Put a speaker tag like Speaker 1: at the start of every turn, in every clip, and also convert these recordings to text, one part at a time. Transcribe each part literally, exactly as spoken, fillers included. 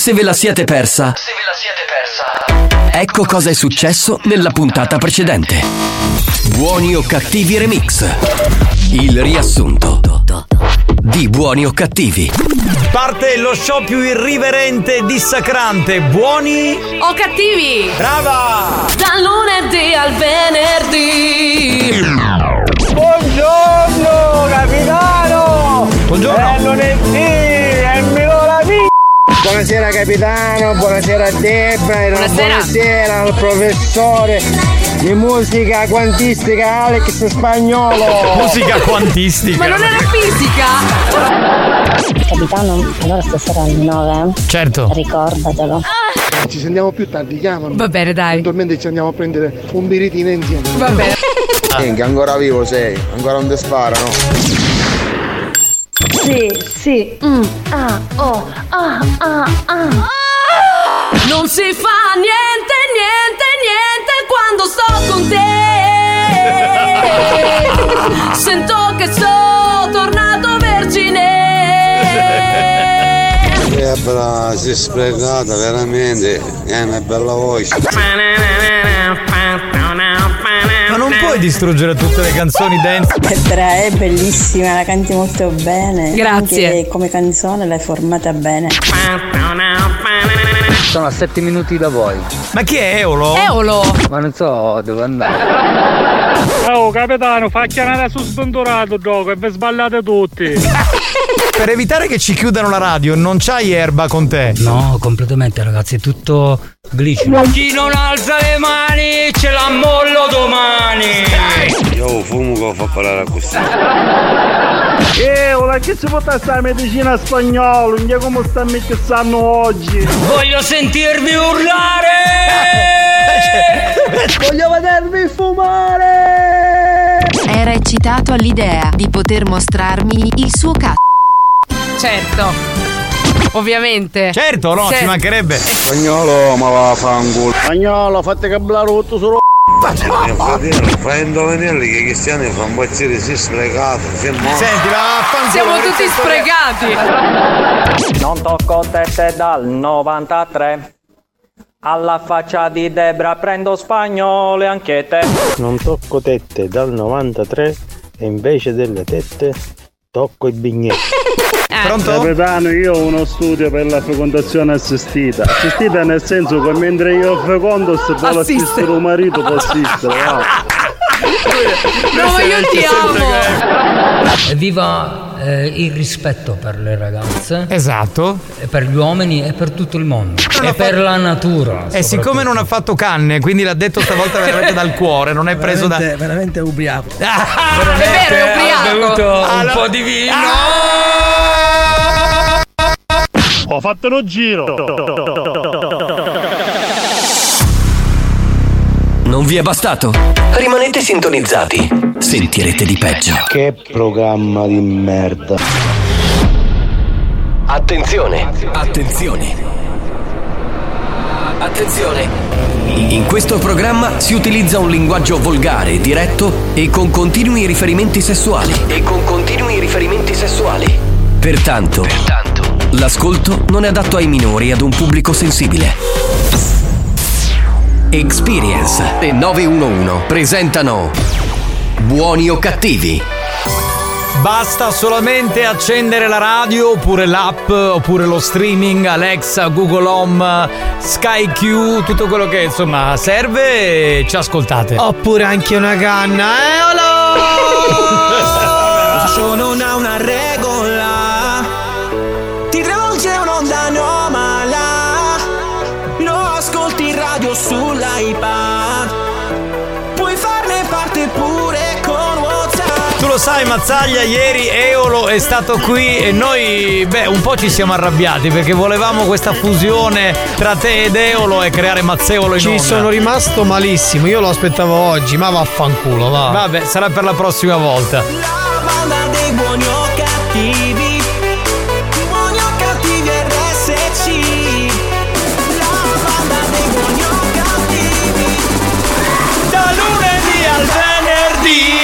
Speaker 1: Se ve la siete persa,
Speaker 2: Se ve la siete persa,
Speaker 1: ecco cosa è successo nella puntata precedente. Buoni o cattivi remix. Il riassunto di Buoni o cattivi.
Speaker 3: Parte lo show più irriverente e dissacrante. Buoni
Speaker 4: o cattivi.
Speaker 3: Brava!
Speaker 4: Dal lunedì al venerdì.
Speaker 5: Buongiorno capitano.
Speaker 3: Buongiorno.
Speaker 5: È lunedì, è la vita. Buonasera capitano, buonasera a Debra,
Speaker 4: buonasera.
Speaker 5: buonasera al professore di musica quantistica Alex Spagnolo.
Speaker 3: Musica quantistica.
Speaker 4: Ma non era fisica?
Speaker 6: Capitano, allora stasera alle nove?
Speaker 3: Certo.
Speaker 6: Ricordatelo.
Speaker 5: Ci sentiamo più tardi, chiamami.
Speaker 4: Va bene, dai.
Speaker 5: Eventualmente ci andiamo a prendere un biritino insieme.
Speaker 4: Va bene.
Speaker 7: Minchia, ancora vivo sei, ancora non ti sparano.
Speaker 6: Sì, sì. Mm. Ah, oh, ah, ah, ah.
Speaker 4: Non si fa niente, niente, niente quando sto con te. Sento che sono tornato vergine.
Speaker 7: Che bella, si è sprecata veramente, è una bella voce.
Speaker 3: Ma non puoi distruggere tutte le canzoni dance.
Speaker 6: Petra è bellissima, la canti molto bene.
Speaker 4: Grazie.
Speaker 6: Anche come canzone l'hai formata bene.
Speaker 8: Sono a sette minuti da voi.
Speaker 3: Ma chi è Eolo?
Speaker 4: Eolo.
Speaker 8: Ma non so dove andare.
Speaker 5: Oh capitano, fa chiamare su sventorato gioco e vi sballate tutti.
Speaker 3: Per evitare che ci chiudano la radio, non c'hai Erba con te?
Speaker 8: No, completamente ragazzi, è tutto glicino.
Speaker 9: Chi non alza le mani ce la mollo domani.
Speaker 7: Io fumo che fa parlare a questo.
Speaker 5: Eh, ora che ci porta sta medicina spagnola, non è come sta mixando oggi.
Speaker 9: Voglio sentirvi urlare.
Speaker 5: Voglio vedervi fumare.
Speaker 10: Era eccitato all'idea di poter mostrarmi il suo cazzo.
Speaker 4: Certo. Ovviamente.
Speaker 3: Certo, no,
Speaker 4: Se...
Speaker 3: ci mancherebbe.
Speaker 7: Spagnolo, ma va a fanculo.
Speaker 5: Spagnolo, fate cablare tutto solo.
Speaker 7: Fratello, fai indovinelli che i cristiani fanno baciare si sprecato.
Speaker 3: Senti, va a fanculo.
Speaker 4: Siamo tutti sprecati.
Speaker 11: Non tocco tette dal novantatré. Alla faccia di Debra prendo spagnole anche te.
Speaker 5: Non tocco tette dal novantatré e invece delle tette tocco i bignè.
Speaker 3: Pronto?
Speaker 5: Capitano, io ho uno studio per la fecondazione assistita. Assistita nel senso che mentre io fecondo, se vuole assistere un marito può assistere. Va.
Speaker 4: No, ma io ti amo.
Speaker 8: Viva eh, il rispetto per le ragazze.
Speaker 3: Esatto.
Speaker 8: E per gli uomini e per tutto il mondo. E per la natura.
Speaker 3: E siccome non ha fatto canne, quindi l'ha detto stavolta veramente dal cuore, non è preso da.
Speaker 12: Veramente ubriaco.
Speaker 3: Ah,
Speaker 4: è vero, è ubriaco.
Speaker 9: Ha bevuto un
Speaker 3: allora...
Speaker 9: po' di vino.
Speaker 5: Ho fatto uno giro.
Speaker 1: Non vi è bastato? Rimanete sintonizzati. Sentirete di peggio.
Speaker 5: Che programma di merda.
Speaker 1: Attenzione, attenzione. Attenzione. In questo programma si utilizza un linguaggio volgare, diretto e con continui riferimenti sessuali. E con continui riferimenti sessuali. Pertanto, Pertanto, l'ascolto non è adatto ai minori e ad un pubblico sensibile. Experience e nove uno uno presentano Buoni o cattivi?
Speaker 3: Basta solamente accendere la radio oppure l'app oppure lo streaming, Alexa, Google Home, Sky Q, tutto quello che insomma serve e ci ascoltate.
Speaker 12: Oppure anche una canna, eh
Speaker 3: oh
Speaker 12: no! Non ha una regola, ti rivolge un'onda anomala, lo ascolti in radio sull'iPad, puoi farne parte pure con WhatsApp.
Speaker 3: Tu lo sai Mazzaglia, ieri Eolo è stato qui e noi beh un po' ci siamo arrabbiati perché volevamo questa fusione tra te ed Eolo e creare Mazzeolo in
Speaker 12: Ci
Speaker 3: onda.
Speaker 12: sono rimasto malissimo, io lo aspettavo oggi, ma vaffanculo, va.
Speaker 3: Vabbè, sarà per la prossima volta.
Speaker 12: La banda dei buoni o cattivi, buoni o cattivi R S C. La banda dei buoni o cattivi,
Speaker 9: da lunedì al venerdì.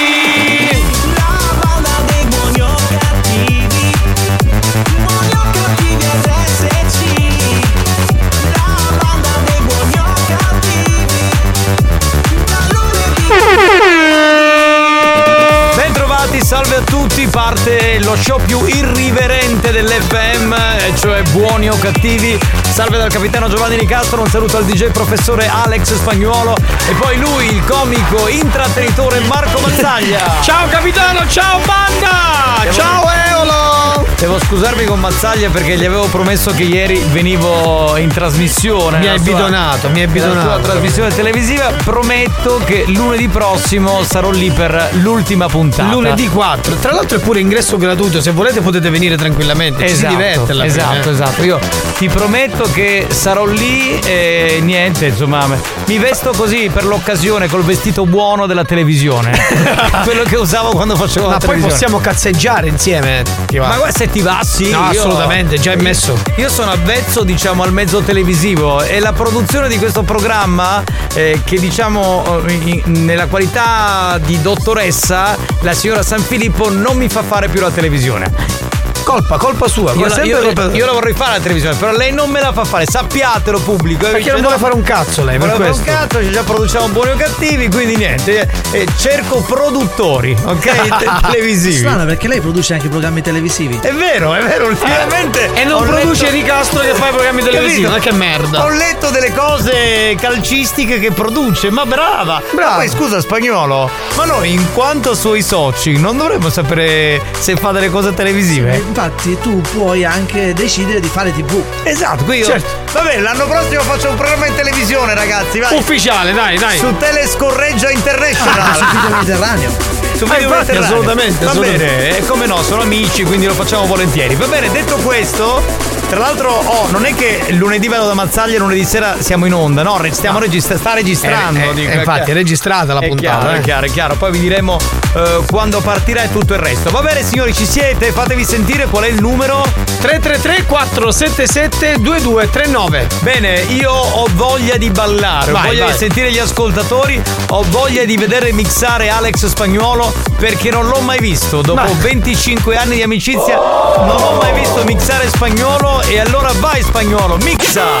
Speaker 3: oggi parte lo show più irriverente dell'F M, cioè Buoni o Cattivi. Salve dal capitano Giovanni Nicastro, un saluto al D J professore Alex Spagnuolo e poi lui, il comico intrattenitore Marco Mazzaglia.
Speaker 13: Ciao capitano, ciao banda!
Speaker 3: Devo...
Speaker 13: Ciao Eolo!
Speaker 3: Devo scusarmi con Mazzaglia perché gli avevo promesso che ieri venivo in trasmissione.
Speaker 13: Mi hai bidonato, mi hai bidonato.
Speaker 3: La sua trasmissione televisiva. Prometto che lunedì prossimo sarò lì per l'ultima puntata.
Speaker 13: Lunedì quattro. Tra l'altro è pure ingresso gratuito, se volete potete venire tranquillamente.
Speaker 3: Esatto,
Speaker 13: ci si diverte alla
Speaker 3: esatto,
Speaker 13: fine.
Speaker 3: esatto. Io ti prometto che sarò lì e niente, insomma, mi vesto così per l'occasione col vestito buono della televisione. Quello che usavo quando facevo
Speaker 13: Ma
Speaker 3: la
Speaker 13: poi
Speaker 3: televisione.
Speaker 13: possiamo cazzeggiare insieme.
Speaker 3: Ma guarda, se ti va, sì.
Speaker 13: No,
Speaker 3: io,
Speaker 13: assolutamente, già è messo.
Speaker 3: Io sono avvezzo, diciamo, al mezzo televisivo e la produzione di questo programma, eh, che diciamo in, nella qualità di dottoressa, la signora San Filippo non mi fa fare più la televisione.
Speaker 13: Colpa, colpa sua.
Speaker 3: Io la, io,
Speaker 13: colpa...
Speaker 3: io la vorrei fare la televisione, però lei non me la fa fare, sappiatelo pubblico.
Speaker 13: Perché non vuole fare un cazzo lei, per
Speaker 3: vuole
Speaker 13: questo.
Speaker 3: fare un cazzo, già produciamo Buoni o Cattivi, quindi niente, eh, cerco produttori, ok? televisivi.
Speaker 14: Strano perché lei produce anche programmi televisivi.
Speaker 3: È vero, è vero, ultimamente.
Speaker 13: E non produce
Speaker 3: letto...
Speaker 13: Ricastro che fa i programmi televisivi, ma che merda.
Speaker 3: Ho letto delle cose calcistiche che produce, ma brava. Brava. Ma poi scusa Spagnuolo, ma noi in quanto suoi soci non dovremmo sapere se fa delle cose televisive?
Speaker 14: Sì, infatti tu puoi anche decidere di fare tivù.
Speaker 3: Esatto, qui io. Certo. Va bene, l'anno prossimo faccio un programma in televisione, ragazzi, vai.
Speaker 13: Ufficiale, dai, dai.
Speaker 3: Su Telescorreggia International.
Speaker 14: Ah, su Video Mediterraneo.
Speaker 3: Su
Speaker 13: ah,
Speaker 3: Video
Speaker 13: infatti,
Speaker 3: Mediterraneo.
Speaker 13: assolutamente.
Speaker 3: Va
Speaker 13: assolutamente.
Speaker 3: bene, e come no, sono amici, quindi lo facciamo volentieri. Va bene, detto questo, tra l'altro, oh, non è che lunedì vado da Mazzaglia e lunedì sera siamo in onda, no? Stiamo registra- sta registrando.
Speaker 13: Eh, eh,
Speaker 3: dico,
Speaker 13: eh, infatti, è registrata la
Speaker 3: è
Speaker 13: puntata.
Speaker 3: Chiaro,
Speaker 13: eh.
Speaker 3: È chiaro, è chiaro. Poi vi diremo eh, quando partirà e tutto il resto. Va bene, signori, ci siete? Fatevi sentire qual è il numero.
Speaker 13: tre tre tre quattro sette sette due due tre nove.
Speaker 3: Bene, io ho voglia di ballare,
Speaker 13: vai,
Speaker 3: ho voglia
Speaker 13: vai.
Speaker 3: di sentire gli ascoltatori, ho voglia di vedere mixare Alex Spagnuolo perché non l'ho mai visto. Dopo
Speaker 13: Ma...
Speaker 3: venticinque anni di amicizia non ho mai visto mixare Spagnuolo e allora vai Spagnuolo, mixa!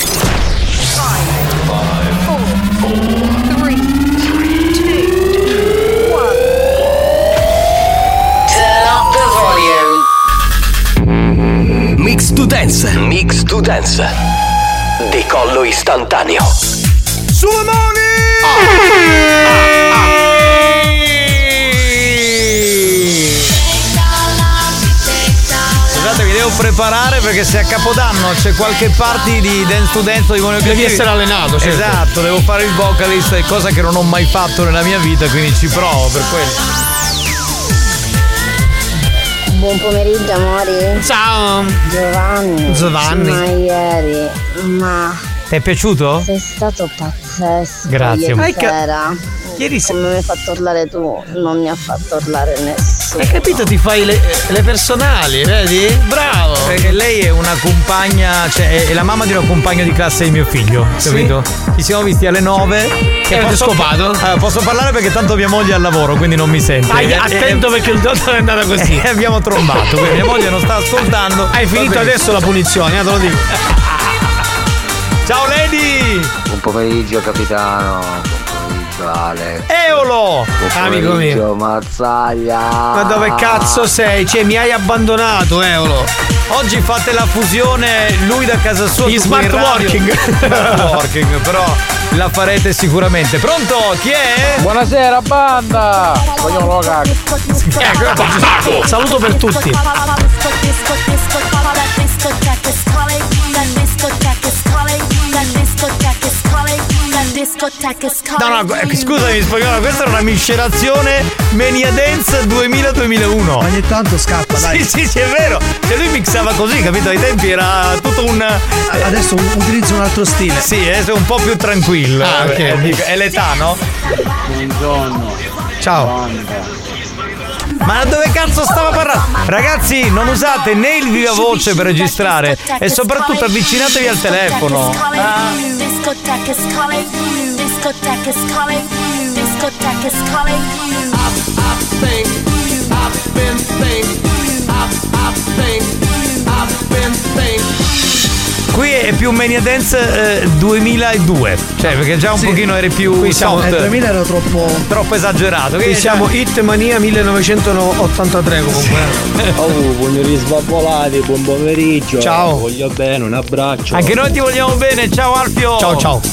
Speaker 1: Mix to Dance, Mix to Dance. Decollo istantaneo.
Speaker 3: Sulle mani! Ah, ah, ah. Scusate, vi devo preparare perché se a Capodanno c'è qualche party di Dance to Dance o di Buoni o Cattivi,
Speaker 13: devi essere allenato, certo.
Speaker 3: Esatto, devo fare il vocalist, cosa che non ho mai fatto nella mia vita, quindi ci provo per quello.
Speaker 15: Buon pomeriggio amori.
Speaker 13: Ciao
Speaker 15: Giovanni.
Speaker 13: Giovanni.
Speaker 15: Ma ieri, ma
Speaker 3: ti è piaciuto?
Speaker 15: sei stato pazzesco.
Speaker 3: Grazie.
Speaker 15: Ieri sera.
Speaker 3: Ieri sera.
Speaker 15: Come mi hai fatto urlare tu, non mi ha fatto urlare nessuno.
Speaker 13: Hai capito? Ti fai le, le personali, vedi? Bravo.
Speaker 3: Perché lei è una compagna, cioè è la mamma di una compagna di classe di mio figlio, capito? Sì. Ci siamo visti alle nove.
Speaker 13: E avete scopato?
Speaker 3: Allora, posso parlare perché tanto mia moglie è al lavoro, quindi non mi sente.
Speaker 13: Hai, attento e, perché il dottor è andata così.
Speaker 3: E abbiamo trombato, quindi mia moglie non sta ascoltando.
Speaker 13: Hai finito adesso la punizione, eh, te lo dico.
Speaker 3: Ciao Lady!
Speaker 16: Buon pomeriggio capitano. Alex.
Speaker 3: Eolo!
Speaker 13: Amico mio.
Speaker 16: Mazzaglia.
Speaker 13: Ma dove cazzo sei? Cioè mi hai abbandonato, Eolo.
Speaker 3: Oggi fate la fusione, lui da casa sua.
Speaker 13: Gli smart working.
Speaker 3: Smart working, però la farete sicuramente. Pronto? Chi è?
Speaker 17: Buonasera banda. Voglio
Speaker 13: ecco, saluto per tutti.
Speaker 3: No, no, scusami, Spagnolo, questa era una miscelazione Mania Dance duemila duemilauno.
Speaker 14: Ma ogni tanto scappa, dai.
Speaker 3: Sì, sì, sì, è vero. Cioè lui mixava così, capito? Ai tempi era tutto un.
Speaker 14: Adesso utilizzo un altro stile.
Speaker 3: Sì, adesso è un po' più tranquillo.
Speaker 13: Ah, ok.
Speaker 3: È, è l'età, no?
Speaker 17: Buongiorno.
Speaker 13: Ciao.
Speaker 3: Ma dove cazzo stava parlando? Ragazzi, non usate né il viva voce per registrare e soprattutto avvicinatevi al telefono. Ah.
Speaker 13: È
Speaker 3: che è più Mania Dance eh, duemiladue. Cioè, perché già un
Speaker 14: Sì.
Speaker 3: pochino eri più.
Speaker 14: Qui siamo,
Speaker 3: soft,
Speaker 14: nel duemila era troppo
Speaker 3: troppo esagerato.
Speaker 14: Qui
Speaker 3: Che
Speaker 14: siamo
Speaker 3: già-
Speaker 14: Hit Mania millenovecentottantatré comunque.
Speaker 18: Oh, buoni svavolati, buon pomeriggio.
Speaker 3: Ciao.
Speaker 18: Voglio bene, un abbraccio.
Speaker 3: Anche noi ti vogliamo bene. Ciao Alfio.
Speaker 14: Ciao ciao.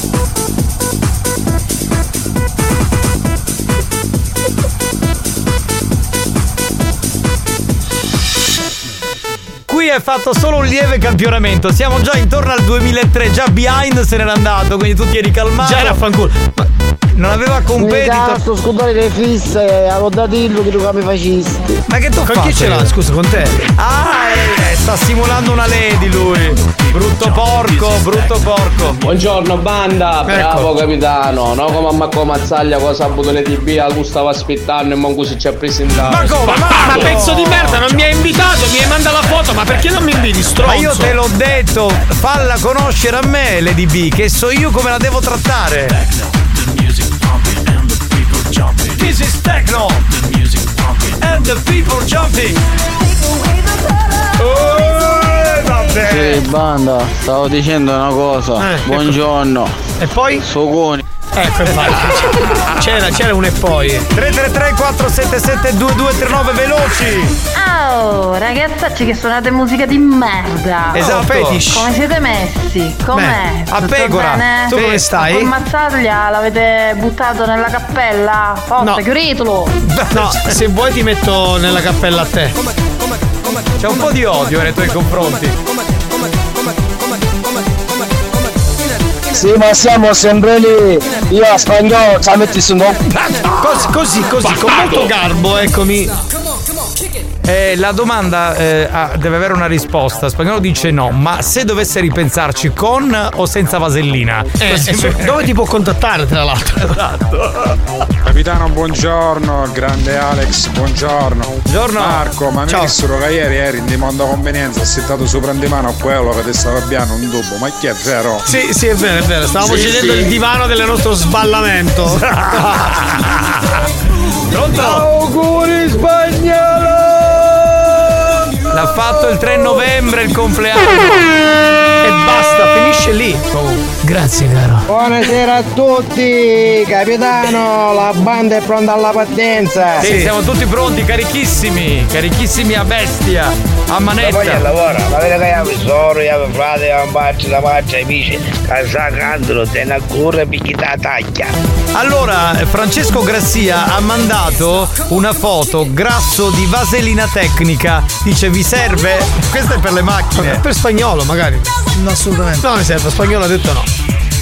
Speaker 3: Qui è fatto solo un lieve campionamento. Siamo già intorno al duemilatré. Già Behind se n'era andato, quindi tu ti eri calmato.
Speaker 14: Già era a fanculo.
Speaker 3: Ma non aveva competitor.
Speaker 15: Sto scudare le fisse, avevo dato dillo che tu mi facisti.
Speaker 3: Ma che tu
Speaker 14: Con
Speaker 3: fai?
Speaker 14: chi ce l'ha? Scusa, con te?
Speaker 3: Ah, eh, sta simulando una lady lui. Brutto porco, brutto porco.
Speaker 17: Buongiorno banda, bravo capitano. No come a Marco Mazzaglia cosa ha avuto le T V, la cui stava aspettando e manco si ci ha presentato.
Speaker 3: Ma come?
Speaker 14: Ma, ma pezzo di merda, non mi hai invitato, mi hai mandato la foto, ma perché non mi inviti, stronzo?
Speaker 3: Ma io te l'ho detto, falla conoscere a me Lady B, che so io come la devo trattare. This is techno and the people jumping. Oh, vabbè.
Speaker 17: Sì, banda, stavo dicendo una cosa.
Speaker 14: Eh,
Speaker 17: Buongiorno.
Speaker 14: E poi?
Speaker 17: Soconi.
Speaker 14: Ecco, infatti. C'era, c'era un e poi.
Speaker 3: tre tre tre quattro sette sette due due tre nove veloci.
Speaker 6: Oh, ragazzacci che suonate musica di merda.
Speaker 3: Esatto.
Speaker 14: Fetish.
Speaker 6: Come siete messi? Com'è?
Speaker 3: Beh, a
Speaker 6: Tutto
Speaker 3: pecora.
Speaker 6: bene?
Speaker 14: Tu come stai?
Speaker 6: Quel Mazzaglia l'avete buttato nella cappella? Forza,
Speaker 14: No.
Speaker 6: chiudetelo.
Speaker 14: No, se vuoi ti metto nella cappella a te.
Speaker 3: C'è un po' di odio nei tuoi confronti.
Speaker 15: Sì, ma siamo sempre lì. Io a spagnolo ci metti su no.
Speaker 14: Così, così, così, con molto garbo, eccomi.
Speaker 3: Eh, la domanda eh, ha- deve avere una risposta. Spagnolo dice no, ma se dovesse ripensarci con o senza vasellina?
Speaker 14: Eh, su- dove ti può contattare tra l'altro?
Speaker 3: Esatto.
Speaker 19: Capitano, buongiorno, grande Alex, buongiorno.
Speaker 3: Buongiorno.
Speaker 19: Marco, ma mi
Speaker 14: Ciao.
Speaker 19: dissero che ieri eri in dimanda convenienza, settato sopra di mano a quello che ti stava piano un tubo, ma chi è vero?
Speaker 14: Sì, sì, è vero, è vero. Stavamo
Speaker 19: Sì,
Speaker 14: cedendo
Speaker 19: sì.
Speaker 14: il divano del nostro sballamento.
Speaker 3: Pronto?
Speaker 14: Auguri spagnolo!
Speaker 3: L'ha fatto il tre novembre il compleanno.
Speaker 14: E basta, finisce lì. Grazie, caro.
Speaker 15: Buonasera a tutti, capitano, la banda è pronta alla partenza.
Speaker 3: Sì, siamo tutti pronti, carichissimi, carichissimi a bestia, a manetta.
Speaker 20: lavora, ma vede che io tesoro, io frate, io faccio la faccia e amici, che sa cantano, te ne accurre picchi da taglia.
Speaker 3: Allora, Francesco Grassia ha mandato una foto grasso di vaselina tecnica. Dice vi serve? Questo è per le macchine.
Speaker 14: Per spagnolo, magari.
Speaker 13: No, assolutamente.
Speaker 14: No, mi serve, spagnolo ha detto no.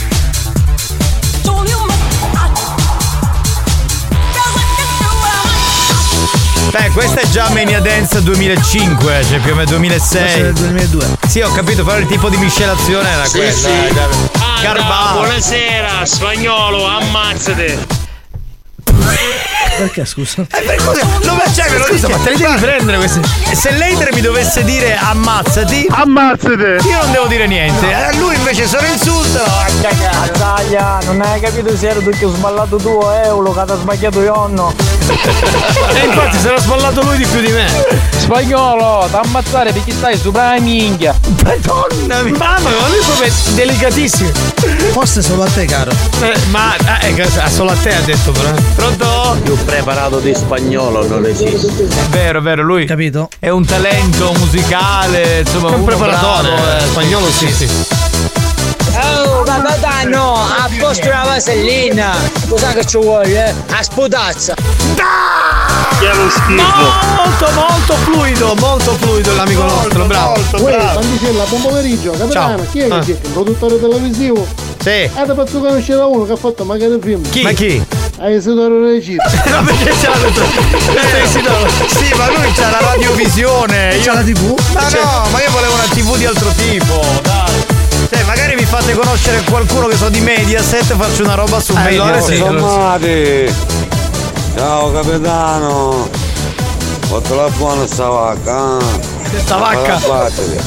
Speaker 3: Beh, questa è già Mania Dance duemilacinque, cioè più o meno duemilasei.
Speaker 13: del duemiladue.
Speaker 3: Sì, ho capito, però il tipo di miscelazione era
Speaker 21: Sì,
Speaker 3: quella.
Speaker 21: sì.
Speaker 3: eh, dai.
Speaker 21: Anda,
Speaker 3: Garbato.
Speaker 21: buonasera, spagnolo, ammazzate.
Speaker 13: Perché scusa?
Speaker 3: Eh, per cosa? Dove c'è? Me lo
Speaker 14: Scusa,
Speaker 3: dice?
Speaker 14: ma te li devi prendere questi?
Speaker 3: Se l'hater mi dovesse dire ammazzati,
Speaker 5: Ammazzate!
Speaker 3: io non devo dire niente. A lui invece se lo insultano.
Speaker 11: Mazzaglia, non hai capito se ero tu che ho sballato tu o euro, che ti sbagliato io no.
Speaker 14: E infatti se l'ha sballato lui di più di me.
Speaker 17: Spagnolo, t'ammazzare perché stai sopra la minchia.
Speaker 3: Madonna mia.
Speaker 14: Mamma mia, ma lui è proprio delicatissimo.
Speaker 13: Forse solo a te, caro.
Speaker 14: Eh, ma eh, eh, solo a te ha detto però.
Speaker 3: Pronto?
Speaker 20: Più preparato di spagnolo non esiste.
Speaker 3: È vero, è vero, lui
Speaker 13: Capito?
Speaker 3: è un talento musicale, insomma,
Speaker 14: È un
Speaker 3: uno
Speaker 14: preparatore,
Speaker 3: bravo, eh.
Speaker 14: spagnolo sì, sì.
Speaker 9: Oh, capitano, a posto la vasellina. Cosa che ci vuoi, eh? A sputazza.
Speaker 5: Chiaro schifo.
Speaker 14: Molto, molto fluido, molto fluido l'amico nostro, bravo.
Speaker 22: Uè, Pandicella, buon pomeriggio, capitano, chi è
Speaker 14: Ah.
Speaker 22: che il produttore televisivo?
Speaker 3: Sì.
Speaker 22: Eh, ti posso conoscere uno che ha fatto magari film.
Speaker 3: Chi? Ma chi?
Speaker 22: Hai Isidoro Regista.
Speaker 3: No, perché c'ha la Sì, ma lui c'ha la radiovisione. Io...
Speaker 13: C'ha la tivù?
Speaker 3: Ma no, ma io volevo una tivù di altro tipo, dai. Cioè, magari mi fate conoscere qualcuno che so di Mediaset e faccio una roba su
Speaker 14: allora
Speaker 3: Mediaset.
Speaker 14: sì,
Speaker 7: Sommati! Ciao capitano! Fatto la buona sta vacca! eh?
Speaker 14: Sta vacca!
Speaker 7: Falla battere.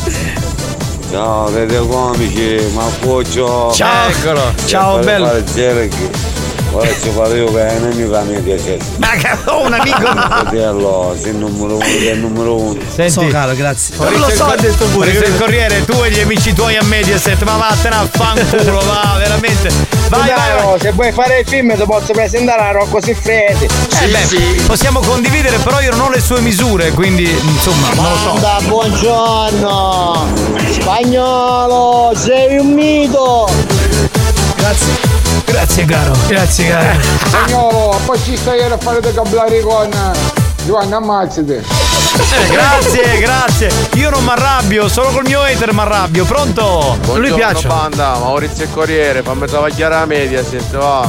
Speaker 7: Ciao, radio comici, ma Puccio!
Speaker 14: Ciao.
Speaker 3: Eccolo.
Speaker 14: Ciao,
Speaker 7: Per
Speaker 14: bello.
Speaker 7: fare Gerghi. Ora ci fare io che è un amico a me piace.
Speaker 3: Ma che ho un amico.
Speaker 7: Fratello, sei il numero uno, sei il numero uno.
Speaker 3: Senti,
Speaker 13: so caro, grazie.
Speaker 3: Non lo so, ha detto pure. Il Corriere, tu e gli amici tuoi a Mediaset, ma vattene a fanculo, va, veramente. Vai, vai, vai.
Speaker 20: Se vuoi fare il film ti posso presentare a Rocco Siffredi.
Speaker 3: Eh beh, sì. Possiamo condividere, però io non ho le sue misure, quindi insomma, non lo so.
Speaker 22: Banda, buongiorno! Spagnolo, sei un mito!
Speaker 13: Grazie. Grazie caro. Grazie caro.
Speaker 19: Spagnolo, poi ci stai a fare dei cablari con Giovanni, ammazzati.
Speaker 3: Eh, grazie, grazie. Io non mi arrabbio, solo col mio hater mi arrabbio. Pronto?
Speaker 17: Buongiorno,
Speaker 3: lui piace.
Speaker 17: Banda, Maurizio e Corriere, fammi travagliare la media, se va.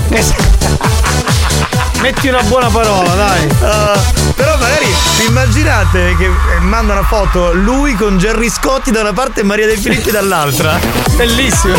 Speaker 13: Metti una buona parola, dai.
Speaker 3: Uh, però magari immaginate che manda una foto lui con Gerry Scotti da una parte e Maria De Filippi dall'altra. Bellissimo.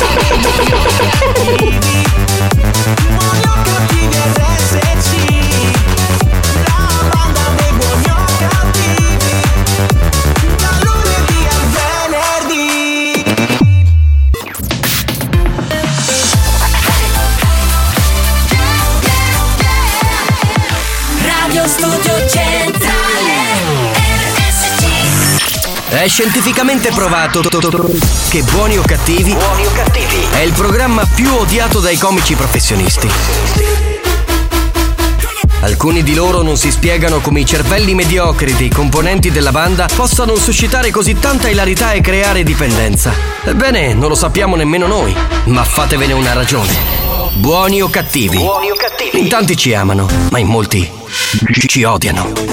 Speaker 4: Studio Centrale R S C.
Speaker 1: È scientificamente provato che Buoni o Cattivi, Buoni o Cattivi è il programma più odiato dai comici professionisti. Alcuni di loro non si spiegano come i cervelli mediocri dei componenti della banda possano suscitare così tanta ilarità e creare dipendenza. Ebbene, non lo sappiamo nemmeno noi, ma fatevene una ragione. Buoni o Cattivi? Buoni o Cattivi? In tanti ci amano, ma in molti ci odiano.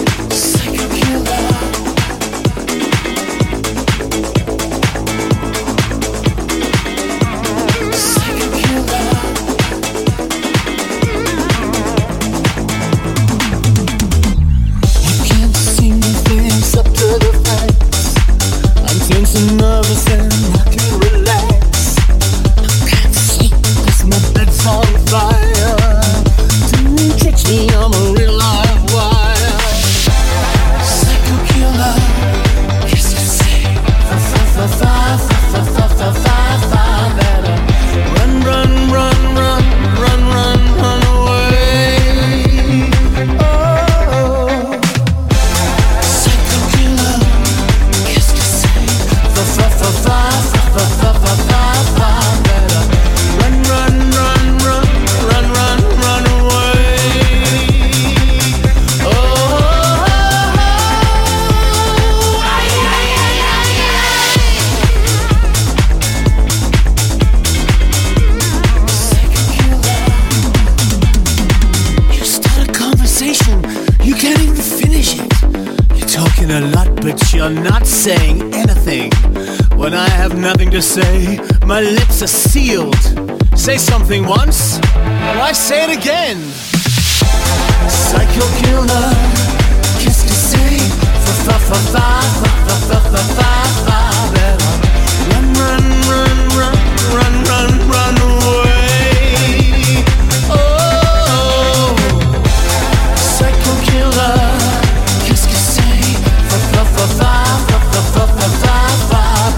Speaker 12: To say, my lips are sealed. Say something once, why say it again? Psycho killer, kiss to say, fa fa fa fa fa fa fa fa fa. Run, run, run, run, run, run, run away. Oh, psycho killer, kiss to say, fa fa fa fa fa fa fa fa fa.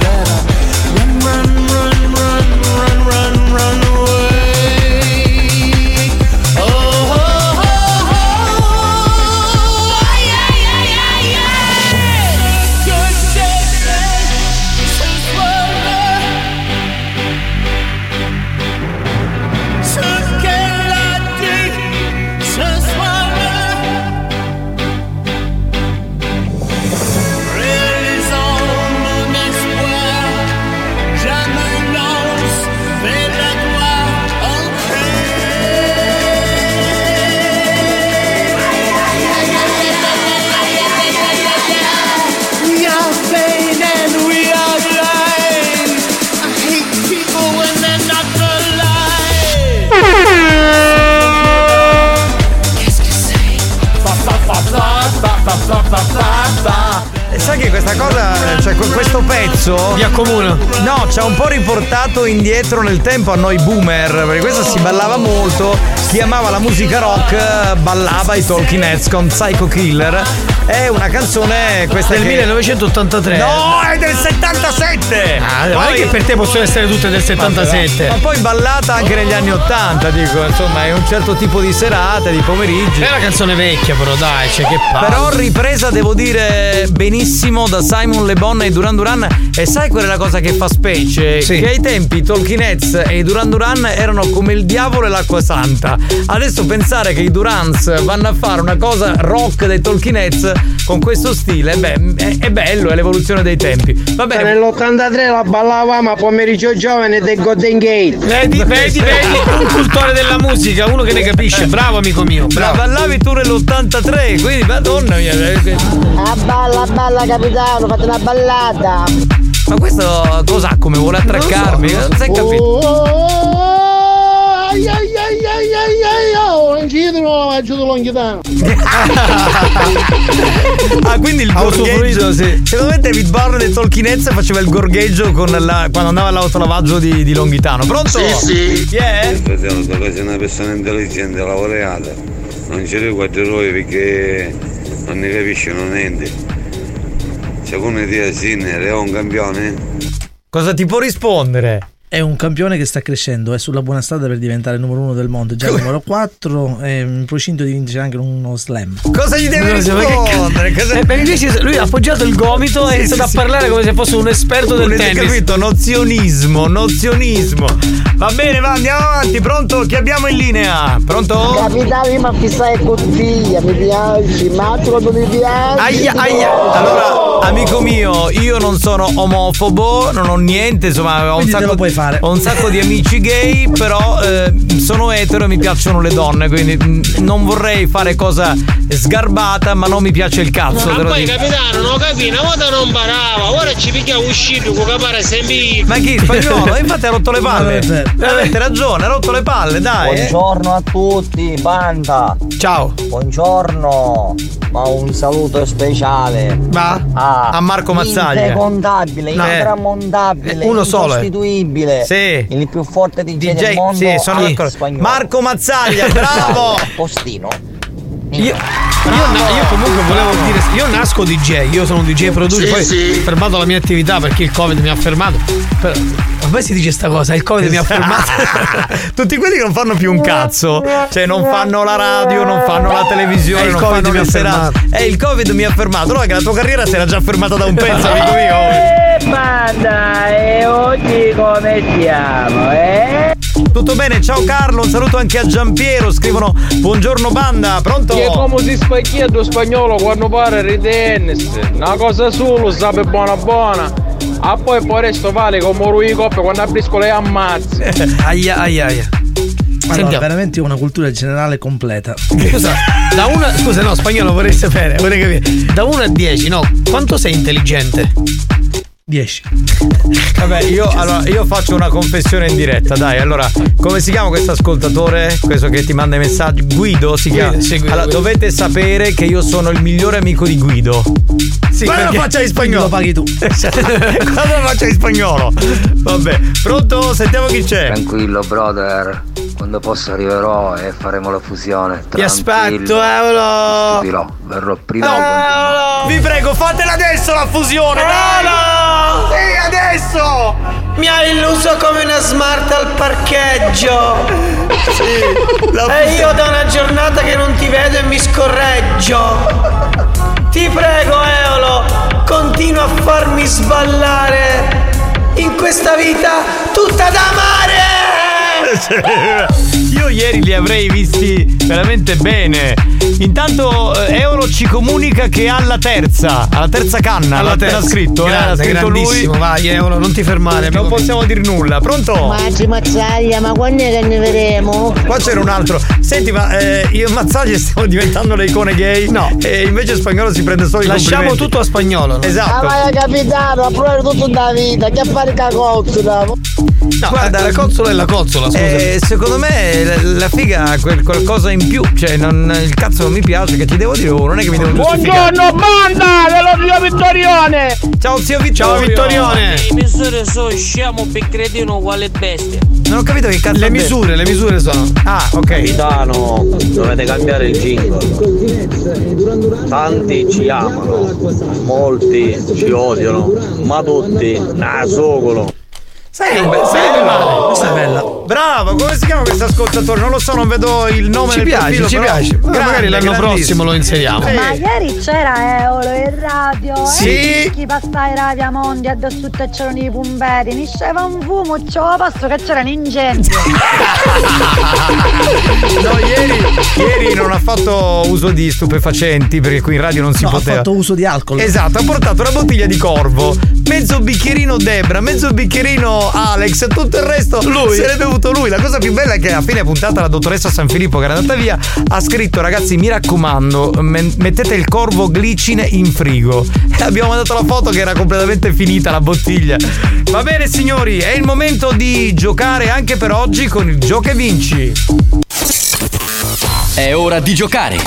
Speaker 3: E sai che questa cosa, cioè questo pezzo
Speaker 13: vi accomuna?
Speaker 3: No, ci ha un po' riportato indietro nel tempo a noi boomer, perché questo si ballava molto. Chi amava la musica rock ballava i Talking Heads con Psycho Killer. è una canzone questa
Speaker 13: del
Speaker 3: che...
Speaker 13: millenovecentottantatré.
Speaker 3: No, è del settantasette.
Speaker 13: Ah, non è che per te possono essere tutte del settantasette.
Speaker 3: Ma poi ballata anche negli anni ottanta, dico, insomma, è un certo tipo di serate, di pomeriggi.
Speaker 13: È una canzone vecchia, però dai, cioè che palle.
Speaker 3: Però ripresa, devo dire, benissimo da Simon Le Bon e Duran Duran. E sai qual è la cosa che fa specie?
Speaker 13: Sì.
Speaker 3: Che ai tempi i Talking Heads e i Duran Duran erano come il diavolo e l'acqua santa. Adesso pensare che i Durans vanno a fare una cosa rock dei Talking Heads con questo stile, beh, è, è bello, è l'evoluzione dei tempi. Va bene.
Speaker 22: Nell'ottantatré la ballavamo a pomeriggio giovane del Golden Gate.
Speaker 13: Vedi, vedi, vedi, un cultore della musica, uno che ne capisce. Bravo amico mio, bravo.
Speaker 3: La ballavi tu nell'ottantatré, quindi madonna mia.
Speaker 22: A balla, balla capitano, fate una ballata.
Speaker 3: Ma questo cos'ha, come vuole attraccarmi? Non, so, non si è capito.
Speaker 22: Oh, ai ai ai ai ai ai oh, non ci vedono la giù longhitano.
Speaker 3: Ah, quindi il gorgheggio, sì. Secondo me David Byrne dei Talking Heads faceva il gorgheggio con la, quando andava all'autolavaggio di, di Longhitano. Pronto?
Speaker 22: Sì, sì.
Speaker 3: Chi è?
Speaker 7: Fratello, dove sei una persona intelligente, laureata, non ci riguarda lui perché non ne capiscono niente. Secondo te Sinner è un campione?
Speaker 3: Cosa ti può rispondere?
Speaker 2: È un campione che sta crescendo, è sulla buona strada per diventare il numero uno del mondo, già il numero quattro, è in procinto di vincere anche uno slam.
Speaker 3: Cosa gli deve rispondere?
Speaker 2: Che...
Speaker 3: Cosa...
Speaker 2: Eh,
Speaker 13: perché invece lui ha appoggiato il gomito
Speaker 3: sì,
Speaker 13: e è iniziato
Speaker 3: sì,
Speaker 13: a parlare
Speaker 3: sì.
Speaker 13: come se fosse un esperto del
Speaker 3: non
Speaker 13: tennis.
Speaker 3: Hai capito? Nozionismo, nozionismo. Va bene, va, andiamo avanti. Pronto? Chi abbiamo in linea? Pronto?
Speaker 22: Capitano, io mi fissai con figlia, mi piace, ma tu non mi piace.
Speaker 3: Aia, aia. Allora, amico mio, io non sono omofobo, non ho niente, insomma, ho un, sacco,
Speaker 2: puoi fare.
Speaker 3: ho un sacco di amici gay, però eh, sono etero e mi piacciono le donne, quindi mh, non vorrei fare cosa sgarbata, ma non mi piace il cazzo.
Speaker 21: Ma poi
Speaker 3: dico.
Speaker 21: capitano, non capi, una volta non parava, ora ci picchia uscito con capare sempre.
Speaker 3: Ma chi? Spagnolo? Infatti ha rotto le palle. Avete ragione, ha rotto le palle, dai.
Speaker 10: Buongiorno a tutti, banda.
Speaker 3: Ciao.
Speaker 10: Buongiorno. Ma un saluto speciale.
Speaker 3: Ma?
Speaker 10: Ah,
Speaker 3: a Marco Mazzaglia.
Speaker 10: Insecontabile,
Speaker 3: No.
Speaker 10: intramontabile,
Speaker 3: Uno solo, eh.
Speaker 10: insostituibile.
Speaker 3: Sì.
Speaker 10: Il più forte D J,
Speaker 3: D J
Speaker 10: del mondo.
Speaker 3: sì, sono d'accordo.
Speaker 10: Spagnolo.
Speaker 3: Marco Mazzaglia, bravo.
Speaker 10: Postino.
Speaker 13: Io, io, io comunque volevo dire, io nasco D J, io sono un D J producer,
Speaker 22: Sì,
Speaker 13: poi
Speaker 22: sì.
Speaker 13: ho fermato la mia attività perché il Covid mi ha fermato. Però, ormai si dice sta cosa, il Covid mi ha fermato.
Speaker 3: Tutti quelli che non fanno più un cazzo, cioè non fanno la radio, non fanno la televisione,
Speaker 13: Eh, il
Speaker 3: non
Speaker 13: Covid
Speaker 3: fanno
Speaker 13: mi
Speaker 3: le
Speaker 13: ha
Speaker 3: serate.
Speaker 13: fermato.
Speaker 3: Eh, il Covid mi ha fermato. Allora che la tua carriera si era già fermata da un pezzo, amico mio.
Speaker 22: Eh, banda, e oggi come stiamo, eh?
Speaker 3: Tutto bene, ciao Carlo, un saluto anche a Giampiero, scrivono buongiorno banda, pronto?
Speaker 17: Che come si spacchietto spagnolo quando pare di tennis, una cosa solo, sape buona buona. Ah poi poi resto vale come Rui Coppe quando aprisco le ammazzi.
Speaker 2: Aia aia aia. Allora,
Speaker 13: Sentiamo.
Speaker 2: veramente una cultura generale completa.
Speaker 13: Scusa, da una, scusa no, spagnolo vorrei sapere, vorrei capire. Da uno a dieci, no, quanto sei intelligente?
Speaker 2: dieci.
Speaker 3: Vabbè, io, allora, io faccio una confessione in diretta, dai. Allora, come si chiama questo ascoltatore? Questo che ti manda i messaggi? Guido si chiama?
Speaker 13: Sì, Guido,
Speaker 3: allora,
Speaker 13: Guido.
Speaker 3: dovete sapere che io sono il migliore amico di Guido.
Speaker 13: Sì,
Speaker 3: ma
Speaker 13: perché
Speaker 3: lo faccia in spagnolo.
Speaker 2: Lo paghi tu.
Speaker 3: Quando lo faccia in spagnolo. Vabbè, pronto? Sentiamo chi c'è.
Speaker 16: Tranquillo, brother. Quando posso arriverò e faremo la fusione.
Speaker 13: Ti aspetto, Eolo.
Speaker 16: Stupirò, verrò prima.
Speaker 3: No, vi prego, fatela adesso la fusione.
Speaker 13: Eolo!
Speaker 3: Sì, adesso.
Speaker 13: Mi hai illuso come una smart al parcheggio.
Speaker 3: Sì, la
Speaker 13: E io da una giornata che non ti vedo e mi scorreggio. Ti prego, Eolo, continua a farmi sballare in questa vita tutta da mare.
Speaker 3: Io ieri li avrei visti veramente bene. Intanto eh, Eolo ci comunica che ha la terza, alla terza canna, l'ha appena scritto,
Speaker 13: grande,
Speaker 3: eh, l'ha scritto
Speaker 13: grandissimo,
Speaker 3: lui.
Speaker 13: vai Eolo, non ti fermare.
Speaker 3: Non possiamo dire nulla. Pronto?
Speaker 22: Maggi Mazzaglia, ma quando è che ne vedremo?
Speaker 3: Qua c'era un altro. Senti, ma eh, io e Mazzaglia stiamo diventando le icone gay.
Speaker 13: No.
Speaker 3: E invece Spagnolo si prende solo i
Speaker 13: Lasciamo
Speaker 3: complimenti.
Speaker 13: tutto a spagnolo. No?
Speaker 3: Esatto.
Speaker 22: Ah, ma capitano, a provare tutto da vita, che a fare cacozzola.
Speaker 13: No, guarda, la cozzola è la cozzola.
Speaker 14: parola, scusa.
Speaker 3: Eh, secondo me la, la figa ha quel qualcosa in più. Cioè, non, il cazzo non mi piace, che ti devo dire, oh, non è che mi devo giustificare.
Speaker 21: Buongiorno banda dello zio Vittorione.
Speaker 3: Ciao zio Vittorio.
Speaker 14: Ciao Vittorione.
Speaker 21: Le misure sono scemo per cretino quale bestia.
Speaker 3: Non ho capito che cazzo.
Speaker 14: Le misure, le misure sono.
Speaker 3: Ah, ok.
Speaker 8: Capitano, dovete cambiare il jingle. Tanti ci amano, molti ci odiano, ma tutti nasogolo.
Speaker 3: Sai, sai male. Questa è bella. Bravo, come si chiama questo ascoltatore? Non lo so, non vedo il nome
Speaker 14: Ci
Speaker 3: del
Speaker 14: piace,
Speaker 3: profilo,
Speaker 14: ci
Speaker 3: però
Speaker 14: piace.
Speaker 3: grande,
Speaker 14: Magari l'anno
Speaker 3: grandissimo.
Speaker 14: prossimo lo inseriamo.
Speaker 3: Sì.
Speaker 6: Ma ieri c'era Eolo in radio,
Speaker 3: Sì.
Speaker 6: eh? Chi passa in radio a Mondi addosso e c'erano i pumberi, nisceva un fumo, c'era passo che c'era un incendio.
Speaker 3: No, ieri, ieri non ha fatto uso di stupefacenti perché qui in radio non si
Speaker 2: No, ha
Speaker 3: poteva.
Speaker 2: fatto uso di alcol.
Speaker 3: Esatto, ha portato una bottiglia di Corvo, mezzo bicchierino Debra, mezzo bicchierino Alex e tutto il resto lui se l'è bevuto lui. La cosa più bella è che a fine puntata la dottoressa San Filippo, che era andata via, ha scritto: ragazzi, mi raccomando, me- mettete il Corvo glicine in frigo. E abbiamo mandato la foto che era completamente finita la bottiglia. Va bene signori, è il momento di giocare anche per oggi con il Gioca e Vinci.
Speaker 1: È ora di giocare.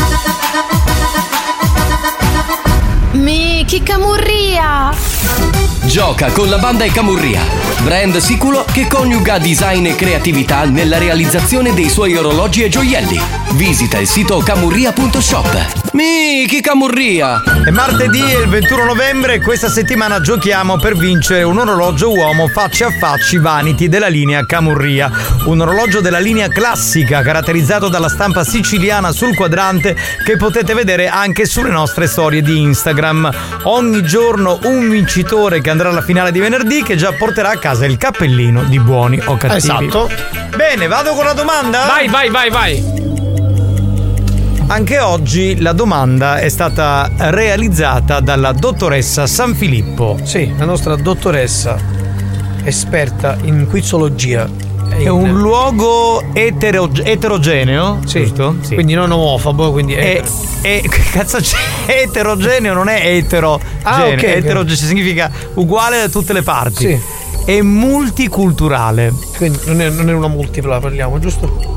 Speaker 4: Mi, chi camurria!
Speaker 1: Gioca con la banda e Camurria, brand sicuro che coniuga design e creatività nella realizzazione dei suoi orologi e gioielli. Visita il sito camurria punto shop. Miki Camurria!
Speaker 3: È martedì, è il ventuno novembre e questa settimana giochiamo per vincere un orologio uomo facci a facci Vanity della linea Camurria. Un orologio della linea classica caratterizzato dalla stampa siciliana sul quadrante che potete vedere anche sulle nostre storie di Instagram. Ogni giorno un vincitore che andrà alla finale di venerdì che già porterà a casa il cappellino di buoni o cattivi.
Speaker 14: Esatto.
Speaker 3: Bene, vado con la domanda?
Speaker 14: Vai, vai, vai, vai.
Speaker 3: Anche oggi la domanda è stata realizzata dalla dottoressa San Filippo.
Speaker 14: Sì, la nostra dottoressa esperta in quizologia.
Speaker 3: È un luogo etero- eterogeneo,
Speaker 14: sì,
Speaker 3: giusto? Sì.
Speaker 14: Quindi non omofobo, quindi
Speaker 3: è, è che cazzo c'è? Eterogeneo non è etero.
Speaker 14: Ah, ok,
Speaker 3: eterogeneo significa uguale da tutte le parti.
Speaker 14: Sì.
Speaker 3: È multiculturale.
Speaker 14: Quindi non è, non è una multipla, parliamo, giusto?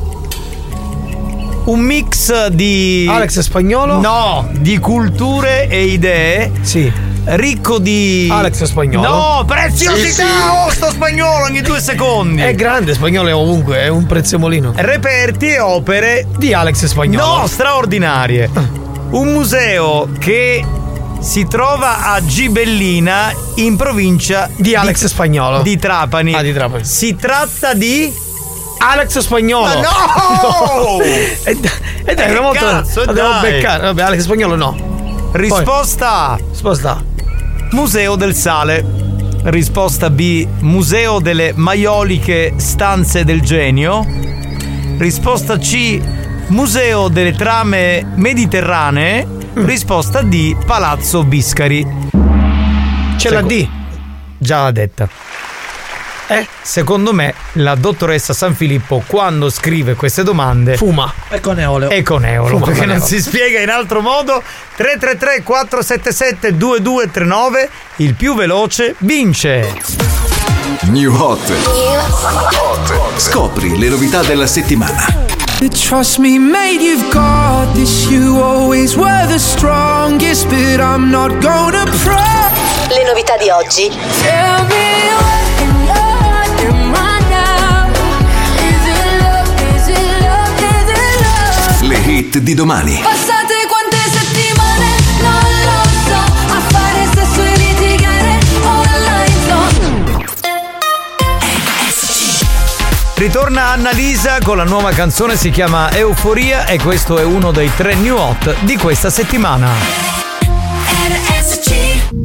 Speaker 3: Un mix di
Speaker 14: Alex Spagnolo?
Speaker 3: No, di culture e idee.
Speaker 14: Sì.
Speaker 3: Ricco di
Speaker 14: Alex Spagnolo?
Speaker 3: No, preziosità! Sì, sì. Oh, sto Spagnolo ogni due secondi.
Speaker 14: È grande, Spagnolo è ovunque, è un prezzemolino.
Speaker 3: Reperti e opere
Speaker 14: di Alex Spagnolo.
Speaker 3: No, straordinarie. Un museo che si trova a Gibellina in provincia
Speaker 14: di Alex
Speaker 3: di,
Speaker 14: Spagnolo
Speaker 3: di Trapani.
Speaker 14: Ah, di Trapani.
Speaker 3: Si tratta di
Speaker 14: Alex Spagnolo.
Speaker 3: Ma no!
Speaker 14: E dai, dai, una volta la devo beccare. Vabbè, Alex Spagnolo no.
Speaker 3: Risposta A.
Speaker 14: Risposta A.
Speaker 3: Museo del Sale. Risposta B. Museo delle Maioliche Stanze del Genio. Risposta C. Museo delle Trame Mediterranee. Risposta D. Palazzo Biscari.
Speaker 14: C'è la D.
Speaker 3: Già l'ha detta. Eh, secondo me la dottoressa San Filippo quando scrive queste domande
Speaker 14: fuma
Speaker 2: e con eoleo
Speaker 3: e con eolo
Speaker 14: fuma
Speaker 3: perché
Speaker 14: con
Speaker 3: non
Speaker 14: eolo.
Speaker 3: Si spiega in altro modo. Tre tre tre quattro sette sette due due tre nove, il più veloce vince.
Speaker 18: New Hot. Scopri le novità della settimana.
Speaker 12: Trust me, mate, you've got this. You always were the strongest, but I'm not gonna pray.
Speaker 23: Le novità di oggi.
Speaker 12: Tell me what
Speaker 18: le hit di domani.
Speaker 12: Passate quante settimane, non lo so, a fare sesso e litigare online
Speaker 3: Ritorna Annalisa con la nuova canzone, si chiama Euforia e questo è uno dei tre new hot di questa settimana.
Speaker 12: R S C.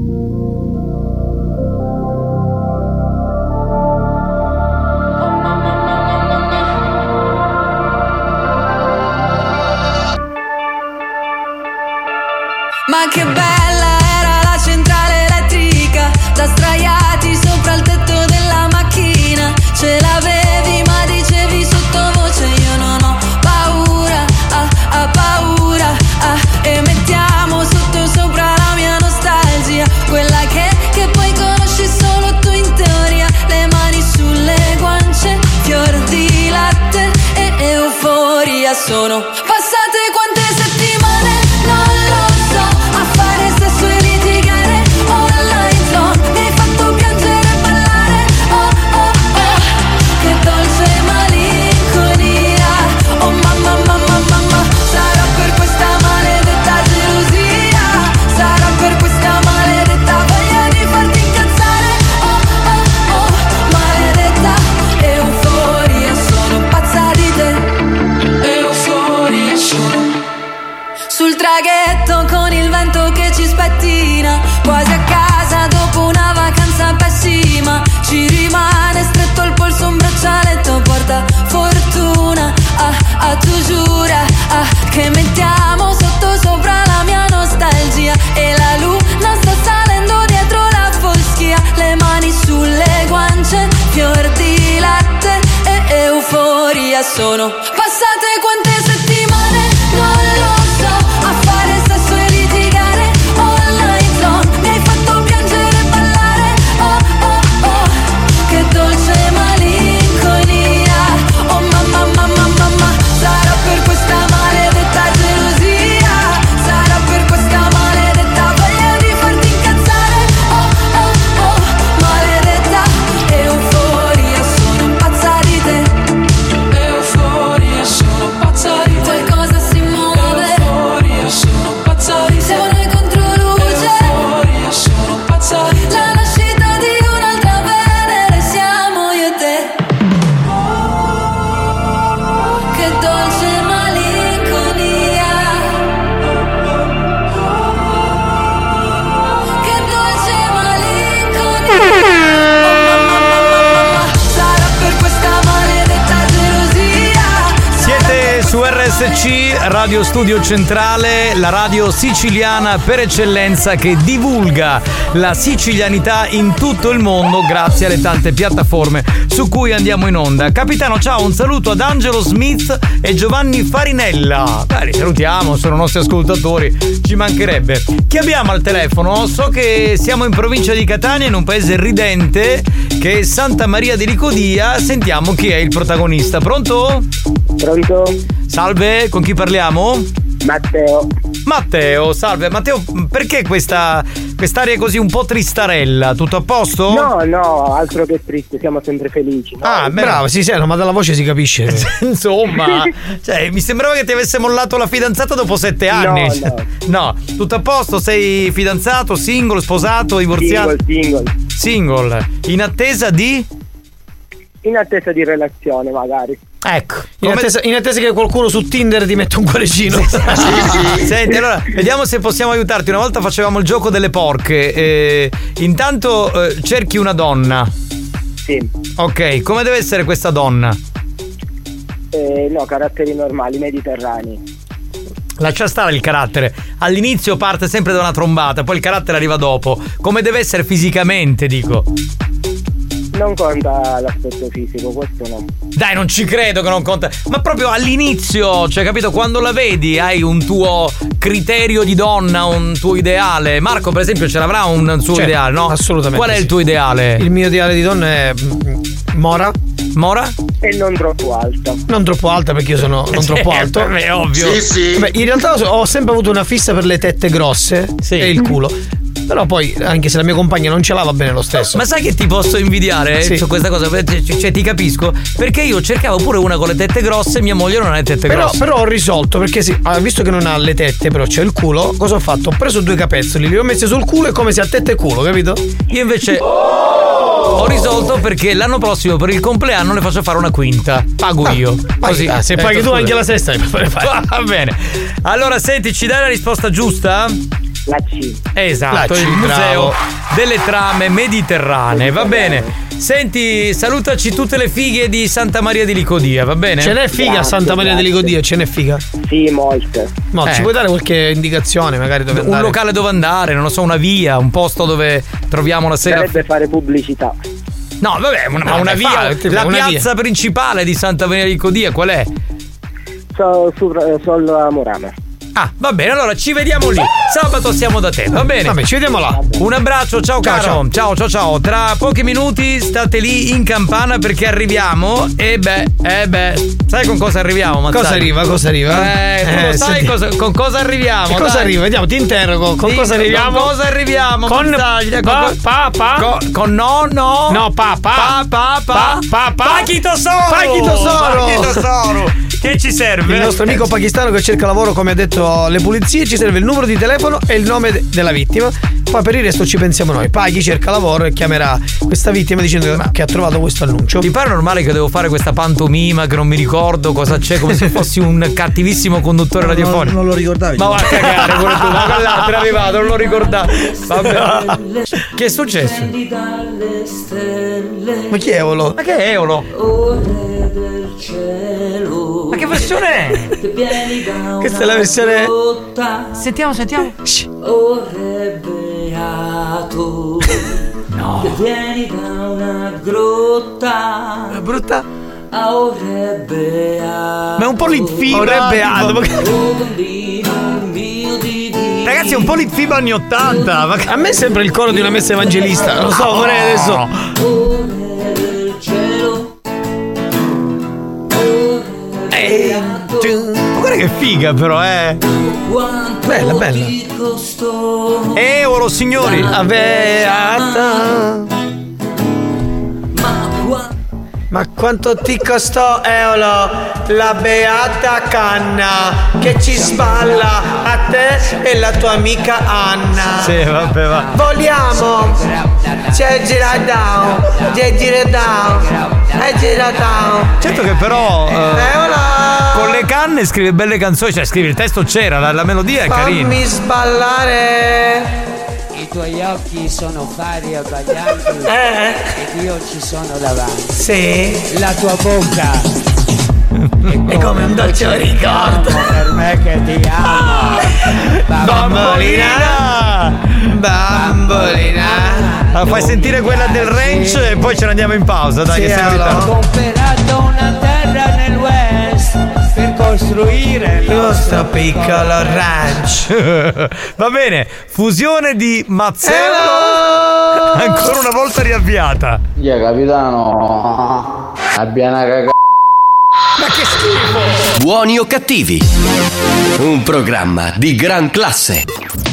Speaker 12: Ma che bella era la centrale elettrica, da sdraiati sopra il tetto della macchina. Ce l'avevi ma dicevi sottovoce io non ho paura, ah, ah, paura, ah. E mettiamo sotto sopra la mia nostalgia, quella che, che poi conosci solo tu in teoria. Le mani sulle guance, fiori
Speaker 4: sono passate quante settimane, non lo so, a fare sesso e litigare online zone. Mi hai fatto piangere e ballare, oh oh oh, che dolce malinconia. Oh mamma mamma mamma, sarà per questa maledetta gelosia, sarà per questa maledetta voglia di farti incazzare, oh oh oh, maledetta euforia, sono pazza di te. Euforia, sono pazza di te. Qualcosa si muove. Euforia, sono pazza di te. Siamo noi contro luce. Euforia, sono pazza di te. La nascita di un'altra Venere siamo io e te. Che dolce malinconia. Che dolce malinconia. Sarà per questa maledetta gelosia.
Speaker 3: Siete su R S C, Radio Studio Centrale, la radio siciliana per eccellenza che divulga la sicilianità in tutto il mondo grazie alle tante piattaforme su cui andiamo in onda. Capitano, ciao, un saluto ad Angelo Smith e Giovanni Farinella. Beh, li salutiamo, sono nostri ascoltatori, ci mancherebbe. Chi abbiamo al telefono? So che siamo in provincia di Catania, in un paese ridente che è Santa Maria di Licodia. Sentiamo chi è il protagonista. Pronto?
Speaker 22: Pronto?
Speaker 3: Salve, con chi parliamo?
Speaker 22: Matteo.
Speaker 3: Matteo, salve. Matteo, perché questa quest'aria così un po' tristarella? Tutto a posto?
Speaker 22: No, no, altro che triste, siamo sempre felici. No?
Speaker 3: Ah,
Speaker 14: Bravo, sì, sì, no, ma dalla voce si capisce.
Speaker 3: Insomma, cioè, mi sembrava che ti avesse mollato la fidanzata dopo sette anni.
Speaker 22: No, no.
Speaker 3: No, tutto a posto? Sei fidanzato, single, sposato, divorziato?
Speaker 22: Single, single.
Speaker 3: Single. In attesa di?
Speaker 22: In attesa di relazione, magari.
Speaker 3: Ecco.
Speaker 14: In attesa, in attesa che qualcuno su Tinder ti metta un cuoricino.
Speaker 3: Sì, sì. Senti, allora, vediamo se possiamo aiutarti. Una volta facevamo il gioco delle porche. Eh, intanto eh, cerchi una donna.
Speaker 22: Sì.
Speaker 3: Ok, come deve essere questa donna?
Speaker 22: Eh, no, caratteri normali, mediterranei.
Speaker 3: Lascia stare il carattere. All'inizio parte sempre da una trombata, poi il carattere arriva dopo. Come deve essere fisicamente, dico?
Speaker 22: Non conta l'aspetto fisico, questo no.
Speaker 3: Dai, non ci credo che non conta. Ma proprio all'inizio, cioè, capito, quando la vedi hai un tuo criterio di donna, un tuo ideale. Marco, per esempio, ce l'avrà un suo
Speaker 14: Cioè,
Speaker 3: ideale, no?
Speaker 14: assolutamente
Speaker 3: Qual è
Speaker 14: sì.
Speaker 3: il tuo ideale?
Speaker 14: Il mio ideale di donna è Mora.
Speaker 3: Mora?
Speaker 22: E non troppo alta.
Speaker 14: Non troppo alta perché io sono non troppo alto.
Speaker 3: È ovvio.
Speaker 22: Sì, sì.
Speaker 14: Beh, in realtà ho sempre avuto una fissa per le tette grosse e il culo. Però poi, anche se la mia compagna non ce l'ha, va bene lo stesso.
Speaker 3: Ma sai che ti posso invidiare
Speaker 14: Sì.
Speaker 3: su questa cosa? Cioè, cioè, ti capisco. Perché io cercavo pure una con le tette grosse e mia moglie non ha le tette
Speaker 14: Però,
Speaker 3: grosse.
Speaker 14: però ho risolto, perché sì, ah, visto che non ha le tette, però c'è il culo, cosa ho fatto? Ho preso due capezzoli, li ho messi sul culo, è come se a tette e culo, capito?
Speaker 3: Io invece ho risolto perché l'anno prossimo per il compleanno le faccio fare una quinta. Pago io. Così.
Speaker 14: Ah, se
Speaker 3: Eh,
Speaker 14: paghi tu
Speaker 3: scusa.
Speaker 14: anche la sesta, mi puoi fare.
Speaker 3: Va bene. Allora, senti, ci dai la risposta giusta?
Speaker 22: La C.
Speaker 3: Esatto,
Speaker 14: La C,
Speaker 3: il museo
Speaker 14: bravo.
Speaker 3: delle trame mediterranee, va bene. Senti, salutaci tutte le fighe di Santa Maria di Licodia, va bene?
Speaker 14: Ce n'è figa a Santa Maria di Licodia, ce n'è figa?
Speaker 22: Sì, molte.
Speaker 14: No,
Speaker 3: Eh.
Speaker 14: ci puoi dare qualche indicazione magari dove
Speaker 3: Un
Speaker 14: andare?
Speaker 3: locale dove andare, non lo so, una via, un posto dove troviamo la sera.
Speaker 22: Sarebbe fare pubblicità.
Speaker 3: No, vabbè, una, ma
Speaker 14: No,
Speaker 3: una
Speaker 14: beh,
Speaker 3: via,
Speaker 14: fa- tipo,
Speaker 3: la
Speaker 14: una
Speaker 3: piazza principale di Santa Maria di Licodia, qual è?
Speaker 22: So, sopra, sulla Morana.
Speaker 3: Ah, va bene, allora ci vediamo lì. Sabato siamo da te, va bene?
Speaker 14: Vabbè, ci vediamo là.
Speaker 3: Un abbraccio, ciao,
Speaker 14: Ciao,
Speaker 3: caro. Ciao, ciao, ciao. Tra pochi minuti state lì in campana perché arriviamo. E beh, eh beh, sai con cosa arriviamo, Mazzari?
Speaker 14: Cosa arriva, cosa arriva?
Speaker 3: Eh, tu lo
Speaker 14: Eh,
Speaker 3: sai
Speaker 14: senti.
Speaker 3: cosa- con cosa arriviamo?
Speaker 14: Che cosa
Speaker 3: dai.
Speaker 14: arriva? Vediamo, ti interrogo. Con
Speaker 3: Sì,
Speaker 14: cosa arriviamo?
Speaker 3: Con cosa arriviamo?
Speaker 14: Con
Speaker 3: Mazzaglia?
Speaker 14: pa,
Speaker 3: con,
Speaker 14: pa, pa?
Speaker 3: con, con no, no.
Speaker 14: No, pa, pa.
Speaker 3: Pa, pa, pa.
Speaker 14: Pa, pa, pa.
Speaker 3: Pachitosoro.
Speaker 14: Pachitosoro.
Speaker 3: Pachitosoro. Che ci serve?
Speaker 14: Il nostro amico pakistano che cerca lavoro, come ha detto le pulizie, ci serve il numero di telefono e il nome de- della vittima. Poi per il resto ci pensiamo noi. Paghi, cerca lavoro e chiamerà questa vittima dicendo che ha trovato questo annuncio.
Speaker 3: Ti pare normale che devo fare questa pantomima che non mi ricordo cosa c'è, come se fossi un cattivissimo conduttore
Speaker 2: Non,
Speaker 3: radiofonico?
Speaker 2: non lo ricordavi?
Speaker 3: Ma va a cagare pure tu, ma quell'altro è arrivato, non lo ricordavo. Vabbè. Che è successo?
Speaker 14: Ma chi è Eolo?
Speaker 3: Ma che è Eolo? Ma che versione è?
Speaker 14: Questa è la versione.
Speaker 3: Sentiamo, sentiamo.
Speaker 4: Oh re beato,
Speaker 3: no,
Speaker 4: che vieni da una grotta,
Speaker 14: brutta,
Speaker 3: Ma è un po' Litfiba.
Speaker 14: Vorrebbe Aldo.
Speaker 3: Ragazzi, è un po' Litfiba anni ottanta. Ma...
Speaker 14: A me è sempre il coro di una messa evangelista. Non lo so, vorrei adesso.
Speaker 3: Ehi, ma guarda che figa, però, eh.
Speaker 14: Bella, bella.
Speaker 3: Eolo, signori.
Speaker 14: La beata. Ma quanto ti costò, Eolo, la beata canna che ci sballa a te e la tua amica Anna?
Speaker 3: Sì, vabbè, va.
Speaker 14: Vogliamo! C'è gira down, c'è gira down, c'è gira down.
Speaker 3: Certo che però eh,
Speaker 14: Eolo,
Speaker 3: con le canne scrive belle canzoni, cioè scrive il testo c'era, la, la melodia è carina.
Speaker 14: fammi sballare.
Speaker 11: I tuoi occhi sono fari abbaglianti
Speaker 14: Eh?
Speaker 11: ed io ci sono davanti.
Speaker 14: Sì.
Speaker 11: La tua bocca
Speaker 14: È come un dolce ricordo
Speaker 11: per me che ti amo.
Speaker 14: Bambolina, bambolina.
Speaker 3: Ah, fai sentire quella del ranch e poi ce ne andiamo in pausa, dai,
Speaker 14: Sì,
Speaker 3: che siamo in
Speaker 14: allora.
Speaker 3: ritardo.
Speaker 11: Ho comprato una terra nel West per costruire
Speaker 14: Il nostro piccolo ranch.
Speaker 3: Va bene, fusione di Mazzello ancora una volta riavviata.
Speaker 15: Yeah, capitano, abbia una cagata.
Speaker 3: Ma che schifo!
Speaker 1: Buoni o cattivi? Un programma di gran classe.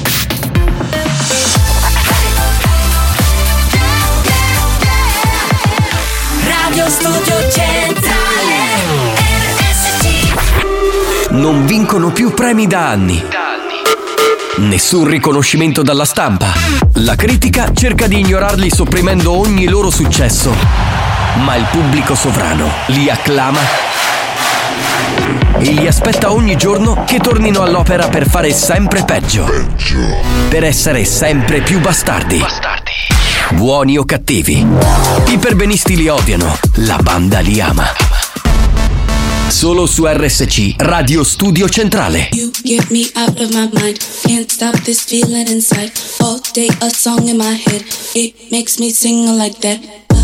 Speaker 4: Radio Studio Centrale R S C.
Speaker 1: Non vincono più premi da anni. Nessun riconoscimento dalla stampa. La critica cerca di ignorarli sopprimendo ogni loro successo. Ma il pubblico sovrano li acclama e li aspetta ogni giorno che tornino all'opera per fare sempre peggio. Per essere sempre più bastardi. Buoni o cattivi? I perbenisti li odiano, la banda li ama. Solo su R S C Radio Studio Centrale.
Speaker 23: You get me out of my mind. Can't stop this feeling inside. All day a song in my head. It makes me sing like that.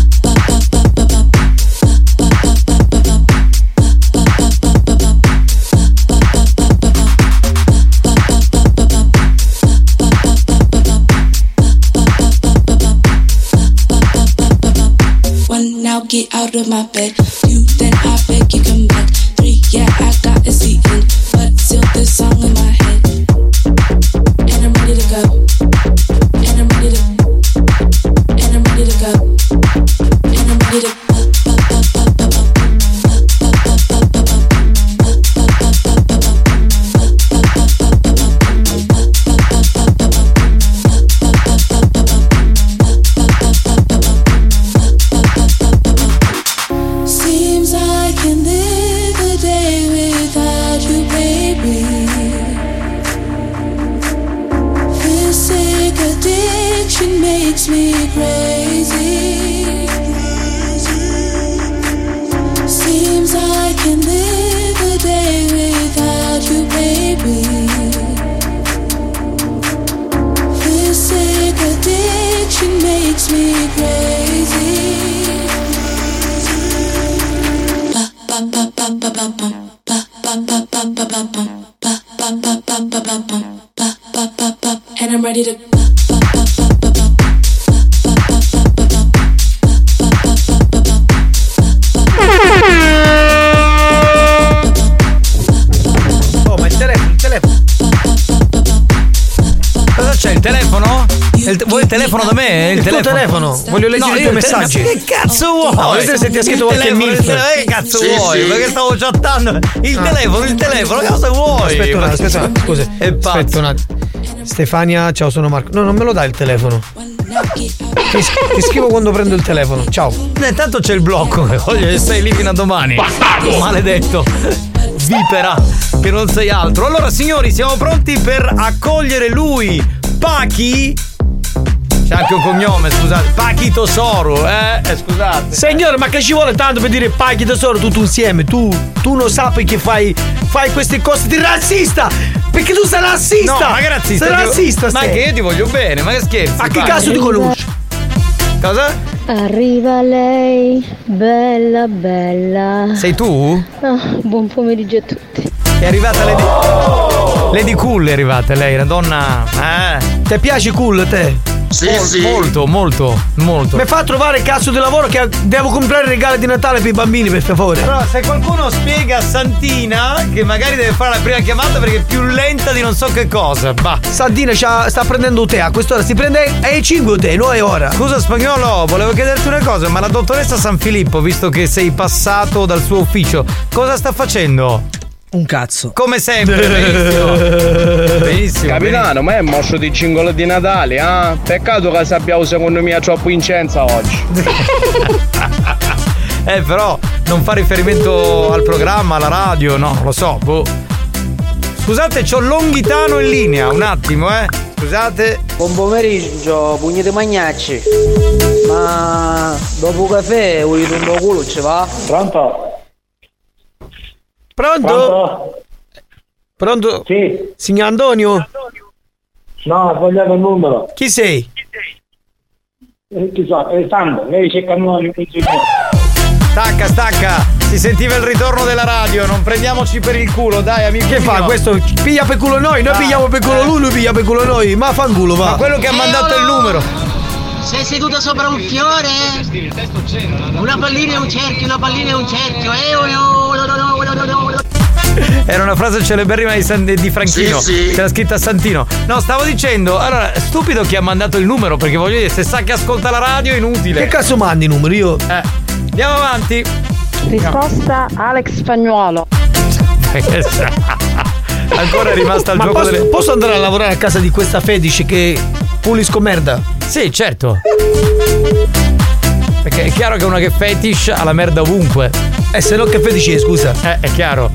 Speaker 23: One, now get out of my bed. Two, then I beg you come back. Three, yeah, I got a seat in, but still this song in my head. And I'm ready to go. And I'm ready to. And I'm ready to go. And I'm ready to. Seems I can live a day without you, baby. Physic addiction makes me crazy. Seems I can live a day without you, baby. Physic addiction makes me crazy. And I'm ready to.
Speaker 14: Oh, ma il telefono, il telefono.
Speaker 3: Cosa c'è? Il telefono? Il te- vuoi il telefono da me?
Speaker 14: Il, tuo telefono. Voglio leggere
Speaker 3: No,
Speaker 14: i
Speaker 3: io
Speaker 14: tuoi
Speaker 3: il te-
Speaker 14: messaggi.
Speaker 3: Che cazzo vuoi?
Speaker 14: No, vedete se ti ha scritto
Speaker 3: Il
Speaker 14: qualche
Speaker 3: telefono,
Speaker 14: milf.
Speaker 3: il telefono, Che cazzo
Speaker 14: Sì,
Speaker 3: vuoi?
Speaker 14: sì.
Speaker 3: Perché stavo chattando. Il
Speaker 14: Ah.
Speaker 3: telefono, il telefono, cosa vuoi?
Speaker 14: Aspetta un
Speaker 3: Ma-
Speaker 14: attimo, aspetta un attimo, scusa.
Speaker 3: È pazzo.
Speaker 14: Aspetta un attimo. Stefania, ciao, sono Marco. No, non me lo dai il telefono. Ti, ti scrivo quando prendo il telefono. Ciao.
Speaker 3: Eh, Intanto c'è il blocco, voglio che sei lì fino a domani. Bastardo! Maledetto. Vipera, che non sei altro. Allora, signori, siamo pronti per accogliere lui, Pachi. C'è anche un cognome, scusate. Pachi Tosoru, eh? eh scusate.
Speaker 14: Signore, ma che ci vuole tanto per dire Pachi tesoro tutto insieme? Tu, tu non sapi che fai, fai queste cose di razzista! Perché tu sei razzista!
Speaker 3: No, ma che razzista?
Speaker 14: Sei
Speaker 3: Ti-
Speaker 14: razzista,
Speaker 3: Ma
Speaker 14: sei.
Speaker 3: che io ti voglio bene, ma che scherzi?
Speaker 14: Ma che
Speaker 3: Pachi?
Speaker 14: cazzo ti conosci?
Speaker 3: Cosa?
Speaker 5: Arriva lei, bella bella.
Speaker 3: Sei tu?
Speaker 5: Ah, buon pomeriggio a tutti.
Speaker 3: È arrivata Lady Lady Cool, è arrivata lei, una donna. Eh.
Speaker 14: Ti piace Cool te?
Speaker 3: Sì, Mol- sì. Molto, molto, molto.
Speaker 14: Mi fa trovare cazzo di lavoro che devo comprare regali di Natale per i bambini, per favore.
Speaker 3: Però se qualcuno spiega a Santina che magari deve fare la prima chiamata perché è più lenta di non so che cosa. Bah.
Speaker 14: Santina sta prendendo tè, a quest'ora si prende ai cinque tè, no è ora.
Speaker 3: Scusa Spagnolo, volevo chiederti una cosa, ma la dottoressa San Filippo, visto che sei passato dal suo ufficio, cosa sta facendo?
Speaker 2: Un cazzo.
Speaker 3: Come sempre, benissimo. Benissimo.
Speaker 17: Capitano, ma è moscio di cingolo di Natale, eh? Peccato che sappiamo secondo me troppo incensa oggi.
Speaker 3: Eh, però non fa riferimento al programma, alla radio, no, lo so, boh. Scusate, c'ho Longhitano in linea, un attimo, eh. Scusate.
Speaker 10: Buon pomeriggio, pugni di magnacci. Ma dopo caffè vuoi un po' culo ci va?
Speaker 9: Pronto?
Speaker 14: Pronto?
Speaker 9: Pronto?
Speaker 14: Pronto?
Speaker 9: Sì.
Speaker 14: Signor Antonio?
Speaker 9: No, ho sbagliato il numero.
Speaker 14: Chi sei?
Speaker 9: Eh, chi so, è Sandro, lei c'è Cannoni.
Speaker 3: Stacca, stacca. Si sentiva il ritorno della radio, non prendiamoci per il culo, dai amico.
Speaker 14: Che fa? Questo piglia per culo noi, noi
Speaker 3: Ah,
Speaker 14: pigliamo per culo
Speaker 3: eh.
Speaker 14: lui, lui piglia per culo noi. Ma fanculo va.
Speaker 3: Ma quello che ha mandato il numero.
Speaker 20: Sei seduto sopra un fiore? Una pallina e un cerchio, una pallina e un cerchio. Eh, oh, oh, oh, oh, oh, oh.
Speaker 3: Era una frase celeberrima di, San, di Franchino.
Speaker 20: Sì, sì.
Speaker 3: C'era scritta a Santino. No, stavo dicendo, allora, stupido chi ha mandato il numero, perché voglio dire, se sa che ascolta la radio è inutile.
Speaker 14: Che cazzo mandi i numeri io?
Speaker 3: Eh. Andiamo avanti.
Speaker 6: Risposta Alex Spagnuolo.
Speaker 3: Ancora è rimasta al
Speaker 14: Ma
Speaker 3: gioco
Speaker 14: posso,
Speaker 3: delle...
Speaker 14: posso andare a lavorare a casa di questa Fetish che pulisco merda?
Speaker 3: Sì, certo. Perché è chiaro che una che fetish ha la merda ovunque.
Speaker 14: E se no che fetish è, scusa?
Speaker 3: Eh, è chiaro.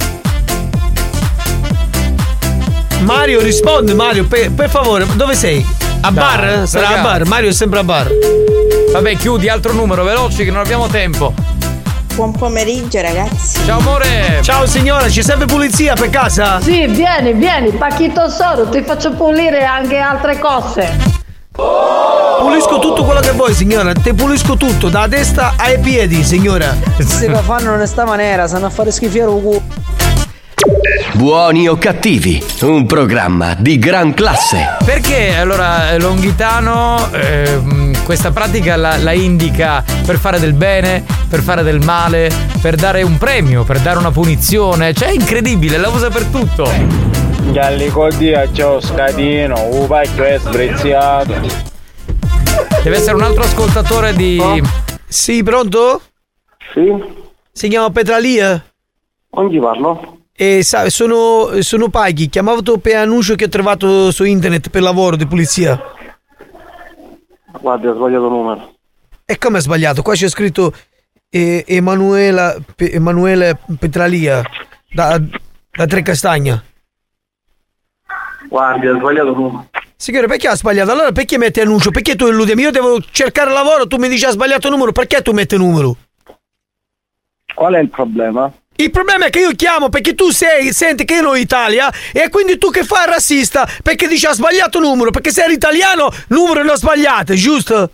Speaker 14: Mario, rispondi Mario, per, per favore, dove sei? A
Speaker 3: Dai,
Speaker 14: bar? Sarà
Speaker 3: ragazzi.
Speaker 14: a bar, Mario è sempre a bar.
Speaker 3: Vabbè, chiudi, altro numero, veloci che non abbiamo tempo.
Speaker 24: Buon pomeriggio ragazzi.
Speaker 3: Ciao amore.
Speaker 14: Ciao signora, ci serve pulizia per casa?
Speaker 6: Sì, vieni, vieni, pacchito solo, ti faccio pulire anche altre cose.
Speaker 14: Pulisco tutto quello che vuoi signora, te pulisco tutto, da testa ai piedi signora.
Speaker 10: Se lo fanno in questa maniera, sanno a fare schifare un culo.
Speaker 1: Buoni o cattivi, un programma di gran classe.
Speaker 3: Perché allora Longhitano ehm, questa pratica la, la indica per fare del bene, per fare del male, per dare un premio, per dare una punizione? Cioè è incredibile, la usa per tutto.
Speaker 17: Gallicodia, ciao scatino, un pacchio è sbreziato.
Speaker 3: Deve essere un altro ascoltatore di...
Speaker 14: Oh. Sì, pronto?
Speaker 9: Sì.
Speaker 14: Si chiama Petralia?
Speaker 9: Non gli parlo.
Speaker 14: E sa, sono, sono Paghi, chiamavo per annuncio che ho trovato su internet per lavoro di pulizia.
Speaker 9: Guardi, ho sbagliato il numero.
Speaker 14: E come è sbagliato? Qua c'è scritto eh, Emanuela, Pe, Emanuele Petralia da, da Trecastagna.
Speaker 9: Guardi, ho sbagliato il numero.
Speaker 14: Signore, perché ha sbagliato? Allora perché metti annuncio? Perché tu illudimi? Io devo cercare lavoro, tu mi dici ha sbagliato il numero, perché tu metti il numero?
Speaker 9: Qual è il problema?
Speaker 14: Il problema è che io chiamo perché tu sei, senti che io sono in Italia e quindi tu che fai il razzista perché dici ha sbagliato il numero, perché se eri italiano numero non sbagliato, giusto?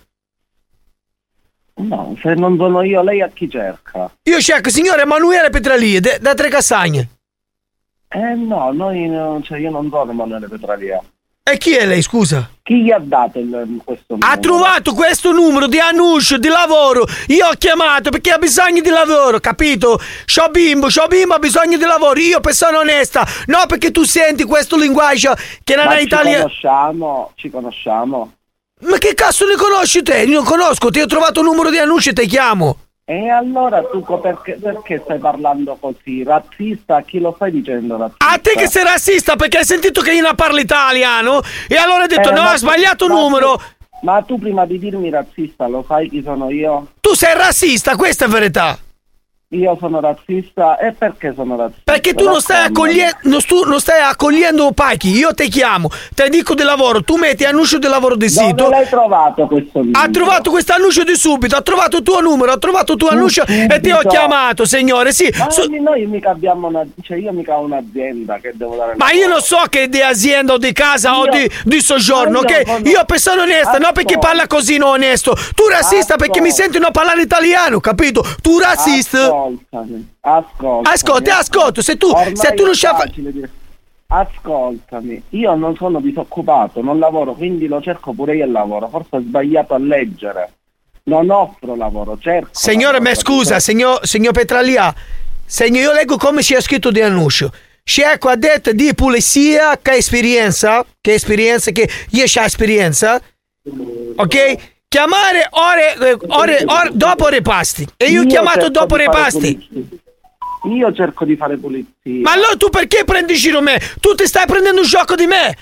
Speaker 9: No, se non sono io, lei a chi cerca?
Speaker 14: Io cerco signore Emanuele Petralia de, da Trecastagne.
Speaker 9: Eh no, noi non, cioè io non sono Emanuele Petralia.
Speaker 14: E chi è lei, scusa?
Speaker 9: Chi gli ha dato il, questo numero?
Speaker 14: Ha trovato questo numero di annuncio di lavoro. Io ho chiamato perché ha bisogno di lavoro, capito? C'ho bimbo, c'ho bimbo, ha bisogno di lavoro. Io persona onesta. No, perché tu senti questo linguaggio che non
Speaker 9: Ma
Speaker 14: è italiano.
Speaker 9: Ci conosciamo, ci conosciamo.
Speaker 14: Ma che cazzo ne conosci te? Io non conosco, ti ho trovato un numero di annuncio e ti chiamo.
Speaker 9: E allora tu perché, perché stai parlando così? Razzista? A chi lo stai dicendo razzista?
Speaker 14: A te che sei razzista perché hai sentito che io non parlo italiano e allora hai detto
Speaker 9: Eh,
Speaker 14: no,
Speaker 9: ma
Speaker 14: ha sbagliato
Speaker 9: tu-
Speaker 14: numero.
Speaker 9: Ma tu, ma tu prima di dirmi razzista lo sai chi sono io?
Speaker 14: Tu sei razzista, questa è verità.
Speaker 9: io sono razzista e perché sono razzista?
Speaker 14: Perché tu non stai accogliendo non, stu- non stai accogliendo pacchi. Io ti chiamo, ti dico di lavoro, tu metti annuncio di lavoro di sito.
Speaker 9: Dove l'hai trovato questo numero?
Speaker 14: Ha trovato questo annuncio di subito, ha trovato il tuo numero, ha trovato il tuo annuncio e ti ho chiamato, signore. Sì.
Speaker 9: Ma
Speaker 14: So-
Speaker 9: noi mica abbiamo una, cioè io mica ho un'azienda che devo dare.
Speaker 14: Ma io non so che è di azienda o di casa
Speaker 9: Io-
Speaker 14: o di, di soggiorno,
Speaker 9: Ma io
Speaker 14: ok?
Speaker 9: non-
Speaker 14: Io persona onesta, no perché parla così non onesto. Tu razzista perché mi senti non parlare italiano, capito? Tu razzista.
Speaker 9: Ascoltami, ascoltami.
Speaker 14: Ascolti, ascolto, se tu,
Speaker 9: Ormai
Speaker 14: se tu non
Speaker 9: è
Speaker 14: sai fa-
Speaker 9: facile dire. Ascoltami, io non sono disoccupato, non lavoro, quindi lo cerco pure io il lavoro. Forse ho sbagliato a leggere. Non offro lavoro, cerco.
Speaker 14: Signore,
Speaker 9: lavoro,
Speaker 14: me scusa,
Speaker 9: capito?
Speaker 14: signor, signor Petralia, signor, io leggo come c'è scritto di annuncio. C'è qua detto di pulizia, che esperienza, che esperienza, che io c'ho esperienza, ok? Chiamare ore, ore, ore dopo repasti. E io ho chiamato
Speaker 9: cerco
Speaker 14: dopo
Speaker 9: di fare
Speaker 14: repasti.
Speaker 9: pulizia. Io cerco di fare pulizia.
Speaker 14: Ma allora tu perché prendi giro me? Tu ti stai prendendo un gioco di me?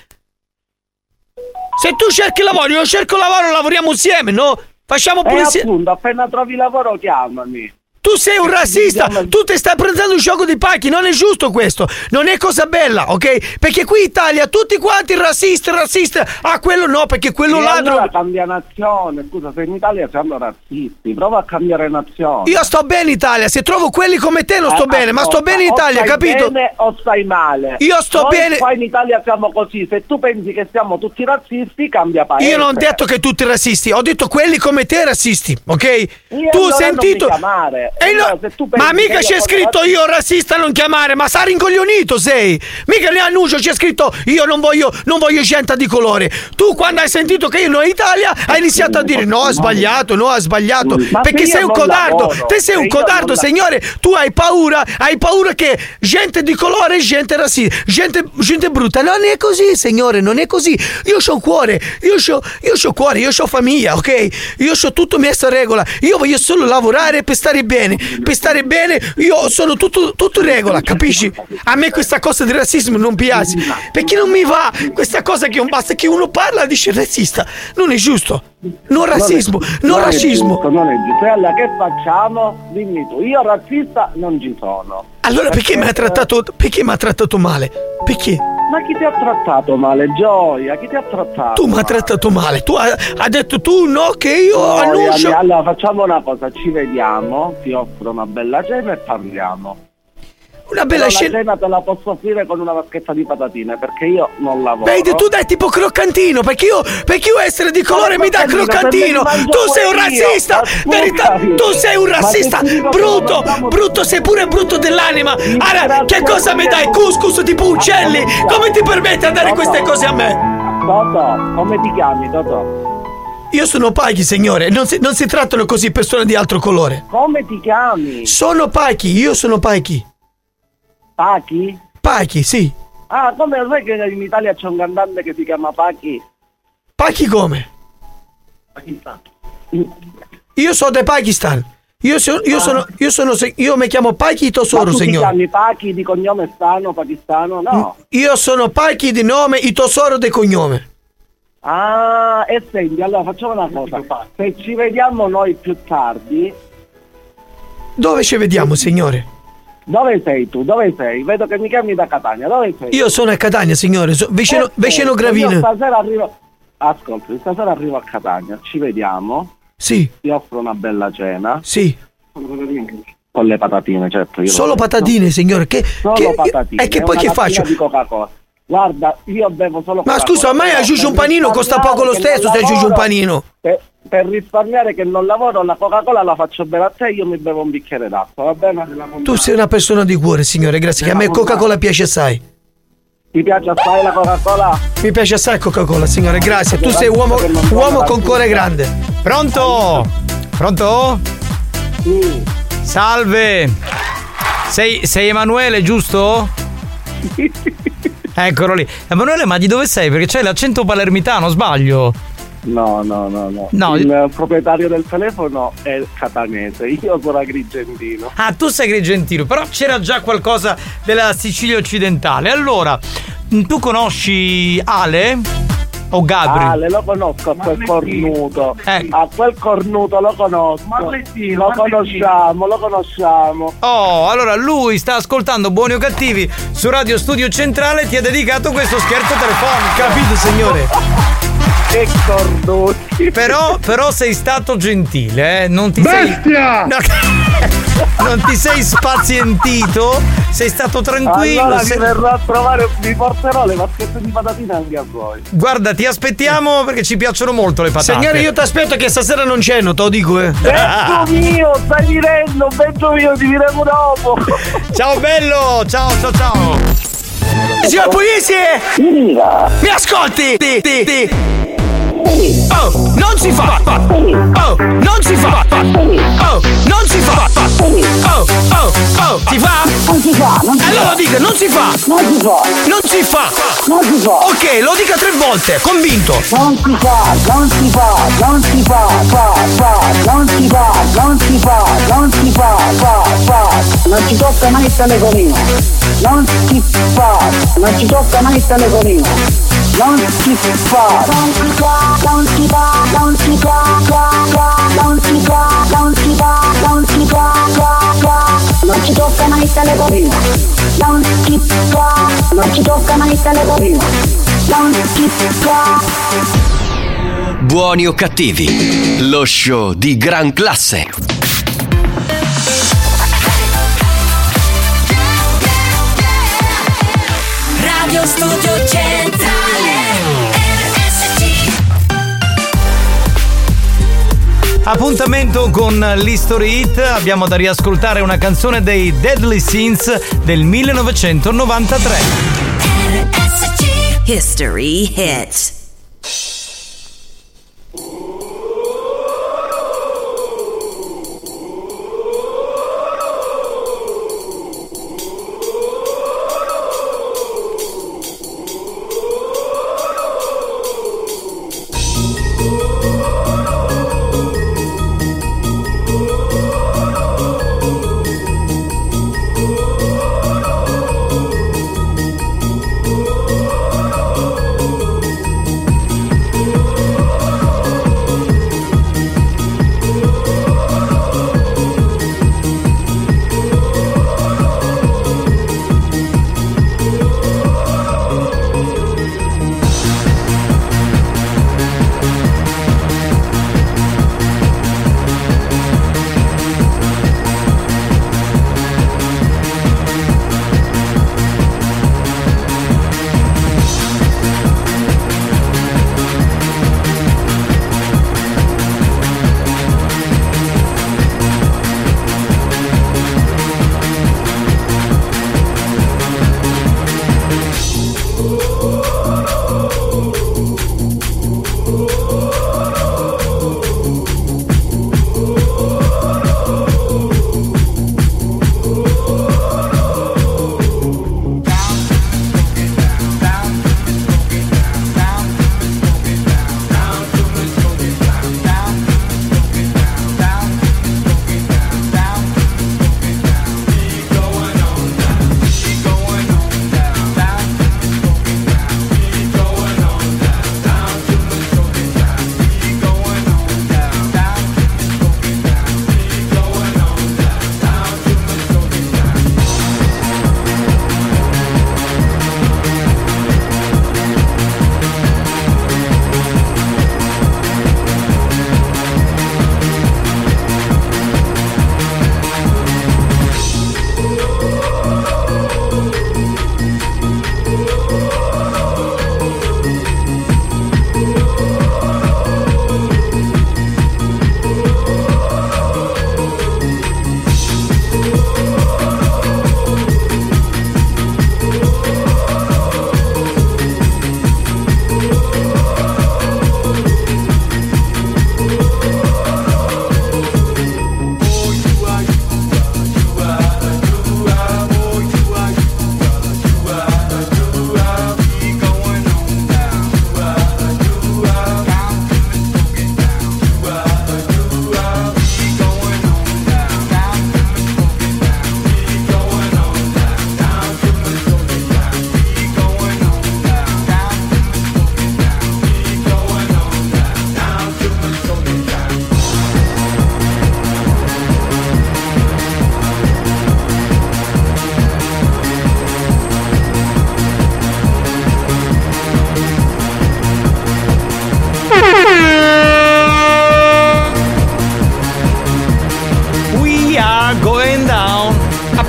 Speaker 14: Se tu cerchi lavoro, io cerco lavoro, lavoriamo insieme, no? Facciamo
Speaker 9: E
Speaker 14: pulizia.
Speaker 9: appunto, appena trovi lavoro chiamami.
Speaker 14: Tu sei un razzista, tu ti stai prendendo un gioco di pacchi, non è giusto questo, non è cosa bella, ok? Perché qui in Italia tutti quanti razzisti, razzisti, ah quello no, perché quello
Speaker 9: E
Speaker 14: ladro...
Speaker 9: allora cambia nazione, scusa, se in Italia siamo razzisti, prova a cambiare nazione.
Speaker 14: Io sto bene in Italia, se trovo quelli come te non sto
Speaker 9: Eh,
Speaker 14: bene, ma sto
Speaker 9: ascolta,
Speaker 14: bene in
Speaker 9: o
Speaker 14: Italia,
Speaker 9: stai
Speaker 14: capito?
Speaker 9: bene o stai male.
Speaker 14: Io sto
Speaker 9: Noi
Speaker 14: bene-
Speaker 9: qua in Italia siamo così, se tu pensi che siamo tutti razzisti, cambia paese.
Speaker 14: Io non ho detto che tutti razzisti, ho detto quelli come te razzisti, ok?
Speaker 9: Io
Speaker 14: tu
Speaker 9: allora
Speaker 14: sentito...
Speaker 9: non mi chiamare.
Speaker 14: E no-
Speaker 9: Allora, se tu pensi
Speaker 14: Ma mica
Speaker 9: che
Speaker 14: c'è
Speaker 9: io
Speaker 14: scritto
Speaker 9: sono
Speaker 14: io razzista non chiamare, ma sei rincoglionito sei. Mica nell'annuncio c'è scritto io non voglio, non voglio gente di colore. Tu quando hai sentito che io non in Italia hai iniziato a dire no, ha sbagliato, no, ha sbagliato.
Speaker 9: Ma
Speaker 14: Perché
Speaker 9: se
Speaker 14: sei
Speaker 9: io
Speaker 14: un
Speaker 9: non
Speaker 14: codardo,
Speaker 9: lavoro,
Speaker 14: te sei
Speaker 9: se
Speaker 14: un
Speaker 9: io
Speaker 14: codardo,
Speaker 9: non la-
Speaker 14: signore. Tu hai paura, hai paura che gente di colore è gente razzista, gente, gente brutta. Non è così, signore, non è così. Io ho un cuore, io ho io c'ho cuore, io ho famiglia, ok? Io ho tutto messo a regola. Io voglio solo lavorare per stare bene. Per stare bene, io sono tutto, tutto in regola, capisci? A me questa cosa di razzismo non piace. Perché non mi va questa cosa che non basta che uno parla e dice razzista. Non è giusto. Non razzismo, non
Speaker 9: è
Speaker 14: razzismo.
Speaker 9: giusto, non è giusto. E allora che facciamo? Dimmi tu, io razzista non ci sono.
Speaker 14: Allora perché mi ha trattato, perché mi ha trattato male? Perché?
Speaker 9: Ma chi ti ha trattato male, Gioia? Chi ti ha trattato?
Speaker 14: Tu mi hai trattato male. Tu hai ha detto tu no che io
Speaker 9: Gioia,
Speaker 14: annuncio.
Speaker 9: allora facciamo una cosa, ci vediamo, ti offro una bella cena e parliamo.
Speaker 14: Una bella
Speaker 9: Però
Speaker 14: scena.
Speaker 9: La cena te la posso offrire con una vaschetta di patatine perché io non lavoro.
Speaker 14: Vedi, tu dai tipo croccantino, perché io, perché io essere di colore mi dai croccantino. Tu sei un razzista, verità, tu sei un razzista, brutto, brutto, sei pure brutto dell'anima. Allora, che cosa mi dai? Couscous tipo uccelli? Come ti permetti di dare queste cose a me?
Speaker 9: Totò, come ti chiami, Totò?
Speaker 14: Io sono Paghi, signore, non si, non si trattano così persone di altro colore.
Speaker 9: Come ti chiami?
Speaker 14: Sono Paghi, io sono Paghi.
Speaker 9: Pachi?
Speaker 14: Pachi, sì.
Speaker 9: Ah, come lo sai che in Italia c'è un cantante che si chiama Pachi?
Speaker 14: Pachi come?
Speaker 9: Pakistan.
Speaker 14: Io sono del Pakistan. Io, so, io, sono, io, sono, io mi chiamo Pachi Tosoro,
Speaker 9: Ma tu
Speaker 14: signore.
Speaker 9: ti chiami Pachi di cognome stano, pakistano? No.
Speaker 14: Io sono Pachi di nome e Tosoro di cognome.
Speaker 9: Ah, e senti, allora facciamo una cosa. Se ci vediamo noi più tardi...
Speaker 14: Dove ci vediamo, signore?
Speaker 9: Dove sei tu? Dove sei? Vedo che mi chiami da Catania. Dove sei?
Speaker 14: Io sono a Catania, signore, so, vicino,
Speaker 9: Eh,
Speaker 14: vicino
Speaker 9: io
Speaker 14: Gravina.
Speaker 9: stasera arrivo... Ascolta, stasera arrivo a Catania, ci vediamo.
Speaker 14: Sì.
Speaker 9: Ti offro una bella cena.
Speaker 14: Sì.
Speaker 9: Con le patatine, certo. Io
Speaker 14: Solo
Speaker 9: lo-
Speaker 14: patatine, signore. Che,
Speaker 9: Solo
Speaker 14: che-
Speaker 9: patatine.
Speaker 14: E che poi
Speaker 9: una
Speaker 14: che
Speaker 9: lattina
Speaker 14: faccio?
Speaker 9: di Coca-Cola. Guarda, io bevo solo
Speaker 14: Ma
Speaker 9: Coca-Cola.
Speaker 14: scusa, a me
Speaker 9: però
Speaker 14: aggiungi
Speaker 9: per
Speaker 14: un panino, costa poco lo
Speaker 9: risparmiare
Speaker 14: stesso
Speaker 9: che
Speaker 14: se
Speaker 9: non
Speaker 14: aggiungi un
Speaker 9: lavoro,
Speaker 14: panino.
Speaker 9: Per, per risparmiare che non lavoro, la Coca-Cola la faccio bere a te, io mi bevo un bicchiere d'acqua, va bene?
Speaker 14: Tu sei una persona di cuore, signore, grazie, che a me Coca-Cola piace assai.
Speaker 9: Ti piace assai la Coca-Cola?
Speaker 14: Mi piace assai Coca-Cola, signore, grazie. Tu sei uomo, uomo con cuore grande.
Speaker 3: Pronto? Pronto?
Speaker 9: Sì.
Speaker 3: Salve. Sei, sei Emanuele, giusto? Eccolo lì. Emanuele, ma di dove sei? Perché c'hai l'accento palermitano, sbaglio?
Speaker 9: No, no, no, no.
Speaker 3: No,
Speaker 9: Il eh, proprietario del telefono è catanese, io sono agrigentino.
Speaker 3: Ah, tu sei agrigentino, però c'era già qualcosa della Sicilia occidentale. Allora, tu conosci Ale? O Gabri?
Speaker 9: Ale, lo conosco a quel cornuto.
Speaker 3: Eh.
Speaker 9: A quel cornuto lo conosco. Lo conosciamo, lo conosciamo.
Speaker 3: Oh, allora lui sta ascoltando Buoni o Cattivi su Radio Studio Centrale e ti ha dedicato questo scherzo telefonico.
Speaker 14: Capito, signore?
Speaker 9: Che cornuti.
Speaker 3: Però, però sei stato gentile, eh? Non ti
Speaker 9: Bestia!
Speaker 3: sei. No, non ti sei spazientito, sei stato tranquillo.
Speaker 9: Allora
Speaker 3: sei...
Speaker 9: mi verrò a trovare, mi porterò le vaschette di patatine anche a voi.
Speaker 3: Guarda, ti aspettiamo perché ci piacciono molto le patate.
Speaker 14: Signore, io ti aspetto che stasera non ceno, te lo dico, eh.
Speaker 9: Bezzo mio, stai direndo, bezzo mio, ti diremo dopo.
Speaker 3: Ciao bello, ciao ciao ciao.
Speaker 14: Signor Puglisi! Mi ascolti? Ti, ti, ti. Oh, non si fa! Oh, non si fa! Oh, non si fa! Oh, oh, oh, si fa?
Speaker 22: Non si fa, non si
Speaker 14: allora
Speaker 22: fa.
Speaker 14: dica, non si fa!
Speaker 22: Non si fa.
Speaker 14: Non si fa!
Speaker 22: Non si fa.
Speaker 14: Ok, lo dica tre volte, convinto!
Speaker 22: Non si fa, non si fa, non si fa, fa, fa, non si fa, non si fa, non si fa, fa, fa. Non ci tocca mai il telefonino. Non si fa, non ci tocca mai il telefonino. Non si fa, non si fa, non si fa, non si fa, fa, fa, non si fa, non si fa, non si fa, fa, fa. Non ci tocca mai il telefonino. Non si fa, non ci tocca mai il telefonino. Non si fa.
Speaker 1: Buoni o Cattivi, lo show di gran classe.
Speaker 4: Radio Studio Centrale R S C.
Speaker 3: Appuntamento con l'History Hit. Abbiamo da riascoltare una canzone dei Deadly Sins del millenovecentonovantatré.
Speaker 4: R S C
Speaker 7: History Hit.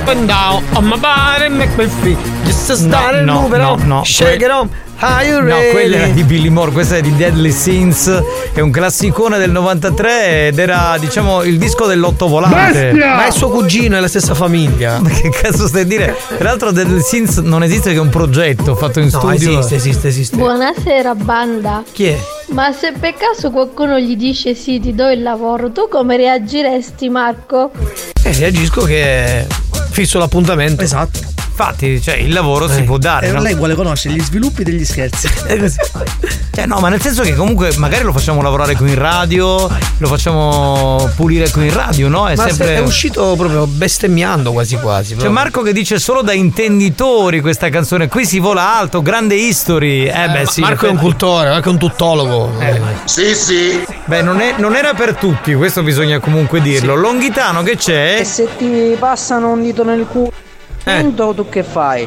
Speaker 14: up and down on my body, make me feel just to start
Speaker 3: no,
Speaker 14: moving
Speaker 3: no,
Speaker 14: on,
Speaker 3: no,
Speaker 14: shake it on. Are you
Speaker 3: No,
Speaker 14: ready?
Speaker 3: quella era di Billy Moore, questa è di Deadly Sins, è un classicone del novantatré ed era, diciamo, il disco dell'ottovolante.
Speaker 14: Ma è suo cugino, è la stessa famiglia.
Speaker 3: Ma che cazzo stai a dire? Tra l'altro Deadly Sins non esiste, che è un progetto fatto in
Speaker 14: No,
Speaker 3: studio.
Speaker 14: esiste, esiste, esiste.
Speaker 5: Buonasera banda.
Speaker 14: Chi è?
Speaker 5: Ma se per caso qualcuno gli dice sì, ti do il lavoro, tu come reagiresti, Marco?
Speaker 14: Eh, reagisco che fisso l'appuntamento.
Speaker 2: Esatto.
Speaker 3: Infatti, cioè, il lavoro si può dare,
Speaker 2: E
Speaker 3: no?
Speaker 2: lei vuole conoscere gli sviluppi degli scherzi.
Speaker 3: Cioè, no, ma nel senso che comunque magari lo facciamo lavorare qui in radio, lo facciamo pulire qui in radio, no? È
Speaker 14: Ma
Speaker 3: sempre.
Speaker 14: se è uscito proprio bestemmiando quasi quasi.
Speaker 3: C'è
Speaker 14: proprio.
Speaker 3: Marco che dice solo da intenditori questa canzone, qui si vola alto, grande history. Eh beh sì.
Speaker 14: Marco è un cultore, Marco è un tuttologo.
Speaker 3: Eh. Sì, sì. Beh, non, è, non era per tutti, questo bisogna comunque dirlo. Longhitano che c'è?
Speaker 10: E se ti passano un dito nel culo, tu che fai?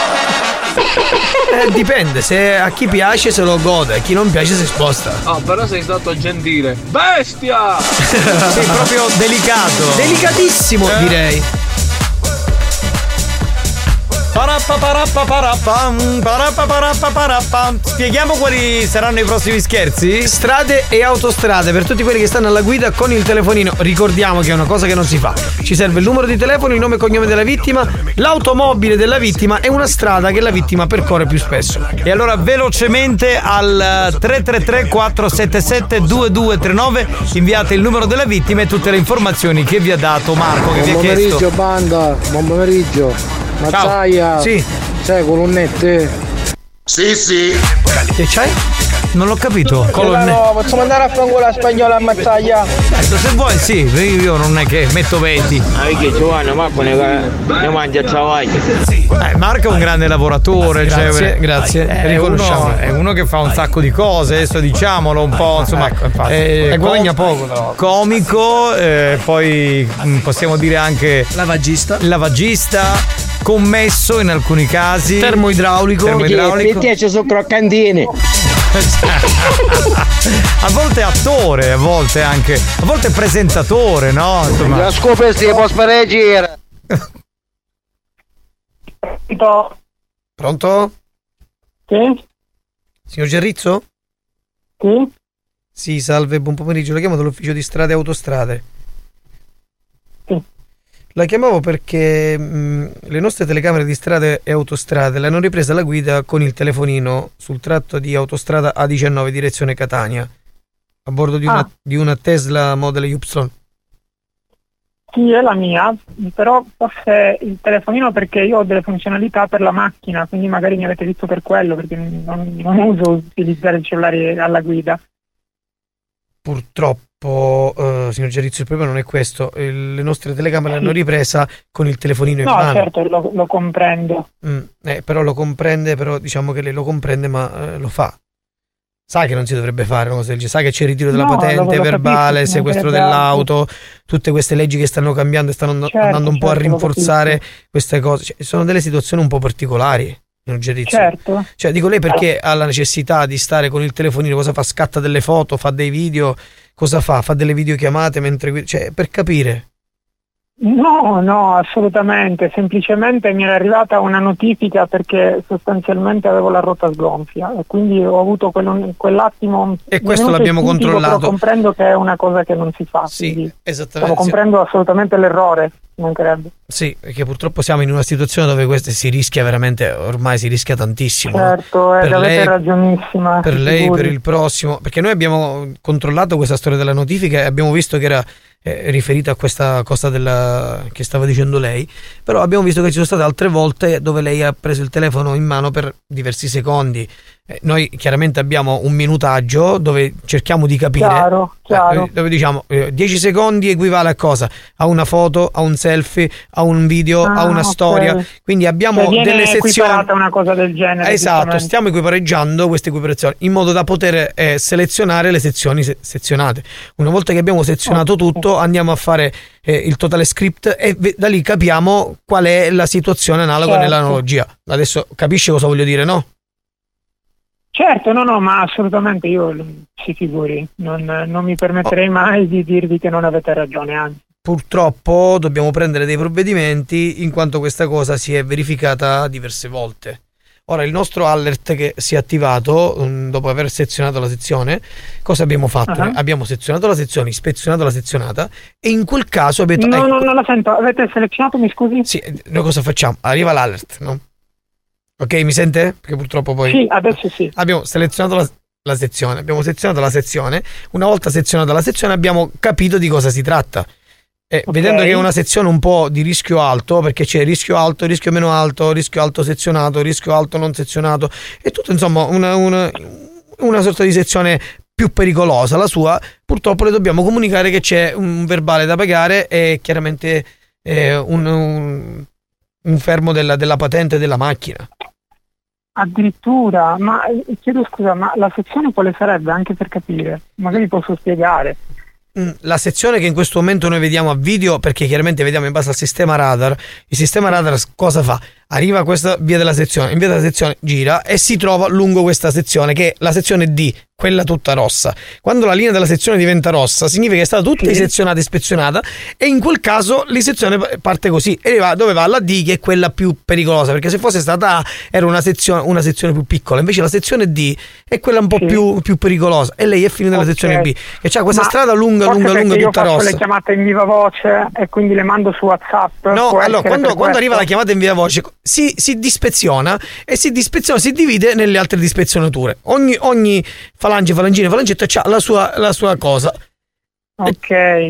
Speaker 14: Eh, dipende, se a chi piace se lo gode, a chi non piace si sposta.
Speaker 17: Ah, però sei stato gentile. Bestia!
Speaker 3: Sei proprio delicato.
Speaker 14: Delicatissimo,
Speaker 3: Eh.
Speaker 14: direi.
Speaker 3: Parappaparappaparapam, parappaparappaparapam. Spieghiamo quali saranno i prossimi scherzi?
Speaker 14: Strade e autostrade per tutti quelli che stanno alla guida con il telefonino. Ricordiamo che è una cosa che non si fa. Ci serve il numero di telefono, il nome e cognome della vittima, l'automobile della vittima e una strada che la vittima percorre più spesso.
Speaker 3: E allora velocemente al tre tre tre quattro sette sette due due tre nove inviate il numero della vittima e tutte le informazioni che vi ha dato Marco, che vi ha
Speaker 15: Buon
Speaker 3: chiesto.
Speaker 15: pomeriggio banda, buon pomeriggio. Mazzaia,
Speaker 3: Sì.
Speaker 15: c'hai colonnette?
Speaker 3: Sì, sì.
Speaker 14: Che c'hai?
Speaker 3: Non l'ho capito.
Speaker 10: No, possiamo andare a fare la spagnola a Mazzaia?
Speaker 3: Certo, se vuoi sì, io non è che metto venti.
Speaker 17: Ah, che Giovanni, Marco ne, ne mangia travaglio.
Speaker 3: Eh, Marco è un grande lavoratore,
Speaker 14: Grazie,
Speaker 3: cioè,
Speaker 14: grazie,
Speaker 3: È
Speaker 14: riconosciamo.
Speaker 3: uno, è uno che fa un sacco di cose, adesso diciamolo un po', insomma, eh,
Speaker 14: E guadagna
Speaker 3: com-
Speaker 14: poco, però.
Speaker 3: comico, eh, poi mh, possiamo dire anche
Speaker 2: lavagista,
Speaker 3: lavagista, commesso in alcuni casi,
Speaker 14: termoidraulico,
Speaker 3: termoidraulico.
Speaker 10: Ci sono croccantini.
Speaker 3: A volte attore, a volte anche, a volte presentatore, no? Insomma.
Speaker 10: La scopa si può spareggiare.
Speaker 14: Pronto?
Speaker 6: Sì?
Speaker 14: Signor Gerrizzo?
Speaker 6: Sì?
Speaker 14: Sì, salve, buon pomeriggio. La chiamo dall'ufficio di strade e autostrade.
Speaker 6: Sì.
Speaker 14: La chiamavo perché mh, le nostre telecamere di strade e autostrade l'hanno ripresa la guida con il telefonino sul tratto di autostrada A diciannove direzione Catania, a bordo di una,
Speaker 6: Ah.
Speaker 14: di una Tesla Model Y.
Speaker 6: Sì, è la mia, però forse il telefonino perché io ho delle funzionalità per la macchina, quindi magari mi avete visto per quello, perché non, non uso utilizzare il cellulare alla guida.
Speaker 14: Purtroppo, eh, signor Gerrizzo, il problema non è questo. Il- le nostre telecamere l'hanno ripresa con il telefonino in
Speaker 6: No,
Speaker 14: mano.
Speaker 6: certo, lo, lo comprendo.
Speaker 14: Mm, eh, però lo comprende, però diciamo che lei lo comprende, ma eh, lo fa. Sa che non si dovrebbe fare una cosa del genere, sa che c'è il ritiro della
Speaker 6: No, lo-
Speaker 14: patente
Speaker 6: lo
Speaker 14: verbale, il
Speaker 6: capisco, ci
Speaker 14: sequestro
Speaker 6: mancherebbe
Speaker 14: dell'auto, tutte queste leggi che stanno cambiando e stanno and-
Speaker 6: Certo,
Speaker 14: andando un po' a
Speaker 6: certo, lo
Speaker 14: rinforzare
Speaker 6: capisco.
Speaker 14: queste cose. Cioè, sono delle situazioni un po' particolari, signor Gerrizzo.
Speaker 6: Certo.
Speaker 14: Cioè, dico, lei perché ha la necessità di stare con il telefonino, cosa fa? Scatta delle foto, fa dei video, cosa fa? Fa delle videochiamate mentre guida, cioè, per capire.
Speaker 6: No, no, assolutamente, semplicemente mi era arrivata una notifica perché sostanzialmente avevo la rotta sgonfia e quindi ho avuto quell'un- quell'attimo
Speaker 14: E questo
Speaker 6: minuto
Speaker 14: l'abbiamo
Speaker 6: istintivo,
Speaker 14: controllato.
Speaker 6: però comprendo che è una cosa che non si fa.
Speaker 14: Sì,
Speaker 6: quindi
Speaker 14: esattamente.
Speaker 6: stavo comprendo assolutamente l'errore, mancherebbe.
Speaker 14: Sì, perché purtroppo siamo in una situazione dove queste si rischia veramente, ormai si rischia tantissimo. no?
Speaker 6: Certo, eh,
Speaker 14: Per
Speaker 6: avete
Speaker 14: lei-
Speaker 6: ragionissima.
Speaker 14: Per
Speaker 6: si
Speaker 14: lei,
Speaker 6: figuri.
Speaker 14: per il prossimo, perché noi abbiamo controllato questa storia della notifica e abbiamo visto che era eh, riferita a questa cosa della, che stava dicendo lei, però abbiamo visto che ci sono state altre volte dove lei ha preso il telefono in mano per diversi secondi. Eh, noi chiaramente abbiamo un minutaggio dove cerchiamo di capire,
Speaker 6: Chiaro, chiaro.
Speaker 14: eh, dove diciamo eh, dieci secondi equivale a cosa? A una foto, a un selfie, a un video,
Speaker 6: Ah,
Speaker 14: a una
Speaker 6: ok.
Speaker 14: storia, quindi abbiamo
Speaker 6: Cioè, viene
Speaker 14: delle sezioni.
Speaker 6: equiparata una cosa del genere.
Speaker 14: Esatto,
Speaker 6: giustamente.
Speaker 14: stiamo equipareggiando queste equiparazioni in modo da poter eh, selezionare le sezioni se- sezionate. Una volta che abbiamo sezionato tutto, andiamo a fare eh, il totale script e ve- da lì capiamo qual è la situazione analoga
Speaker 6: Certo.
Speaker 14: nell'analogia. Adesso capisci cosa voglio dire, no?
Speaker 6: Certo, no, no, ma assolutamente io si figuri, non, non mi permetterei mai di dirvi che non avete ragione, anzi.
Speaker 14: purtroppo dobbiamo prendere dei provvedimenti in quanto questa cosa si è verificata diverse volte. Ora il nostro alert che si è attivato um, dopo aver sezionato la sezione, cosa abbiamo fatto? Uh-huh. Abbiamo sezionato la sezione, ispezionato la sezionata e in quel caso abbiamo
Speaker 6: no,
Speaker 14: ecco,
Speaker 6: no, non la sento, avete selezionato, mi scusi?
Speaker 14: Sì, noi cosa facciamo? Arriva l'alert, no? Ok, mi sente? Perché purtroppo poi
Speaker 6: sì, adesso sì.
Speaker 14: Abbiamo selezionato la, la sezione, abbiamo sezionato la sezione, una volta sezionata la sezione abbiamo capito di cosa si tratta. Eh, okay. Vedendo che è una sezione un po' di rischio alto, perché c'è rischio alto, rischio meno alto, rischio alto sezionato, rischio alto non sezionato, è tutto insomma una, una, una sorta di sezione più pericolosa. La sua, purtroppo le dobbiamo comunicare che c'è un verbale da pagare e chiaramente eh, un, un, un fermo della, della patente della macchina.
Speaker 6: Addirittura, ma chiedo scusa, ma la sezione quale sarebbe, anche per capire? Magari posso spiegare.
Speaker 14: La sezione che in questo momento noi vediamo a video, perché chiaramente vediamo in base al sistema radar, il sistema radar cosa fa? Arriva a questa via della sezione, in via della sezione gira e si trova lungo questa sezione che è la sezione D, quella tutta rossa. Quando la linea della sezione diventa rossa significa che è stata tutta isezionata e ispezionata e in quel caso l'isezione parte così e va dove va la D, che è quella più pericolosa, perché se fosse stata A era una sezione, una sezione più piccola, invece la sezione D è quella un po' sì. più, più pericolosa e lei è finita nella okay. sezione B che c'ha questa Ma strada lunga lunga lunga tutta rossa.
Speaker 6: Io faccio le chiamate in viva voce e quindi le mando su WhatsApp.
Speaker 14: No, allora quando, quando arriva la chiamata in viva voce si, si dispeziona e si dispeziona, si divide nelle altre dispezionature. Ogni, ogni falange, falangina, falangetta c'ha la sua, la sua cosa.
Speaker 6: Ok.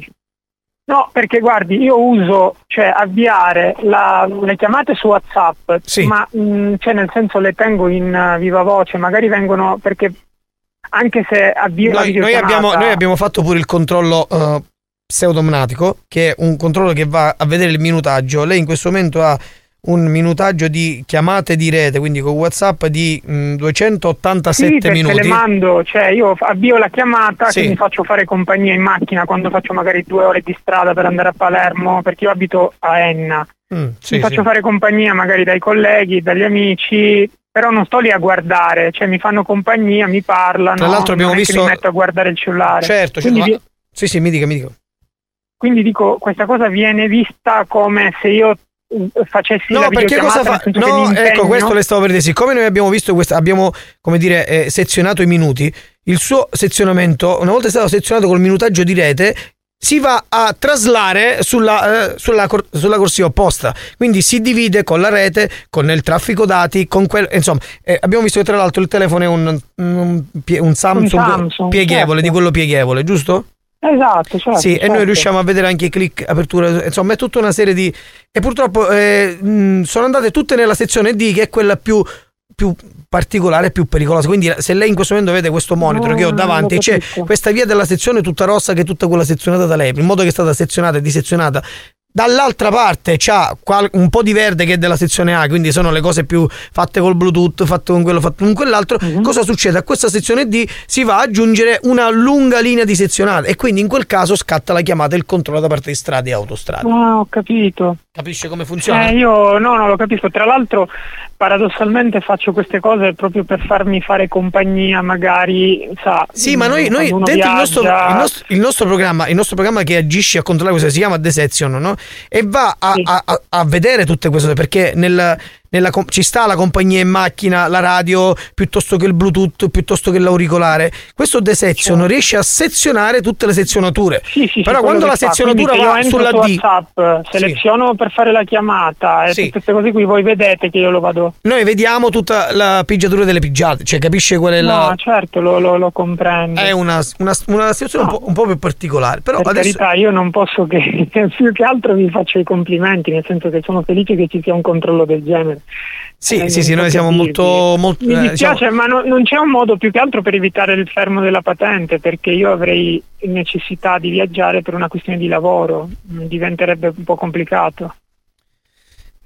Speaker 6: No, perché guardi, io uso, cioè avviare la, le chiamate su WhatsApp, sì. ma mh, cioè nel senso le tengo in uh, viva voce, magari vengono perché anche se avvio
Speaker 14: noi,
Speaker 6: la
Speaker 14: noi abbiamo noi abbiamo fatto pure il controllo uh, pseudomatico, che è un controllo che va a vedere il minutaggio. Lei in questo momento ha un minutaggio di chiamate di rete, quindi con WhatsApp di mh, duecentottantasette
Speaker 6: sì,
Speaker 14: minuti.
Speaker 6: le mando, cioè io avvio la chiamata, sì. quindi faccio fare compagnia in macchina quando faccio magari due ore di strada per andare a Palermo, perché io abito a Enna. Mm, sì, mi faccio sì. fare compagnia magari dai colleghi, dagli amici, però non sto lì a guardare, cioè mi fanno compagnia, mi parlano.
Speaker 14: Tra l'altro abbiamo
Speaker 6: non è
Speaker 14: visto
Speaker 6: che mi metto a guardare il cellulare.
Speaker 14: Certo,
Speaker 6: quindi
Speaker 14: certo.
Speaker 6: vi...
Speaker 14: Ma... sì, sì, mi dica, mi dica.
Speaker 6: Quindi dico, questa cosa viene vista come se io facessi
Speaker 14: no,
Speaker 6: la
Speaker 14: perché cosa fa? No, ecco, questo le stavo per dire. Siccome noi abbiamo visto questo, abbiamo come dire eh, sezionato i minuti, il suo sezionamento, una volta è stato sezionato col minutaggio di rete, si va a traslare sulla, eh, sulla, cor- sulla corsia opposta, quindi si divide con la rete, con il traffico dati, con quel, insomma eh, abbiamo visto che tra l'altro il telefono è un, un, un Samsung, un Samsung pieghevole, certo. di quello pieghevole, giusto?
Speaker 6: Esatto, certo,
Speaker 14: sì,
Speaker 6: certo.
Speaker 14: E noi riusciamo a vedere anche i click, apertura, insomma è tutta una serie di... E purtroppo eh, mh, sono andate tutte nella sezione D, che è quella più, più particolare, più pericolosa. Quindi se lei in questo momento vede questo monitor no, che ho davanti e c'è questa via della sezione tutta rossa, che è tutta quella sezionata da lei, in modo che è stata sezionata e disezionata. Dall'altra parte c'ha qual- un po' di verde che è della sezione A, quindi sono le cose più fatte col Bluetooth, fatte con quello, fatto con quell'altro. Uh-huh. Cosa succede? A questa sezione D si va ad aggiungere una lunga linea di sezionate e quindi in quel caso scatta la chiamata e il controllo da parte di strade e autostrade.
Speaker 6: Ah, ho capito.
Speaker 14: Capisce come funziona?
Speaker 6: Eh, io no, non lo capisco. Tra l'altro, paradossalmente faccio queste cose proprio per farmi fare compagnia, magari, sa.
Speaker 14: Sì, ma noi, noi dentro il nostro, il, nostro, il nostro programma, il nostro programma che agisce a controllare questo si chiama Desection, no? E va a, sì. a, a, a vedere tutte queste cose, perché nel, nella, ci sta la compagnia in macchina, la radio, piuttosto che il Bluetooth, piuttosto che l'auricolare. Questo Desection sì. riesce a sezionare tutte le sezionature.
Speaker 6: Sì, sì,
Speaker 14: però
Speaker 6: sì,
Speaker 14: quando la sezionatura va sulla D,
Speaker 6: WhatsApp, seleziono sì. per fare la chiamata e sì. tutte queste cose qui, voi vedete che io lo vado.
Speaker 14: Noi vediamo tutta la pigiatura delle pigiate, cioè capisce qual è
Speaker 6: no,
Speaker 14: la...
Speaker 6: No, certo, lo, lo, lo comprendo.
Speaker 14: È una, una, una situazione no. un, po', un po' più particolare. Però
Speaker 6: per
Speaker 14: adesso...
Speaker 6: carità, io non posso che più che altro vi faccio i complimenti, nel senso che sono felice che ci sia un controllo del genere.
Speaker 14: Sì,
Speaker 6: eh,
Speaker 14: sì, sì, noi siamo molto, molto...
Speaker 6: Mi
Speaker 14: eh,
Speaker 6: dispiace,
Speaker 14: diciamo...
Speaker 6: ma no, non c'è un modo più che altro per evitare il fermo della patente, perché io avrei necessità di viaggiare per una questione di lavoro, diventerebbe un po' complicato.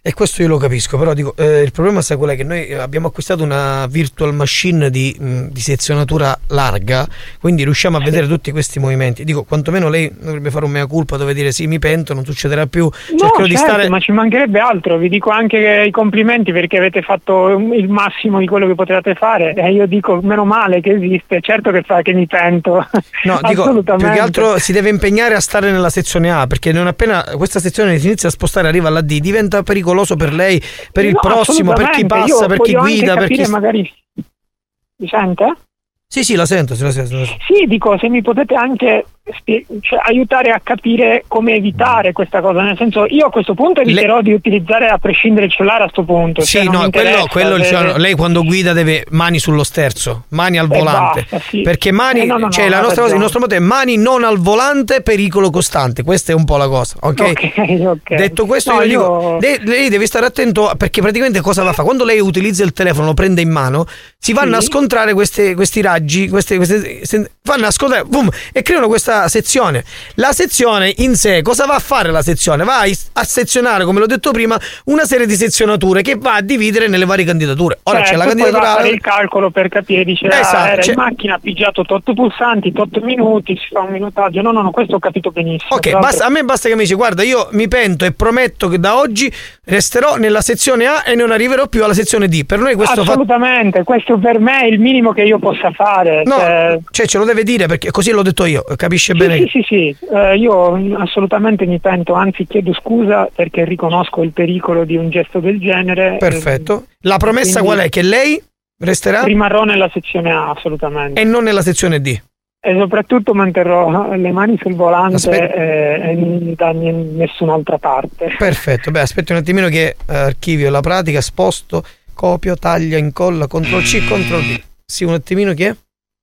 Speaker 14: E questo io lo capisco, però dico, eh, il problema sai qual è? Che noi abbiamo acquistato una virtual machine di, mh, di sezionatura larga, quindi riusciamo a vedere tutti questi movimenti. Dico, quantomeno lei dovrebbe fare un mea culpa dove dire sì, mi pento, non succederà più.
Speaker 6: No,
Speaker 14: Cercherò
Speaker 6: certo,
Speaker 14: di stare...
Speaker 6: ma ci mancherebbe altro. Vi dico anche i complimenti perché avete fatto il massimo di quello che potevate fare. E io dico, meno male che esiste. Certo che fa che mi pento.
Speaker 14: No, dico, più che altro si deve impegnare a stare nella sezione A, perché non appena questa sezione si inizia a spostare, arriva alla D, diventa pericoloso per lei, per il
Speaker 6: No,
Speaker 14: prossimo, per chi passa,
Speaker 6: io
Speaker 14: per chi
Speaker 6: voglio
Speaker 14: guida,
Speaker 6: anche
Speaker 14: per chi...
Speaker 6: magari... Mi sente?
Speaker 14: Sì, sì, la sento, sì, la sento. La sento.
Speaker 6: Sì, dico, se mi potete anche spie- cioè, aiutare a capire come evitare questa cosa, nel senso, io a questo punto eviterò Le... di utilizzare a prescindere il cellulare a sto punto.
Speaker 14: Sì,
Speaker 6: cioè,
Speaker 14: no, quello, quello
Speaker 6: se...
Speaker 14: cioè, lei quando guida deve mani sullo sterzo, mani al
Speaker 6: E
Speaker 14: volante,
Speaker 6: basta, sì.
Speaker 14: perché mani,
Speaker 6: Eh, no, no,
Speaker 14: cioè
Speaker 6: no,
Speaker 14: la
Speaker 6: ha
Speaker 14: nostra cosa, il
Speaker 6: ragione.
Speaker 14: nostro modo è mani non al volante, pericolo costante, questa è un po' la cosa, ok?
Speaker 6: Ok, ok.
Speaker 14: Detto questo,
Speaker 6: No,
Speaker 14: io dico,
Speaker 6: io-
Speaker 14: lei, lei deve stare attento, perché praticamente cosa va a fare? Quando lei utilizza il telefono, lo prende in mano, si vanno
Speaker 6: Sì.
Speaker 14: a scontrare queste, questi raggi, queste, queste, se- vanno a scontrare, boom, e creano questa sezione. La sezione in sé, cosa va a fare la sezione? Va a, a sezionare, come l'ho detto prima, una serie di sezionature che va a dividere nelle varie candidature. Ora
Speaker 6: Certo,
Speaker 14: c'è la
Speaker 6: poi va
Speaker 14: candidatura...
Speaker 6: a fare il calcolo per capire, dice
Speaker 14: Esatto,
Speaker 6: ah, era
Speaker 14: cioè-
Speaker 6: in macchina, ha pigiato tot pulsanti, tot minuti, si fa un minutaggio. No, no, no, questo ho capito benissimo.
Speaker 14: Ok,
Speaker 6: Tra
Speaker 14: basta, a
Speaker 6: l'altro-
Speaker 14: me basta che mi dici, guarda, io mi pento e prometto che da oggi resterò nella sezione A e non arriverò più alla sezione D. Per noi questo fa...
Speaker 6: Assolutamente, questo per me è il minimo che io possa fare.
Speaker 14: No,
Speaker 6: cioè-
Speaker 14: cioè ce lo deve dire, perché così l'ho detto io, capisce
Speaker 6: Sì,
Speaker 14: bene?
Speaker 6: sì, sì, sì. Eh, io assolutamente mi pento, anzi chiedo scusa perché riconosco il pericolo di un gesto del genere.
Speaker 14: Perfetto. La promessa
Speaker 6: quindi-
Speaker 14: qual è? Che lei resterà
Speaker 6: Rimarrò nella sezione A, assolutamente.
Speaker 14: e non nella sezione D.
Speaker 6: E soprattutto manterrò le mani sul volante
Speaker 14: Aspetta.
Speaker 6: e, e da n- nessun'altra parte.
Speaker 14: Perfetto, beh, aspetti un attimino che eh, archivio la pratica, sposto, copio, taglia, incolla, control C, control V. Sì, un attimino che è?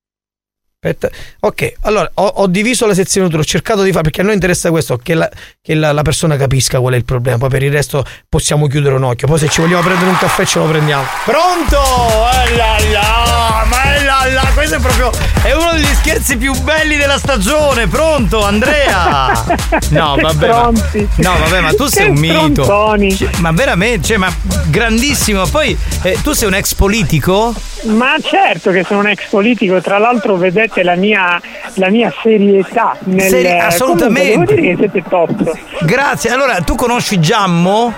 Speaker 14: Aspetta. Ok, allora ho, ho diviso la sezionatura, ho cercato di fare, perché a noi interessa questo, che, la, che la, la persona capisca qual è il problema, poi per il resto possiamo chiudere un occhio, poi se ci vogliamo prendere un caffè ce lo prendiamo. Pronto? Eh là là, ma è là là, questo è proprio, è uno degli scherzi più belli della stagione. Pronto Andrea? No
Speaker 6: Che
Speaker 3: vabbè, ma,
Speaker 6: pronti.
Speaker 3: no vabbè, ma tu sei
Speaker 6: Che
Speaker 3: un mito.
Speaker 6: prontoni.
Speaker 3: Cioè, ma veramente, cioè, ma grandissimo. Poi eh, tu sei un ex politico?
Speaker 6: Ma certo che sono un ex politico, tra l'altro vedete la mia, la mia serietà nel
Speaker 3: Seri- assolutamente.
Speaker 6: Comunque, devo dire che siete top.
Speaker 3: Grazie. Allora, tu conosci Giammo?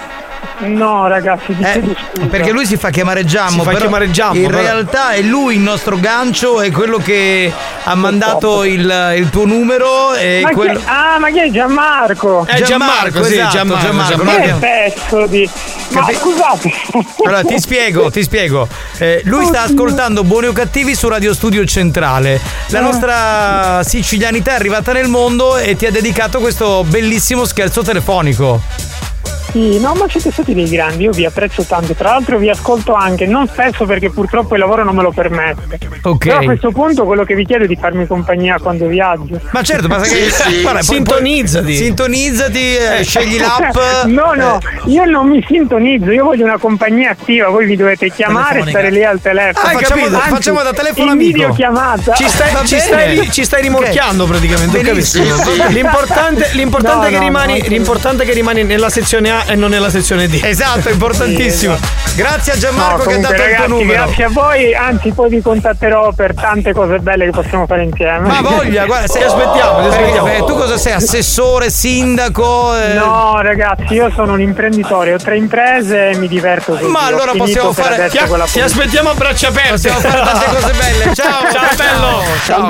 Speaker 6: No ragazzi, vi chiedo scusa.
Speaker 3: Perché lui si fa chiamare Giammo,
Speaker 14: Si fa
Speaker 3: però
Speaker 14: chiamare Giammo,
Speaker 3: in
Speaker 14: però.
Speaker 3: realtà è lui il nostro gancio, è quello che ha mandato il, il tuo numero e
Speaker 6: Ma
Speaker 3: quello...
Speaker 6: chi- ah, ma chi è Gianmarco?
Speaker 14: Eh, Gianmarco, sì,
Speaker 3: esatto,
Speaker 14: Gianmarco,
Speaker 3: Gianmarco.
Speaker 14: Gianmarco.
Speaker 6: Che
Speaker 3: Noi-
Speaker 6: pezzo di... Ma
Speaker 3: Capi-
Speaker 6: scusate.
Speaker 3: Allora ti spiego, ti spiego. Eh, lui sta ascoltando Buoni o Cattivi su Radio Studio Centrale. La nostra sicilianità è arrivata nel mondo e ti ha dedicato questo bellissimo scherzo telefonico.
Speaker 6: Sì, no, ma siete stati dei grandi, io vi apprezzo tanto. Tra l'altro vi ascolto anche, non spesso perché purtroppo il lavoro non me lo permette.
Speaker 3: Ok.
Speaker 6: Però a questo punto quello che vi chiedo è di farmi compagnia quando viaggio.
Speaker 3: Ma certo, ma sai che
Speaker 14: Sì, sì.
Speaker 3: guarda, poi-
Speaker 14: Sintonizzati.
Speaker 3: poi- Sintonizzati, eh, scegli l'app.
Speaker 6: No, no, io non mi sintonizzo, io voglio una compagnia attiva, voi vi dovete chiamare e
Speaker 2: Telefonica.
Speaker 6: stare lì al telefono.
Speaker 3: Ah, hai
Speaker 6: Facciamo-
Speaker 3: capito,
Speaker 6: anzi,
Speaker 3: facciamo da telefono
Speaker 6: in
Speaker 3: amico.
Speaker 6: videochiamata.
Speaker 14: Ci stai,
Speaker 3: Va
Speaker 14: ci,
Speaker 3: bene.
Speaker 14: stai, ci stai rimorchiando praticamente, ho
Speaker 3: Benissimo.
Speaker 14: capito.
Speaker 3: Sì, sì.
Speaker 14: L'importante, l'importante
Speaker 6: No,
Speaker 14: è che
Speaker 6: no,
Speaker 14: rimani,
Speaker 6: no,
Speaker 14: l'importante è che rimani nella sezione A e non nella sezione D.
Speaker 3: Esatto, è importantissimo. Grazie a Gianmarco
Speaker 6: No,
Speaker 3: che ha
Speaker 6: comunque,
Speaker 3: dato
Speaker 6: ragazzi,
Speaker 3: il tuo numero.
Speaker 6: grazie a voi, anzi poi vi contatterò per tante cose belle che possiamo fare insieme.
Speaker 3: Ma voglia, guarda,
Speaker 14: Ti aspettiamo, ti aspettiamo.
Speaker 3: Eh, tu cosa sei? Assessore, sindaco? eh?
Speaker 6: No ragazzi, io sono un imprenditore, ho tre imprese e mi diverto così.
Speaker 3: Ma
Speaker 6: Ho
Speaker 3: allora
Speaker 6: finito
Speaker 3: possiamo
Speaker 6: per
Speaker 3: fare-
Speaker 6: adesso
Speaker 14: Ti,
Speaker 6: quella
Speaker 14: ti
Speaker 6: politica.
Speaker 14: aspettiamo a braccia aperte.
Speaker 3: Possiamo fare tante cose belle. Ciao,
Speaker 14: Ciao, bello.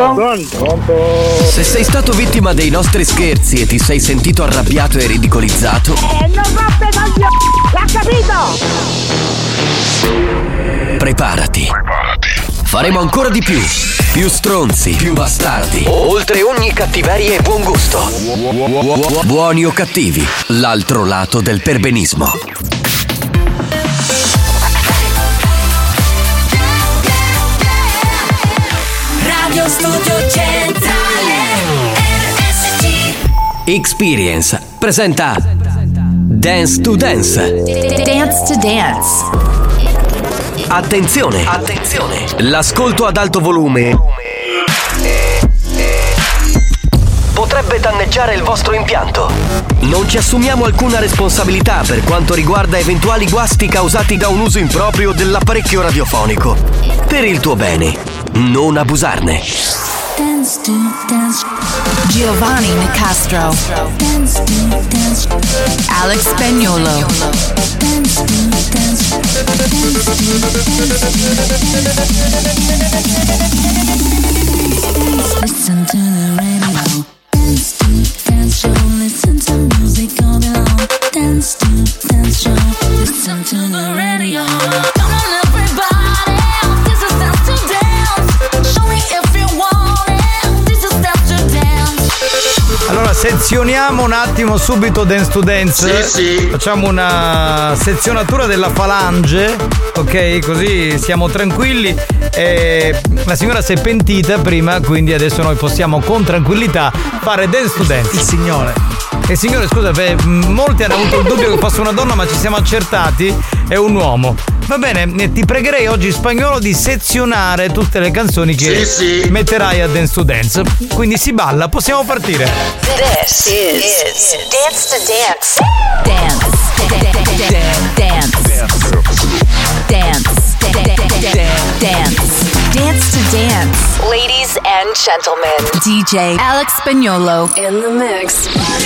Speaker 6: Ciao.
Speaker 1: Se sei stato vittima dei nostri scherzi e ti sei sentito arrabbiato e ridicolizzato,
Speaker 22: E non roppe coglioni! L'ha capito?
Speaker 1: preparati. Faremo ancora di più. Più stronzi, più bastardi. Oltre ogni cattiveria e buon gusto. Buoni o cattivi, l'altro lato del perbenismo.
Speaker 4: Radio Studio Centrale R S C.
Speaker 1: Experience presenta Dance to Dance.
Speaker 13: Dance to Dance.
Speaker 1: Attenzione, attenzione. L'ascolto ad alto volume potrebbe danneggiare il vostro impianto. Non ci assumiamo alcuna responsabilità per quanto riguarda eventuali guasti causati da un uso improprio dell'apparecchio radiofonico. Per il tuo bene, non abusarne.
Speaker 13: Dance to dance. Giovanni Nicastro. Dance to dance. Alex Spagnolo. Dance to dance. Listen to the radio. Dance to dance show. Listen to music all day long. Dance to dance show. Listen to the radio. Come on everybody, this is dance to dance. Show me if you want it. This is dance to dance.
Speaker 3: Allora sezioniamo un attimo subito Dance to Dance.
Speaker 8: Sì, sì.
Speaker 3: Facciamo una sezionatura della falange, ok? Così siamo tranquilli. E la signora si è pentita prima, quindi adesso noi possiamo con tranquillità fare Dance to Dance.
Speaker 2: Il signore.
Speaker 3: E signore, scusa, beh, molti hanno avuto il dubbio che fosse una donna, ma ci siamo accertati, è un uomo. Va bene, ti pregherei oggi, Spagnolo, di sezionare tutte le canzoni che
Speaker 8: sì, sì.
Speaker 3: metterai a Dance to Dance. Quindi si balla, possiamo partire.
Speaker 13: This is, is Dance to Dance. Dance. Dance. Dance. Dance. Dance to Dance. Ladies and gentlemen, D J Alex Spagnolo in the mix.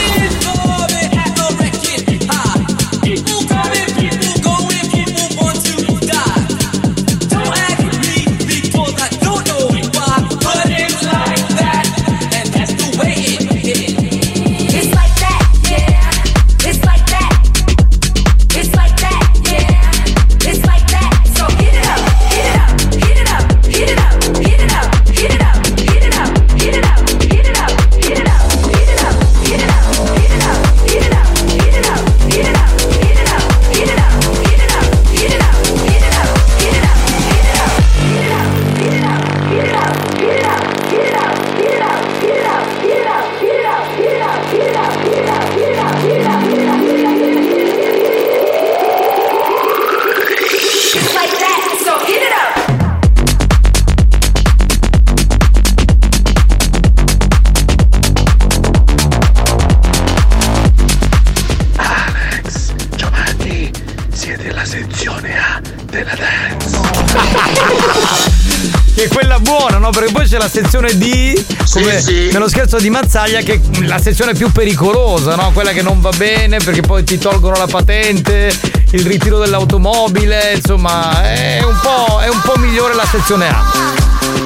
Speaker 3: Che è quella buona, no? Perché poi c'è la sezione D, come
Speaker 8: sì, sì.
Speaker 3: nello scherzo di Mazzaglia, che è la sezione più pericolosa, no? Quella che non va bene perché poi ti tolgono la patente, il ritiro dell'automobile, insomma, è un po', è un po' migliore la sezione A.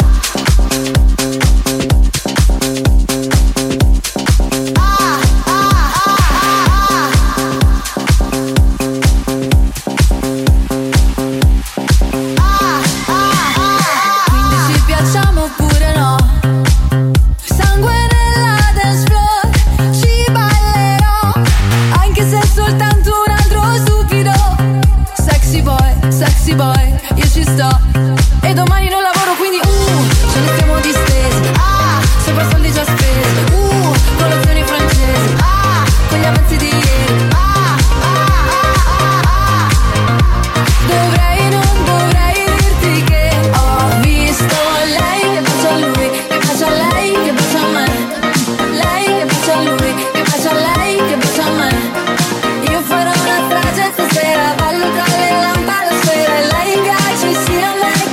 Speaker 4: E domani non lavoro, quindi uh, ce ne stiamo distesi. Ah, sopra soldi già spesi. Uh, colazioni francesi. Ah, con gli avanzi di ieri. Ah, ah, ah, ah, ah. Dovrei, non dovrei dirti che ho visto lei che bacia a lui, che bacia a lei, che bacia a me. Lei che bacia a lui, che bacia a lei, che bacia a me. Io farò una strage stasera, ballo tra le lampade, sfere. Lei in ghiaccio sia lei.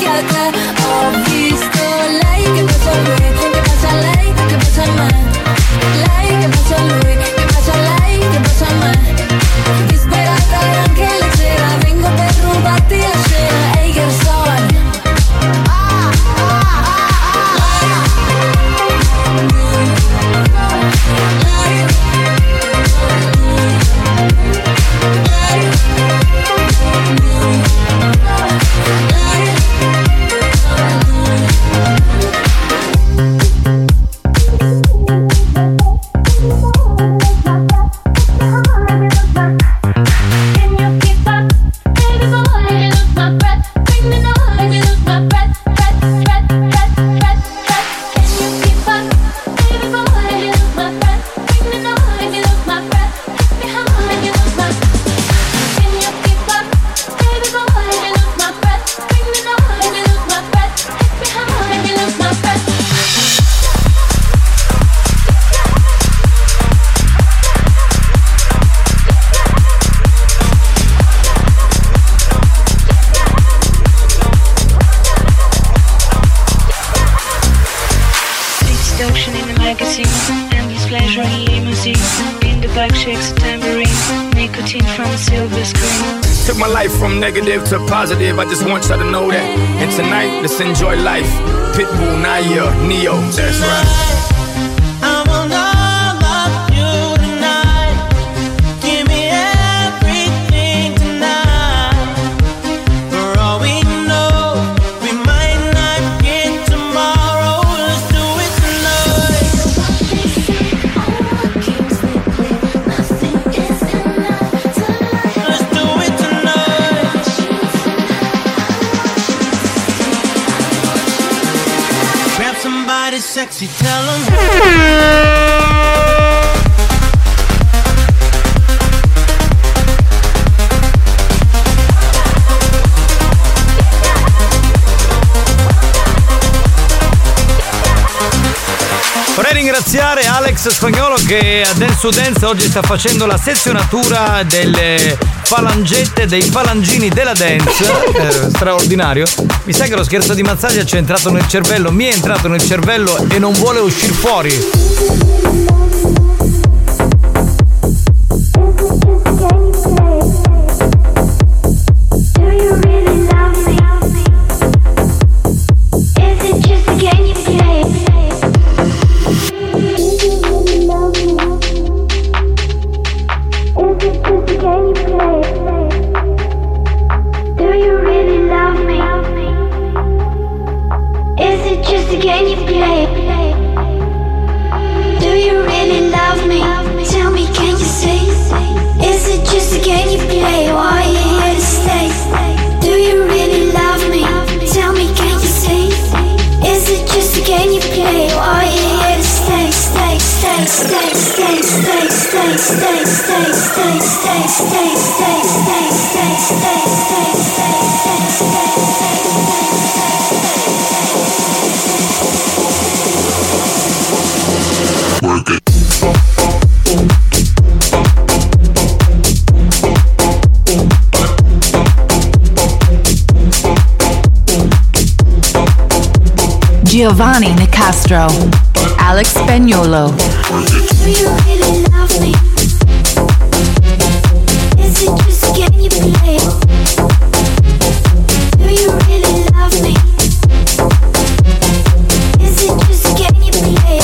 Speaker 23: black shakes, tambourine, nicotine from a silver screen.
Speaker 8: Took my life from negative to positive, I just want y'all to know that. And tonight, let's enjoy life. Pitbull, Naya, Neo, that's right.
Speaker 12: Sexy, tell them.
Speaker 3: Vorrei ringraziare Alex Spagnolo che a Dance to Dance oggi sta facendo la sezionatura delle falangette, dei falangini della dance, eh, straordinario. Mi sa che lo scherzo di Mazzaglia ci è entrato nel cervello, mi è entrato nel cervello e non vuole uscire fuori.
Speaker 16: Giovanni Nicastro, Alex Spagnolo.
Speaker 23: Do you really love me? Is it just a game you play? Do you really love me? Is it just a game you play?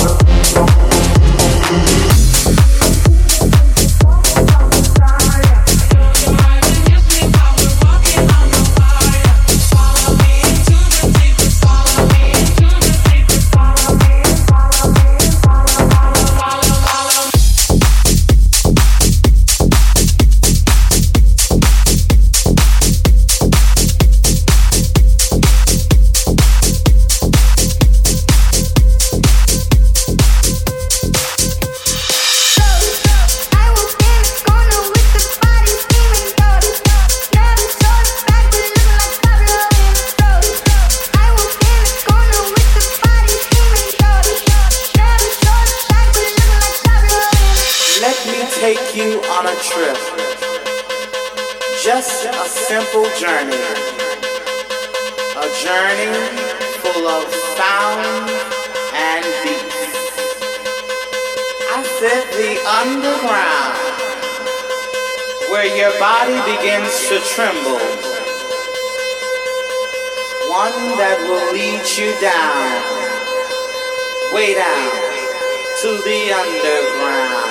Speaker 19: Tremble, one that will lead you down, way down to the underground.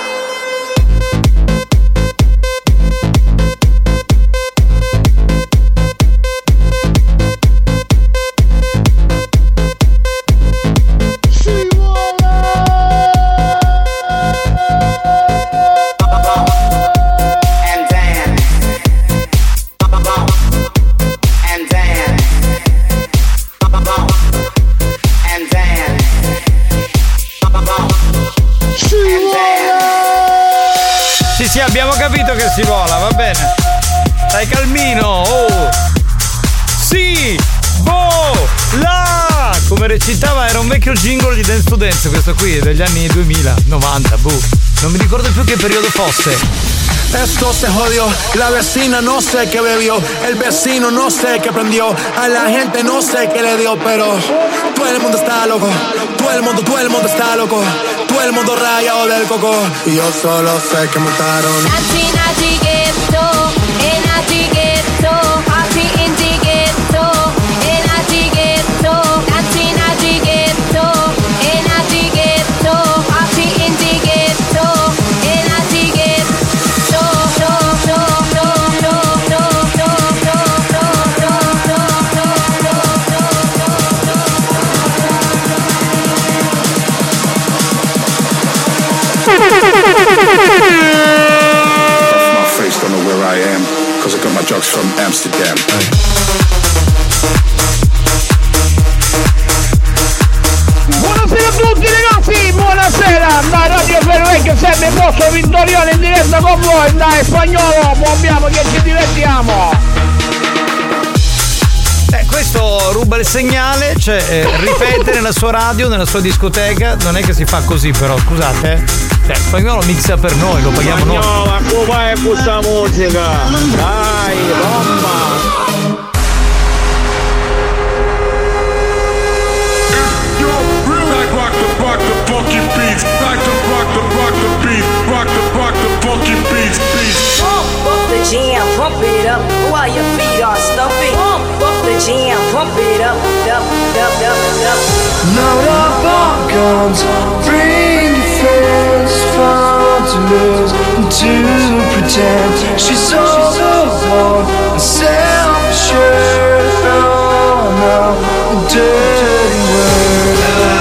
Speaker 3: Abbiamo capito che si vola, va bene. Stai calmino. Oh. Sì, vola. Come recitava, era un vecchio jingle di Dance to Dance, questo qui è degli anni duemila, novanta, boh. Non mi ricordo più che periodo fosse.
Speaker 21: Esto se jodió, la vecina no sé qué bebió, el vecino no sé qué prendió, a la gente no sé qué le dio, pero todo el mundo está loco, todo el mundo, todo el mundo está loco, Tú el modo rayado del coco y yo solo sé que montaron.
Speaker 4: Nazi, nazi, ghetto, eh, nazi, ghetto, party in the ghetto, eh, nazi, ghetto, nazi, nazi, ghetto, eh, nazi, ghetto, party in the ghetto, eh, nazi, ghetto, do, do, do, do, do, do, do, do, do, do,
Speaker 11: My face, don't know where I am, cause I got my drugs from Amsterdam.
Speaker 18: Buonasera a tutti ragazzi, buonasera, da Radio Ferrovecchio sempre il vostro Vittorione in diretta con voi, dai Spagnolo, muoviamo che ci divertiamo.
Speaker 3: Eh, questo ruba il segnale, cioè eh, ripete nella sua radio, nella sua discoteca, non è che si fa così però, scusate, eh. Cioè, Spagnolo mixa per noi, lo paghiamo noi.
Speaker 17: No, ma come è questa musica? Dai, bomba!
Speaker 21: Rock the, rock the funky beats. Like to rock the, rock the beat. Rock the, rock the funky beats. Beats.
Speaker 20: Pump up the jam, pump it up while your feet are stumping. Pump up the jam, pump it up, up, up, up, up.
Speaker 12: Load up our guns, bring your friends, fun to lose and to pretend. She's so bold and self-assured. Oh no, dirty word.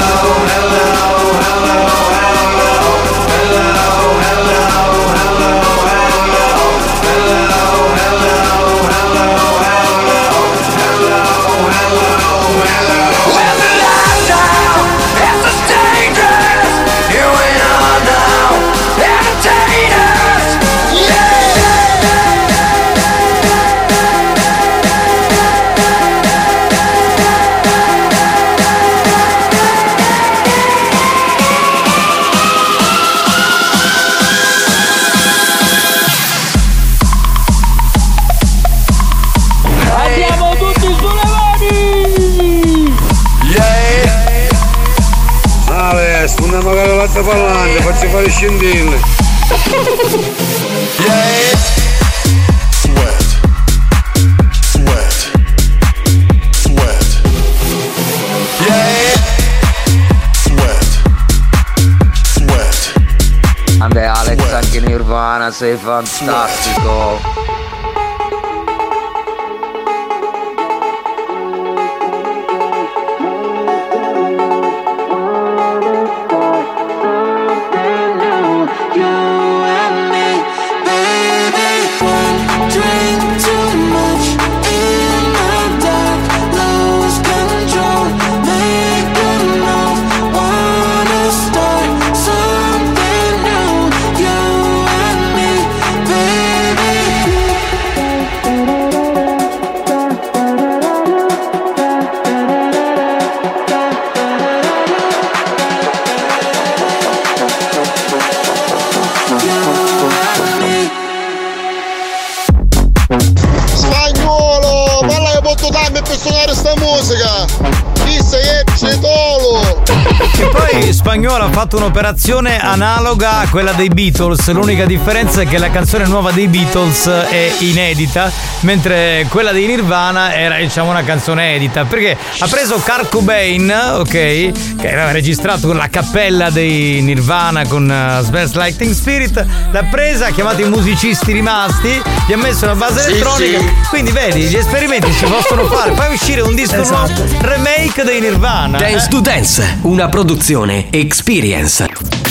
Speaker 24: Magari l'altra parlando, faccio fare scendille.
Speaker 21: Yeah. Sweat. Sweat. Sweat. Yeah. Sweat. Sweat.
Speaker 10: Vabbè Alex, anche Nirvana, sei fantastico.
Speaker 3: Spagnolo ha fatto un'operazione analoga a quella dei Beatles, l'unica differenza è che la canzone nuova dei Beatles è inedita, mentre quella dei Nirvana era diciamo una canzone edita, perché ha preso Kurt Cobain, ok, che aveva registrato con la cappella dei Nirvana con uh, Smells Like Teen Spirit, l'ha presa, ha chiamato i musicisti rimasti, gli ha messo una base sì, elettronica, sì. Quindi vedi, gli esperimenti si possono fare, fai uscire un disco esatto. nuovo, remake dei Nirvana.
Speaker 1: Dance
Speaker 3: eh?
Speaker 1: to Dance, una produzione Experience.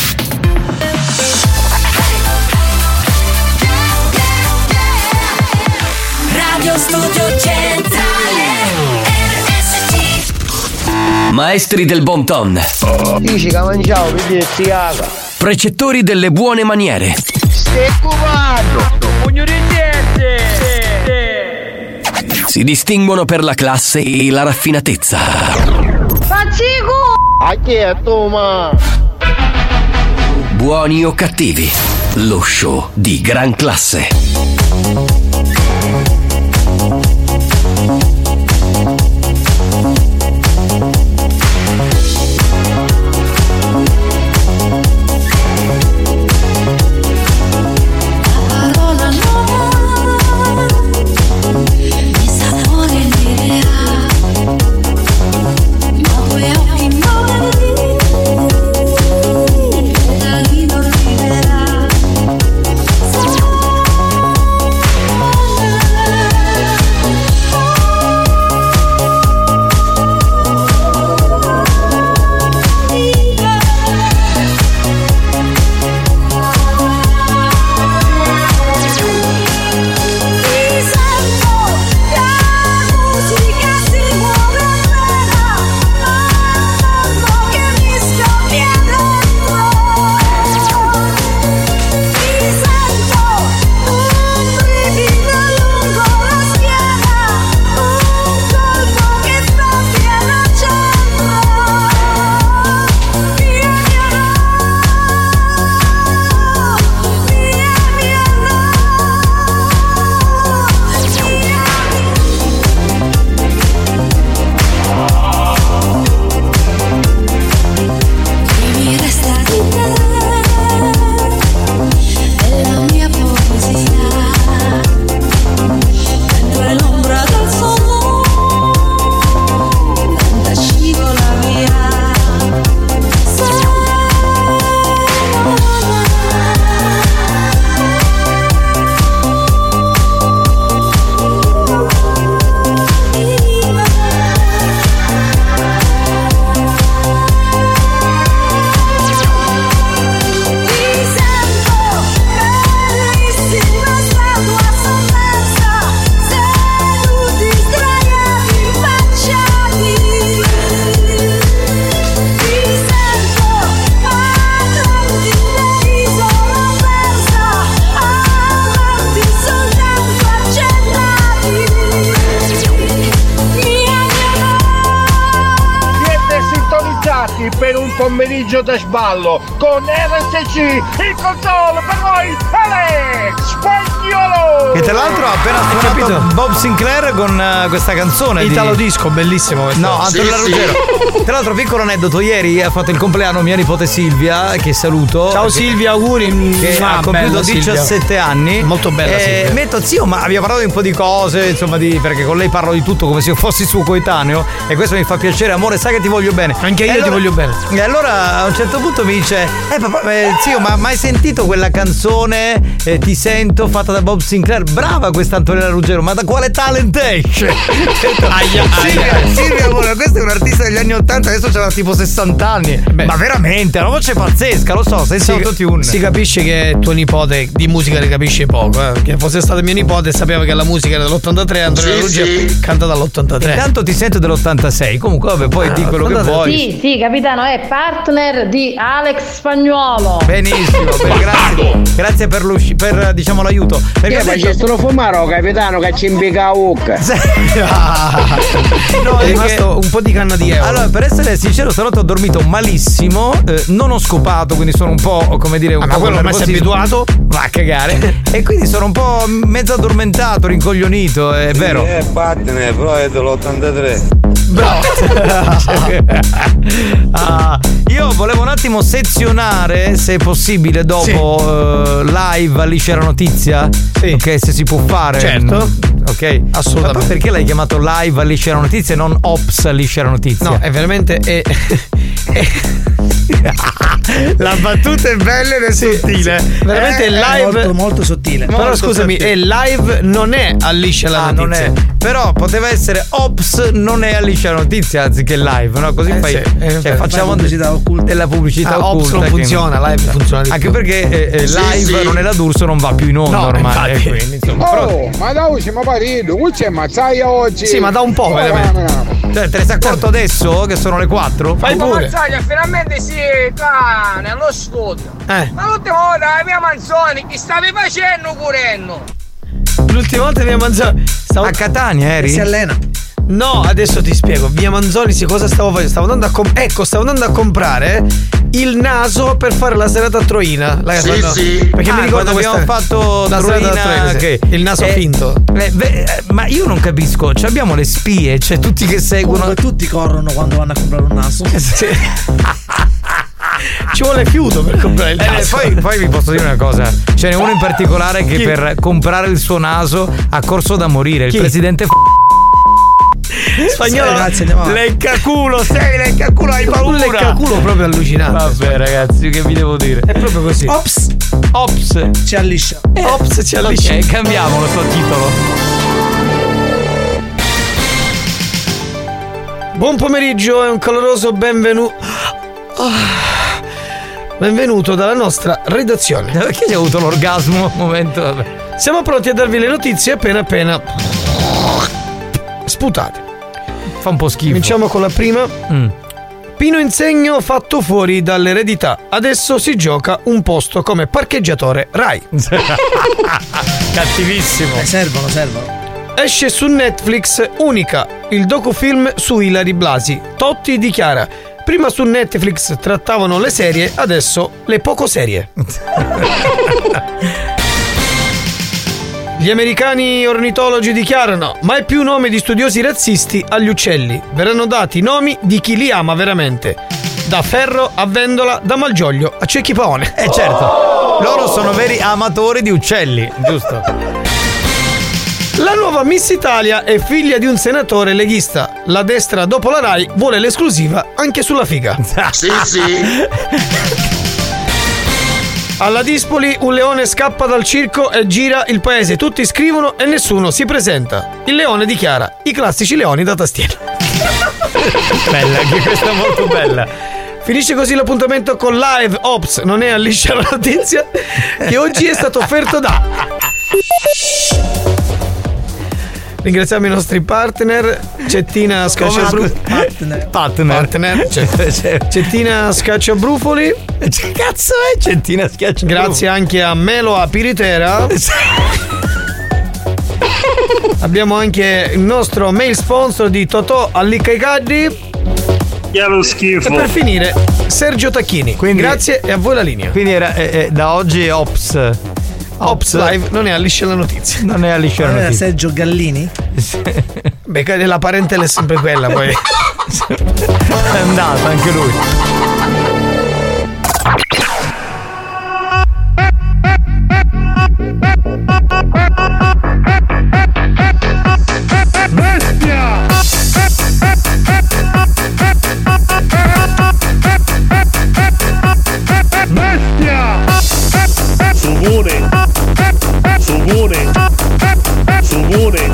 Speaker 4: Radio Studio Centrale R S C.
Speaker 1: Maestri del bon ton.
Speaker 10: Dici che mangiavo, vedi ziaga.
Speaker 1: Precettori delle buone maniere.
Speaker 10: Stai cubando, pugno di niente.
Speaker 1: Si distinguono per la classe e la raffinatezza.
Speaker 10: Pazzico! A chi è tu, ma?
Speaker 1: Buoni o cattivi, lo show di gran classe.
Speaker 18: pomeriggio da sballo con R S C, il console per voi, Alex Spagnuolo!
Speaker 3: Che tra l'altro ha appena suonato Bob Sinclair con uh, questa canzone
Speaker 14: Italo
Speaker 3: di...
Speaker 14: disco, bellissimo questo.
Speaker 3: No, Antonella
Speaker 14: Sì,
Speaker 3: Ruggero.
Speaker 14: sì.
Speaker 3: Tra l'altro, piccolo aneddoto, ieri ha fatto il compleanno mia nipote Silvia, che saluto.
Speaker 14: Ciao Silvia, auguri.
Speaker 3: Che
Speaker 14: Ah,
Speaker 3: ha compiuto
Speaker 14: bella
Speaker 3: diciassette
Speaker 14: Silvia.
Speaker 3: anni.
Speaker 14: Molto bella
Speaker 3: e
Speaker 14: Silvia.
Speaker 3: metto zio, ma abbiamo parlato di un po' di cose, insomma, di, perché con lei parlo di tutto come se io fossi suo coetaneo. E questo mi fa piacere, amore, sai che ti voglio bene.
Speaker 14: Anche io
Speaker 3: E
Speaker 14: ti
Speaker 3: allora-
Speaker 14: voglio bene.
Speaker 3: E allora a un certo punto mi dice: Eh papà, eh, zio, ma mai sentito quella canzone eh, Ti sento fatta da Bob Sinclair? Brava questa Antonella Ruggero, ma da quale talent esce?
Speaker 14: Aia,
Speaker 3: Silvia,
Speaker 14: aia.
Speaker 3: Silvia, amore, questo è un artista degli anni ottanta, adesso c'ha tipo sessanta anni. Ma veramente, una voce pazzesca, lo so, senza
Speaker 14: Si,
Speaker 3: autotune.
Speaker 14: si capisce che tuo nipote di musica ne capisce poco, eh? Che fosse stato mio nipote sapeva che la musica era dell'ottantatré, Antonella
Speaker 3: Sì,
Speaker 14: Ruggero
Speaker 3: sì.
Speaker 14: canta dall'ottantatré.
Speaker 3: Intanto ti sento dell'ottantasei. Comunque, vabbè, poi di quello che vuoi.
Speaker 5: Sì, sì, capitano, è partner di Alex Spagnuolo.
Speaker 3: Benissimo, bene, grazie. Grazie per, l'usci- per diciamo l'aiuto. Perché
Speaker 18: Io
Speaker 3: ha detto-
Speaker 18: facessero fumare, oh, capitano, che ci impiega a ucca.
Speaker 3: No,
Speaker 14: è
Speaker 3: è
Speaker 14: rimasto un po' di canna di euro.
Speaker 3: Allora, per essere sincero, stanotte ho dormito malissimo, eh, non ho scopato, quindi sono un po', come dire, un
Speaker 14: Ah,
Speaker 3: po'
Speaker 14: ma quello
Speaker 3: con
Speaker 14: ormai sei
Speaker 3: nervosismo.
Speaker 14: abituato?
Speaker 3: Va a cagare. E quindi sono un po' mezzo addormentato, rincoglionito, è vero.
Speaker 24: Eh, partner, però è dell'ottantatré.
Speaker 3: Bravo. Ah, io volevo un attimo sezionare, se è possibile, dopo eh, live lì c'era notizia. Sì. Ok, se si può fare.
Speaker 14: Certo.
Speaker 3: Ok,
Speaker 14: assolutamente.
Speaker 3: Ma poi perché l'hai chiamato live lì c'era notizia e non ops lì c'era notizia?
Speaker 14: No, è veramente. È, è-
Speaker 3: La battuta è bella ed è sottile.
Speaker 14: Veramente
Speaker 2: È
Speaker 14: live.
Speaker 2: molto, molto sottile.
Speaker 14: Però
Speaker 3: Molto
Speaker 14: scusami,
Speaker 3: sottile.
Speaker 14: è live, non è alliscia la
Speaker 3: Ah,
Speaker 14: notizia.
Speaker 3: non è. Però poteva essere ops, non è alliscia la notizia anziché live, no? Così
Speaker 14: Eh,
Speaker 3: fai.
Speaker 14: sì, eh,
Speaker 3: cioè,
Speaker 14: fai
Speaker 3: facciamo
Speaker 2: pubblicità occulta.
Speaker 3: della pubblicità
Speaker 14: Ah, ops
Speaker 3: occulta.
Speaker 14: non
Speaker 3: che-
Speaker 14: funziona, live funziona di
Speaker 3: Anche
Speaker 14: più.
Speaker 3: perché eh, eh,
Speaker 14: Sì,
Speaker 3: live
Speaker 14: sì.
Speaker 3: non è la D'Urso, non va più in onda
Speaker 14: No,
Speaker 3: ormai.
Speaker 14: infatti.
Speaker 3: eh, quindi, insomma, però-
Speaker 18: Oh, ma da oggi siamo partiti, qui c'è mazzaglia oggi.
Speaker 14: Sì, ma da un po',
Speaker 18: Oh,
Speaker 14: veramente.
Speaker 18: no, no, no.
Speaker 3: Cioè, te ne sei accorto adesso che sono le quattro?
Speaker 14: Fai pure.
Speaker 7: Mazzaglia, finalmente si qua nello studio.
Speaker 14: Eh.
Speaker 7: Ma l'ultima volta la mia Manzoni che stavi facendo curendo?
Speaker 14: L'ultima volta via Manzoni. Stavo...
Speaker 3: A Catania eri?
Speaker 2: Si allena.
Speaker 14: No, adesso ti spiego. Via Manzoni, sì, cosa stavo facendo? Stavo andando a com- ecco, stavo andando a comprare il naso per fare la serata a Troina. La-
Speaker 3: Sì,
Speaker 14: no,
Speaker 3: sì.
Speaker 14: Perché
Speaker 3: Ah,
Speaker 14: mi ricordo
Speaker 3: quando
Speaker 14: questa
Speaker 3: abbiamo fatto
Speaker 14: la serata a
Speaker 3: Troina,
Speaker 14: Troina, sì.
Speaker 3: che-
Speaker 14: Il naso
Speaker 3: eh,
Speaker 14: finto.
Speaker 3: eh, beh, eh, ma io non capisco, cioè abbiamo le spie, cioè tutti che seguono.
Speaker 2: Comunque tutti corrono quando vanno a comprare un naso.
Speaker 14: Sì. Ci vuole fiuto per comprare il
Speaker 3: Eh,
Speaker 14: naso.
Speaker 3: poi, poi vi posso dire una cosa, ce n'è uno in particolare che
Speaker 14: Chi?
Speaker 3: per comprare il suo naso ha corso da morire, il
Speaker 14: Chi?
Speaker 3: presidente F-
Speaker 14: Spagnolo,
Speaker 2: ragazzi, andiamo avanti.
Speaker 3: leccaculo, sei leccaculo, hai paura.
Speaker 14: un leccaculo proprio allucinante.
Speaker 3: Vabbè ragazzi, che vi devo dire?
Speaker 14: È proprio così.
Speaker 2: Ops,
Speaker 3: Ops.
Speaker 2: ci alliscia.
Speaker 14: Ops, ci allisce.
Speaker 3: Ok, cambiamolo sto titolo.
Speaker 14: Buon pomeriggio e un caloroso benvenuto. Benvenuto dalla nostra redazione.
Speaker 3: Perché hai avuto l'orgasmo? Un momento, vabbè.
Speaker 14: Siamo pronti a darvi le notizie appena appena sputate.
Speaker 3: Fa un po' schifo.
Speaker 14: Cominciamo con la prima.
Speaker 3: Mm.
Speaker 14: Pino Insegno fatto fuori dall'eredità. Adesso si gioca un posto come parcheggiatore Rai.
Speaker 3: Cattivissimo.
Speaker 2: Eh, servono, servono.
Speaker 14: Esce su Netflix Unica, il docufilm su Ilary Blasi. Totti dichiara: prima su Netflix trattavano le serie, adesso le poco serie. Gli americani ornitologi dichiarano: mai più nome di studiosi razzisti agli uccelli. Verranno dati nomi di chi li ama veramente. Da Ferro a Vendola, da Malgioglio a Cecchi Paone.
Speaker 3: Eh certo, loro sono veri amatori di uccelli, giusto?
Speaker 14: La nuova Miss Italia è figlia di un senatore leghista. La destra dopo la Rai vuole l'esclusiva anche sulla figa.
Speaker 3: Sì, sì.
Speaker 14: Alla Dispoli un leone scappa dal circo e gira il paese. Tutti scrivono e nessuno si presenta. Il leone dichiara: i classici leoni da tastiera.
Speaker 3: Bella, anche questa è molto bella.
Speaker 14: Finisce così l'appuntamento con Live Ops. Non è alliscia la notizia che oggi è stato offerto da. Ringraziamo i nostri partner Cettina Scacciabrufoli.
Speaker 2: Partner.
Speaker 3: Partner.
Speaker 14: Partner. Cioè, Cettina Scacciabrufoli.
Speaker 3: Che cazzo è Cettina Scacciabrufoli?
Speaker 14: Grazie anche a Melo a Piritera. Abbiamo anche il nostro mail sponsor di Totò Allicca i Caddi. Che lo schifo. E per finire, Sergio Tacchini.
Speaker 3: Quindi,
Speaker 14: grazie e a voi la linea.
Speaker 3: Quindi era, eh, eh, da oggi è Ops.
Speaker 14: Ops Live non è Alice la notizia.
Speaker 3: Non è Alice la notizia.
Speaker 2: Sergio Gallini?
Speaker 14: Beh, la parentela è sempre quella, poi.
Speaker 3: È andato anche lui.
Speaker 21: Bestia! Bestia! Sugone! Sugone! Sugone!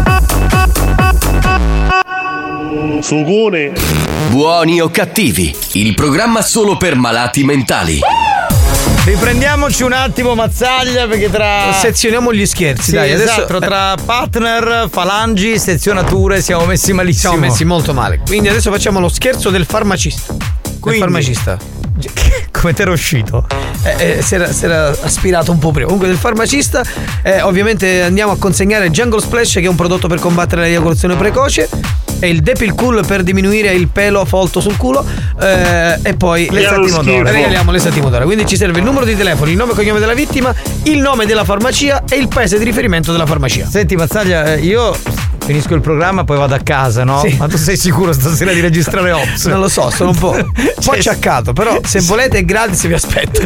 Speaker 21: Sugone!
Speaker 1: Buoni o cattivi, il programma solo per malati mentali.
Speaker 3: Riprendiamoci un attimo, Mazzaglia, perché tra.
Speaker 14: Sezioniamo gli scherzi,
Speaker 3: Sì,
Speaker 14: dai. Adesso
Speaker 3: esatto, tra partner, falangi, sezionature siamo messi malissimo.
Speaker 14: siamo messi molto male. Quindi adesso facciamo lo scherzo del farmacista.
Speaker 3: Quindi-
Speaker 14: Il farmacista.
Speaker 3: Come t'era uscito?
Speaker 14: Eh, eh, si, era, si era aspirato un po' prima. Comunque del farmacista, eh, ovviamente andiamo a consegnare Jungle Splash, che è un prodotto per combattere l'eiaculazione precoce, e il Depil Cool per diminuire il pelo folto sul culo, eh, e poi
Speaker 3: L'estatimo d'oro.
Speaker 14: regaliamo l'estatimo d'oro. Quindi ci serve il numero di telefono, il nome e cognome della vittima, il nome della farmacia e il paese di riferimento della farmacia.
Speaker 3: Senti, Mazzaglia, eh, io finisco il programma, poi vado a casa, no?
Speaker 14: Sì.
Speaker 3: Ma tu sei sicuro stasera di registrare Ops?
Speaker 14: Non lo so, sono un po', un po'
Speaker 3: Cioè,
Speaker 14: acciaccato, però se volete è gratis, vi aspetto.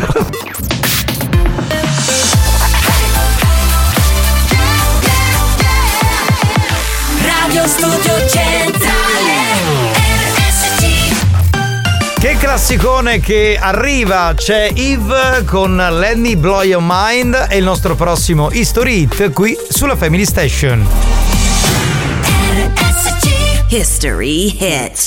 Speaker 4: Radio Studio Centrale R S C.
Speaker 3: Che classicone che arriva, c'è Eve con Let Me Blow Your Mind e il nostro prossimo History Hit qui sulla Family Station.
Speaker 6: History Hits.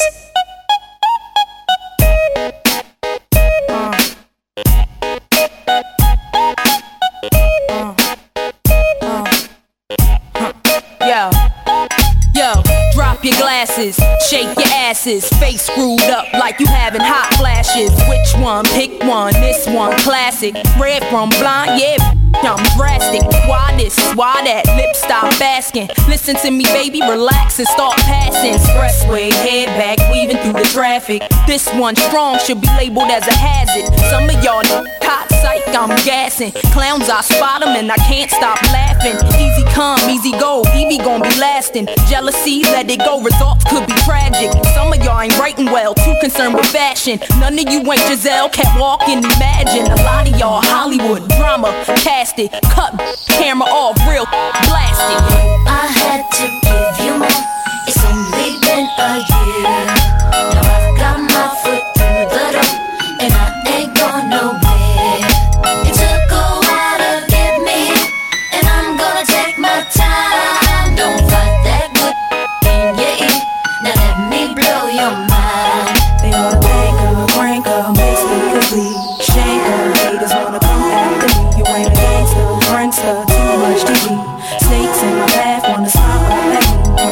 Speaker 9: Yo, yo, drop your glasses, shake your asses, face screwed up like you having hot flashes. Which one? Pick one. This one classic. Red from blind, yeah. I'm drastic. Why this? Why that? Lip stop asking. Listen to me, baby, relax and start passing. Expressway, head back, weaving through the traffic. This one strong should be labeled as a hazard. Some of y'all know hot psych, I'm gassing. Clowns, I spot them and I can't stop laughing. Easy come, easy go, Evie gon' be lasting. Jealousy, let it go, results could be tragic. Some of y'all ain't writing well, too concerned with fashion. None of you ain't Giselle, can't walk and imagine. A lot of y'all Hollywood drama, cast it, cut camera off, real blasted.
Speaker 4: I had to give you more. It's only been a year. Now I've got my foot through the door, and I ain't going nowhere. It took a while to get me, and I'm gonna take my time. Don't fight that good in your ear. Now let me blow your mind.
Speaker 9: They wanna thank her, crank her, make speakers leave. Shake her, haters wanna come after me. You ain't a gangster, prankster, too much T V. Snakes in my path wanna smile at me.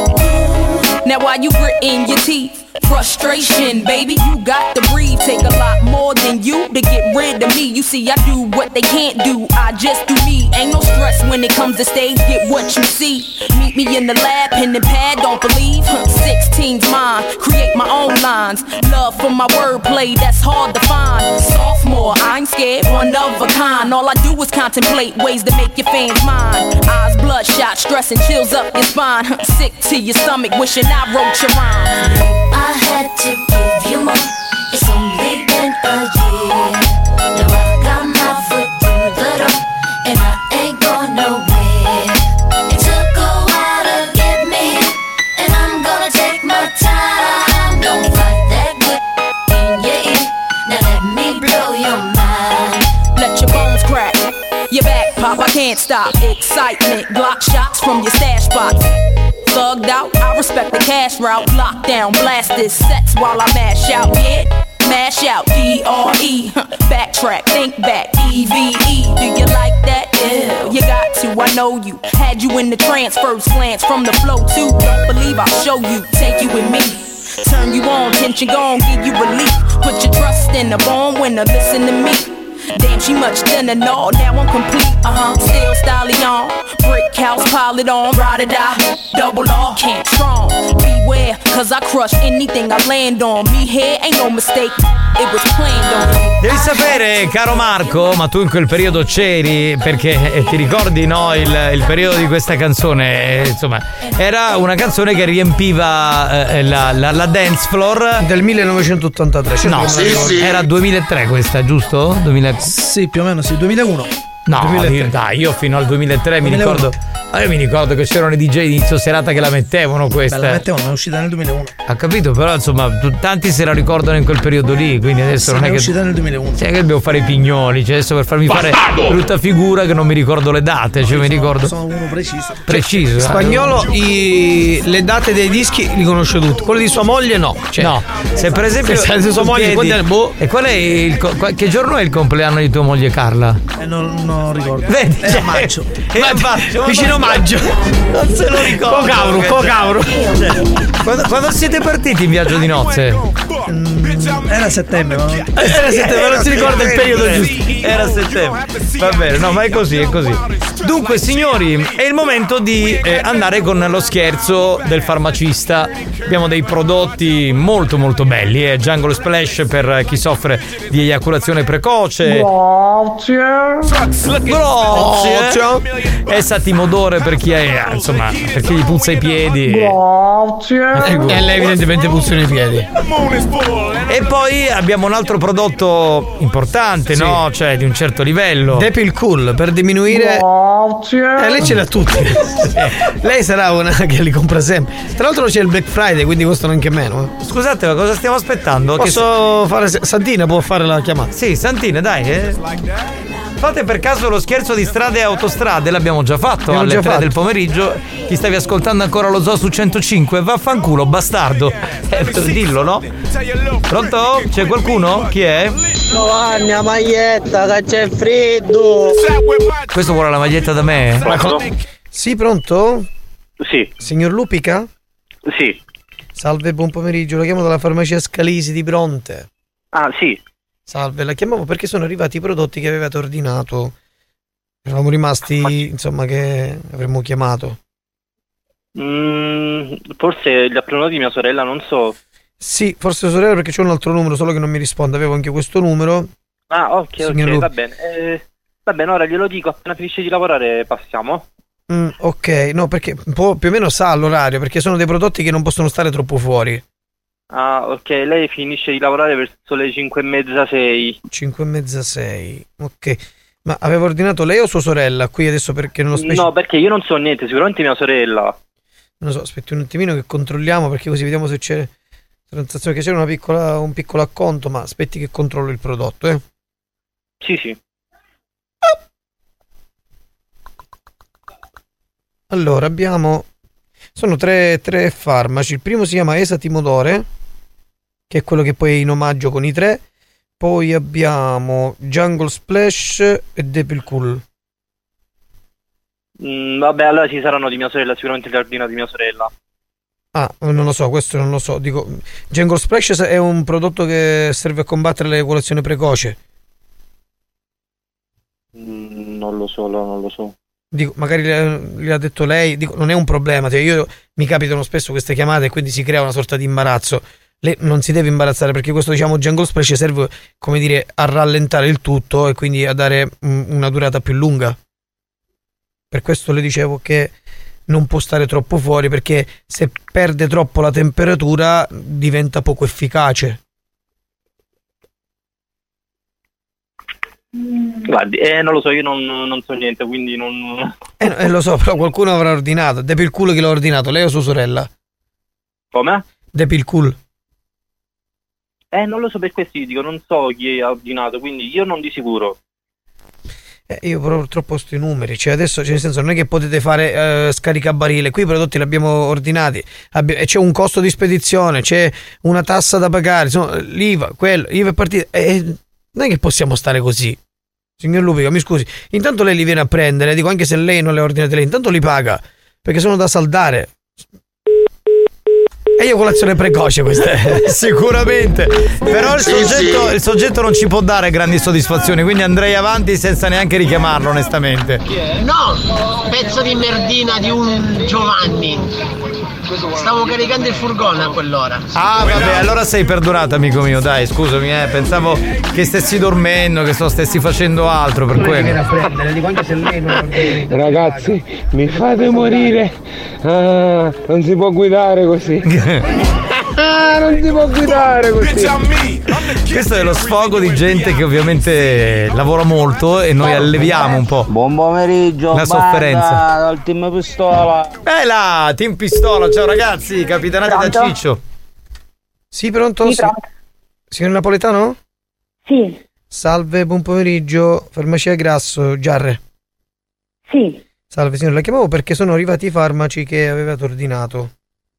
Speaker 9: Now why you gritting your teeth? Frustration, baby, you got to breathe. Take a lot more than you to get rid of me. You see, I do what they can't do, I just do me. Ain't no stress when it comes to stage, get what you see. Meet me in the lab, pen and pad, don't believe. Huh, sixteen's mine, create my own lines. Love for my wordplay, that's hard to find. Sophomore, I ain't scared, one of a kind. All I do is contemplate ways to make your fans mine. Eyes bloodshot, stress and chills up your spine. Huh, sick to your stomach, wishing I wrote your rhyme.
Speaker 4: I had to give you more. It's only been a year. Now I've got my foot through the door, and I ain't going nowhere. It took a while to get me, and I'm gonna take my time. Don't fight that good in your ear. Now let me blow your mind.
Speaker 9: Let your bones crack, your back pop, I can't stop. Excitement, Glock shots from your stash box. Thugged out, I respect the cash route. Lockdown, blast this sets while I mash out. Yeah, mash out, D R E. Backtrack, think back, E V E. Do you like that? Yeah, you got to, I know you. Had you in the trance, first glance from the flow too. Don't believe I'll show you, take you with me. Turn you on, tension gone, give you relief. Put your trust in the born winner, listen to me. Damn, she much thinner, no, now I'm complete, uh-huh, still styling on. Brick house, pile it on, ride or die, double law. Can't strong. Beware, cause I crush anything I land on. Me here ain't no mistake, it was planned on.
Speaker 3: Devi sapere, caro Marco, ma tu in quel periodo c'eri, perché eh, ti ricordi, no, il, il periodo di questa canzone, eh, insomma, era una canzone che riempiva eh, la, la, la dance floor
Speaker 14: del millenovecentottantatré.
Speaker 3: No, sì, sì. Era duemilatré questa, giusto? duemila...
Speaker 2: Sì, più o meno sì, duemilauno.
Speaker 3: No, io, dai, io fino al duemilatré mi ricordo. Io mi ricordo che c'erano i D J di inizio serata che la mettevano questa.
Speaker 2: Beh, la mettevano, è uscita nel duemilauno.
Speaker 3: Ha capito, però insomma, tanti se la ricordano in quel periodo lì, quindi adesso
Speaker 2: sì,
Speaker 3: non è,
Speaker 2: è
Speaker 3: che.
Speaker 2: uscita nel duemilauno.
Speaker 3: Cioè, che dobbiamo fare i pignoli, cioè adesso per farmi fare brutta figura che non mi ricordo le date, cioè mi ricordo.
Speaker 2: Sono uno preciso.
Speaker 3: Preciso.
Speaker 14: Spagnolo i, le date dei dischi li conosce tutti, quelli di sua moglie no. Cioè,
Speaker 3: no, se per esempio
Speaker 14: se, se sua moglie
Speaker 3: chiedi, boh. E qual è il che giorno è il compleanno di tua moglie Carla?
Speaker 2: Eh, non, non ricordo.
Speaker 3: Vedi,
Speaker 2: è a maggio.
Speaker 3: È a maggio,
Speaker 14: vicino maggio.
Speaker 3: Non se lo ricordo.
Speaker 14: Cocauro, cocauro.
Speaker 3: Quando, quando siete partiti in viaggio di nozze?
Speaker 2: Mm, era settembre, ma non...
Speaker 14: Era settembre, non si ricorda il periodo giusto.
Speaker 3: Era settembre. Va bene, no, ma è così, è così. Dunque, signori, è il momento di eh, andare con lo scherzo del farmacista. Abbiamo dei prodotti molto molto belli, eh. Jungle Splash per chi soffre di eiaculazione precoce.
Speaker 18: Grazie.
Speaker 3: Grazie. E Satimodore per chi è, insomma, per chi gli puzza i piedi.
Speaker 18: Grazie.
Speaker 14: E lei evidentemente puzzano i piedi.
Speaker 3: E poi abbiamo un altro prodotto importante, sì, no? Cioè di un certo livello.
Speaker 14: Depil Cool per diminuire.
Speaker 18: Grazie.
Speaker 14: Eh, lei ce l'ha tutti. Lei sarà una che li compra sempre. Tra l'altro c'è il Black Friday, quindi costano anche meno.
Speaker 3: Scusate, ma cosa stiamo aspettando?
Speaker 14: Posso che... fare. Santina può fare la chiamata?
Speaker 3: Sì, Santina, dai. Eh. Fate per caso lo scherzo di strade e autostrade? L'abbiamo già fatto alle tre del pomeriggio. Chi stavi ascoltando ancora lo Zoo su centocinque? Vaffanculo, bastardo. Eh, dillo, no? Pronto? C'è qualcuno? Chi è?
Speaker 10: Giovanni, la maglietta, che c'è freddo.
Speaker 3: Questo vuole la maglietta da me?
Speaker 8: Pronto?
Speaker 14: Sì, pronto?
Speaker 8: Sì.
Speaker 14: Signor Lupica?
Speaker 8: Sì.
Speaker 14: Salve, buon pomeriggio. La chiamo dalla farmacia Scalisi di Bronte.
Speaker 8: Ah, sì.
Speaker 14: Salve, la chiamavo perché sono arrivati i prodotti che avevate ordinato. Eravamo rimasti, insomma, che avremmo chiamato.
Speaker 8: Mm, forse li ha prenotati mia sorella, non so.
Speaker 14: Sì, forse sua sorella, perché c'è un altro numero, solo che non mi risponde. Avevo anche questo numero.
Speaker 8: Ah, ok,
Speaker 14: Signor
Speaker 8: ok,
Speaker 14: Lu-
Speaker 8: va bene. Eh, va bene, ora glielo dico, appena finisce di lavorare passiamo.
Speaker 14: Mm, ok, no, perché può, più o meno sa l'orario, perché sono dei prodotti che non possono stare troppo fuori.
Speaker 8: Ah, ok, lei finisce di lavorare verso le cinque e mezza, sei.
Speaker 14: cinque e mezza, sei, ok. Ma aveva ordinato lei o sua sorella? Qui adesso perché non lo specifico.
Speaker 8: No, perché io non so niente, sicuramente mia sorella.
Speaker 14: Non lo so, aspetti un attimino che controlliamo, perché così vediamo se c'è transazione, che c'è una piccola, un piccolo acconto, ma aspetti che controllo il prodotto, eh.
Speaker 8: Sì, sì.
Speaker 14: Allora, abbiamo... Sono tre, tre farmaci. Il primo si chiama Esatimodore, che è quello che poi è in omaggio con i tre. Poi abbiamo Jungle Splash e Depil Cool.
Speaker 8: Mm, vabbè, allora ci saranno di mia sorella, sicuramente li ha ordinati di mia sorella.
Speaker 14: Ah, non lo so, questo non lo so. Dico, Jungle Splash è un prodotto che serve a combattere l'eiaculazione precoce.
Speaker 8: Mm, non lo so, non lo so.
Speaker 14: Dico, magari gli ha detto lei, dico, non è un problema, cioè io mi capitano spesso queste chiamate e quindi si crea una sorta di imbarazzo. Lei non si deve imbarazzare, perché questo, diciamo, Jungle Splash serve, come dire, a rallentare il tutto e quindi a dare mm, una durata più lunga. Per questo le dicevo che non può stare troppo fuori, perché se perde troppo la temperatura diventa poco efficace.
Speaker 8: Guardi, eh, non lo so, io non, non so niente, quindi non...
Speaker 14: Eh, eh, lo so, però qualcuno avrà ordinato. Depil Cool, chi l'ha ordinato? Lei o sua sorella?
Speaker 8: Come?
Speaker 14: Depil Cool.
Speaker 8: Eh, non lo so, per questo io dico, non so chi ha ordinato, quindi io non di sicuro.
Speaker 14: Eh, io purtroppo sto i numeri, cioè adesso, cioè nel senso, non è che potete fare eh, scaricabarile, qui i prodotti li abbiamo ordinati, abbi- e c'è un costo di spedizione, c'è una tassa da pagare, insomma, l'I V A, quello, l'I V A è partita, eh, non è che possiamo stare così. Signor Lupica, mi scusi, intanto lei li viene a prendere, dico, anche se lei non le ha ordinate lei, intanto li paga, perché sono da saldare. Eiaculazione precoce questa è.
Speaker 3: Sicuramente. Però il,
Speaker 14: Sì,
Speaker 3: soggetto,
Speaker 14: sì.
Speaker 3: il soggetto non ci può dare grandi soddisfazioni, quindi andrei avanti senza neanche richiamarlo, onestamente.
Speaker 13: No, pezzo di merdina di un Giovanni.
Speaker 10: Stavo caricando il furgone a quell'ora.
Speaker 3: Ah, vabbè, allora sei perdonato, amico mio, dai, scusami, eh, pensavo che stessi dormendo, che so, stessi facendo altro per quello.
Speaker 24: Ragazzi, mi fate morire. Ah, non si può guidare così. Ah, non si può guidare così.
Speaker 3: Questo è lo sfogo di gente che ovviamente lavora molto e noi alleviamo un po'.
Speaker 10: Buon pomeriggio,
Speaker 3: la sofferenza.
Speaker 10: Dal team Pistola.
Speaker 3: Eh là, team Pistola, ciao ragazzi, capitanati
Speaker 10: Pronto?
Speaker 3: da Ciccio. Sì, pronto?
Speaker 10: Sì, pronto.
Speaker 3: Signor Napoletano?
Speaker 13: Sì.
Speaker 3: Salve, buon pomeriggio, farmacia Grasso, Giarre.
Speaker 13: Sì.
Speaker 3: Salve signor, la chiamavo perché sono arrivati i farmaci che avevate ordinato.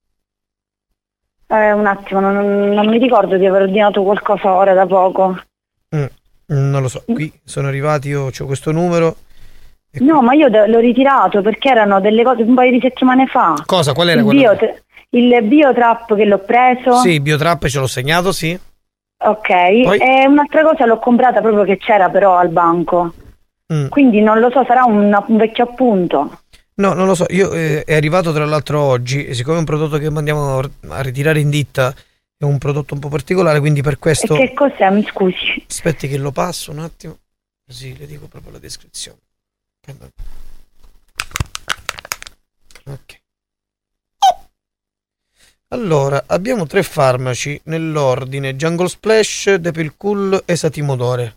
Speaker 13: Eh, un attimo, non, non mi ricordo di aver ordinato qualcosa ora da poco.
Speaker 3: Mm, non lo so, qui sono arrivati, io ho questo numero.
Speaker 13: No, ma io de- l'ho ritirato perché erano delle cose un paio di settimane fa.
Speaker 3: Cosa? Qual era
Speaker 13: il,
Speaker 3: quello?
Speaker 13: bio, il Biotrap che l'ho preso.
Speaker 3: Sì, Biotrap ce l'ho segnato, sì.
Speaker 13: Ok,
Speaker 3: Poi?
Speaker 13: e un'altra cosa l'ho comprata proprio che c'era però al banco.
Speaker 3: Mm.
Speaker 13: Quindi non lo so, sarà un, un vecchio appunto.
Speaker 3: No, non lo so, io eh, è arrivato tra l'altro oggi, e siccome è un prodotto che mandiamo a ritirare in ditta, è un prodotto un po' particolare, quindi per questo...
Speaker 13: E che cos'è? Mi scusi.
Speaker 3: Aspetti che lo passo un attimo, così le dico proprio la descrizione. Ok. Allora, abbiamo tre farmaci nell'ordine: Jungle Splash, Depilcool e Satimodore.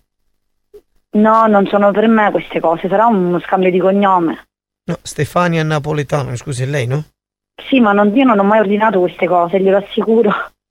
Speaker 13: No, non sono per me queste cose, sarà uno scambio di cognome.
Speaker 3: No, Stefania Napoletano, mi scusi, è lei, no?
Speaker 13: Sì, ma non, io non ho mai ordinato queste cose, glielo assicuro.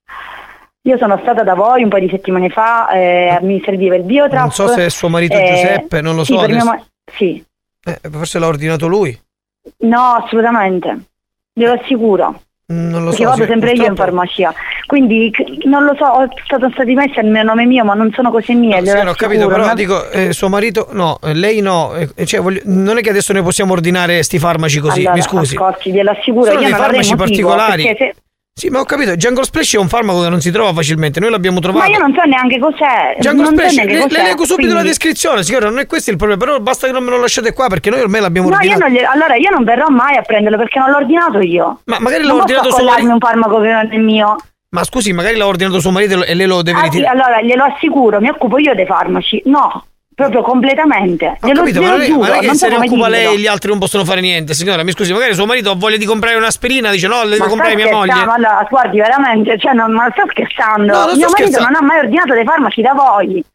Speaker 13: Io sono stata da voi un paio di settimane fa, eh, mi serviva il Biotrap.
Speaker 3: Non so se è suo marito
Speaker 13: eh,
Speaker 3: Giuseppe, non lo
Speaker 13: sì,
Speaker 3: so.
Speaker 13: Per
Speaker 3: adesso...
Speaker 13: mio ma- sì.
Speaker 3: Eh, forse l'ha ordinato lui.
Speaker 13: No, assolutamente. Glielo assicuro.
Speaker 3: Non lo
Speaker 13: Perché
Speaker 3: so.
Speaker 13: vado
Speaker 3: sì,
Speaker 13: sempre io in
Speaker 3: purtroppo-
Speaker 13: farmacia. Quindi c- non lo so, ho- sono stati messi al mio nome mio, ma non sono cose mie.
Speaker 3: No,
Speaker 13: glielo
Speaker 3: sì, no, ho capito,
Speaker 13: assicuro,
Speaker 3: però
Speaker 13: ma-
Speaker 3: dico, eh, suo marito, no, eh, lei no, eh, cioè, voglio- non è che adesso ne possiamo ordinare sti farmaci così,
Speaker 13: Allora,
Speaker 3: mi scusi.
Speaker 13: ascolti, glielo assicuro,
Speaker 3: Sono
Speaker 13: io
Speaker 3: dei
Speaker 13: non avrei
Speaker 3: farmaci
Speaker 13: motivo,
Speaker 3: particolari.
Speaker 13: perché se-
Speaker 3: Sì, ma ho capito, Jungle Splash è un farmaco che non si trova facilmente, noi l'abbiamo trovato.
Speaker 13: Ma io non so neanche cos'è.
Speaker 3: Jungle
Speaker 13: non
Speaker 3: Splash,
Speaker 13: so neanche
Speaker 3: le,
Speaker 13: cos'è,
Speaker 3: le leggo subito
Speaker 13: quindi-
Speaker 3: la descrizione, signora, non è questo il problema, però basta che non me lo lasciate qua perché noi ormai l'abbiamo
Speaker 13: No, io
Speaker 3: ordinato.
Speaker 13: non gli- allora io non verrò mai a prenderlo perché non l'ho ordinato io.
Speaker 3: Ma magari
Speaker 13: non
Speaker 3: l'ha ordinato
Speaker 13: posso
Speaker 3: suo
Speaker 13: accollarmi
Speaker 3: marito.
Speaker 13: un farmaco che non è mio.
Speaker 3: Ma scusi, magari l'ha ordinato suo marito e lei lo deve
Speaker 13: Ah, sì,
Speaker 3: ritirare.
Speaker 13: allora glielo assicuro, mi occupo io dei farmaci. No, proprio completamente.
Speaker 3: Ho
Speaker 13: Glielo,
Speaker 3: capito, ma
Speaker 13: glielo
Speaker 3: non è,
Speaker 13: giuro,
Speaker 3: ma non è che
Speaker 13: non so
Speaker 3: se ne
Speaker 13: come
Speaker 3: occupa
Speaker 13: dirglielo.
Speaker 3: lei e gli altri non possono fare niente, signora, mi scusi, magari suo marito ha voglia di comprare un'aspirina, dice no, le devo
Speaker 13: Ma
Speaker 3: comprare
Speaker 13: sta
Speaker 3: mia moglie.
Speaker 13: scherzando? Allora, guardi, veramente, cioè, non, ma sto scherzando.
Speaker 3: No, non sto
Speaker 13: Mio marito
Speaker 3: scherzando.
Speaker 13: non ha mai ordinato dei farmaci da voi.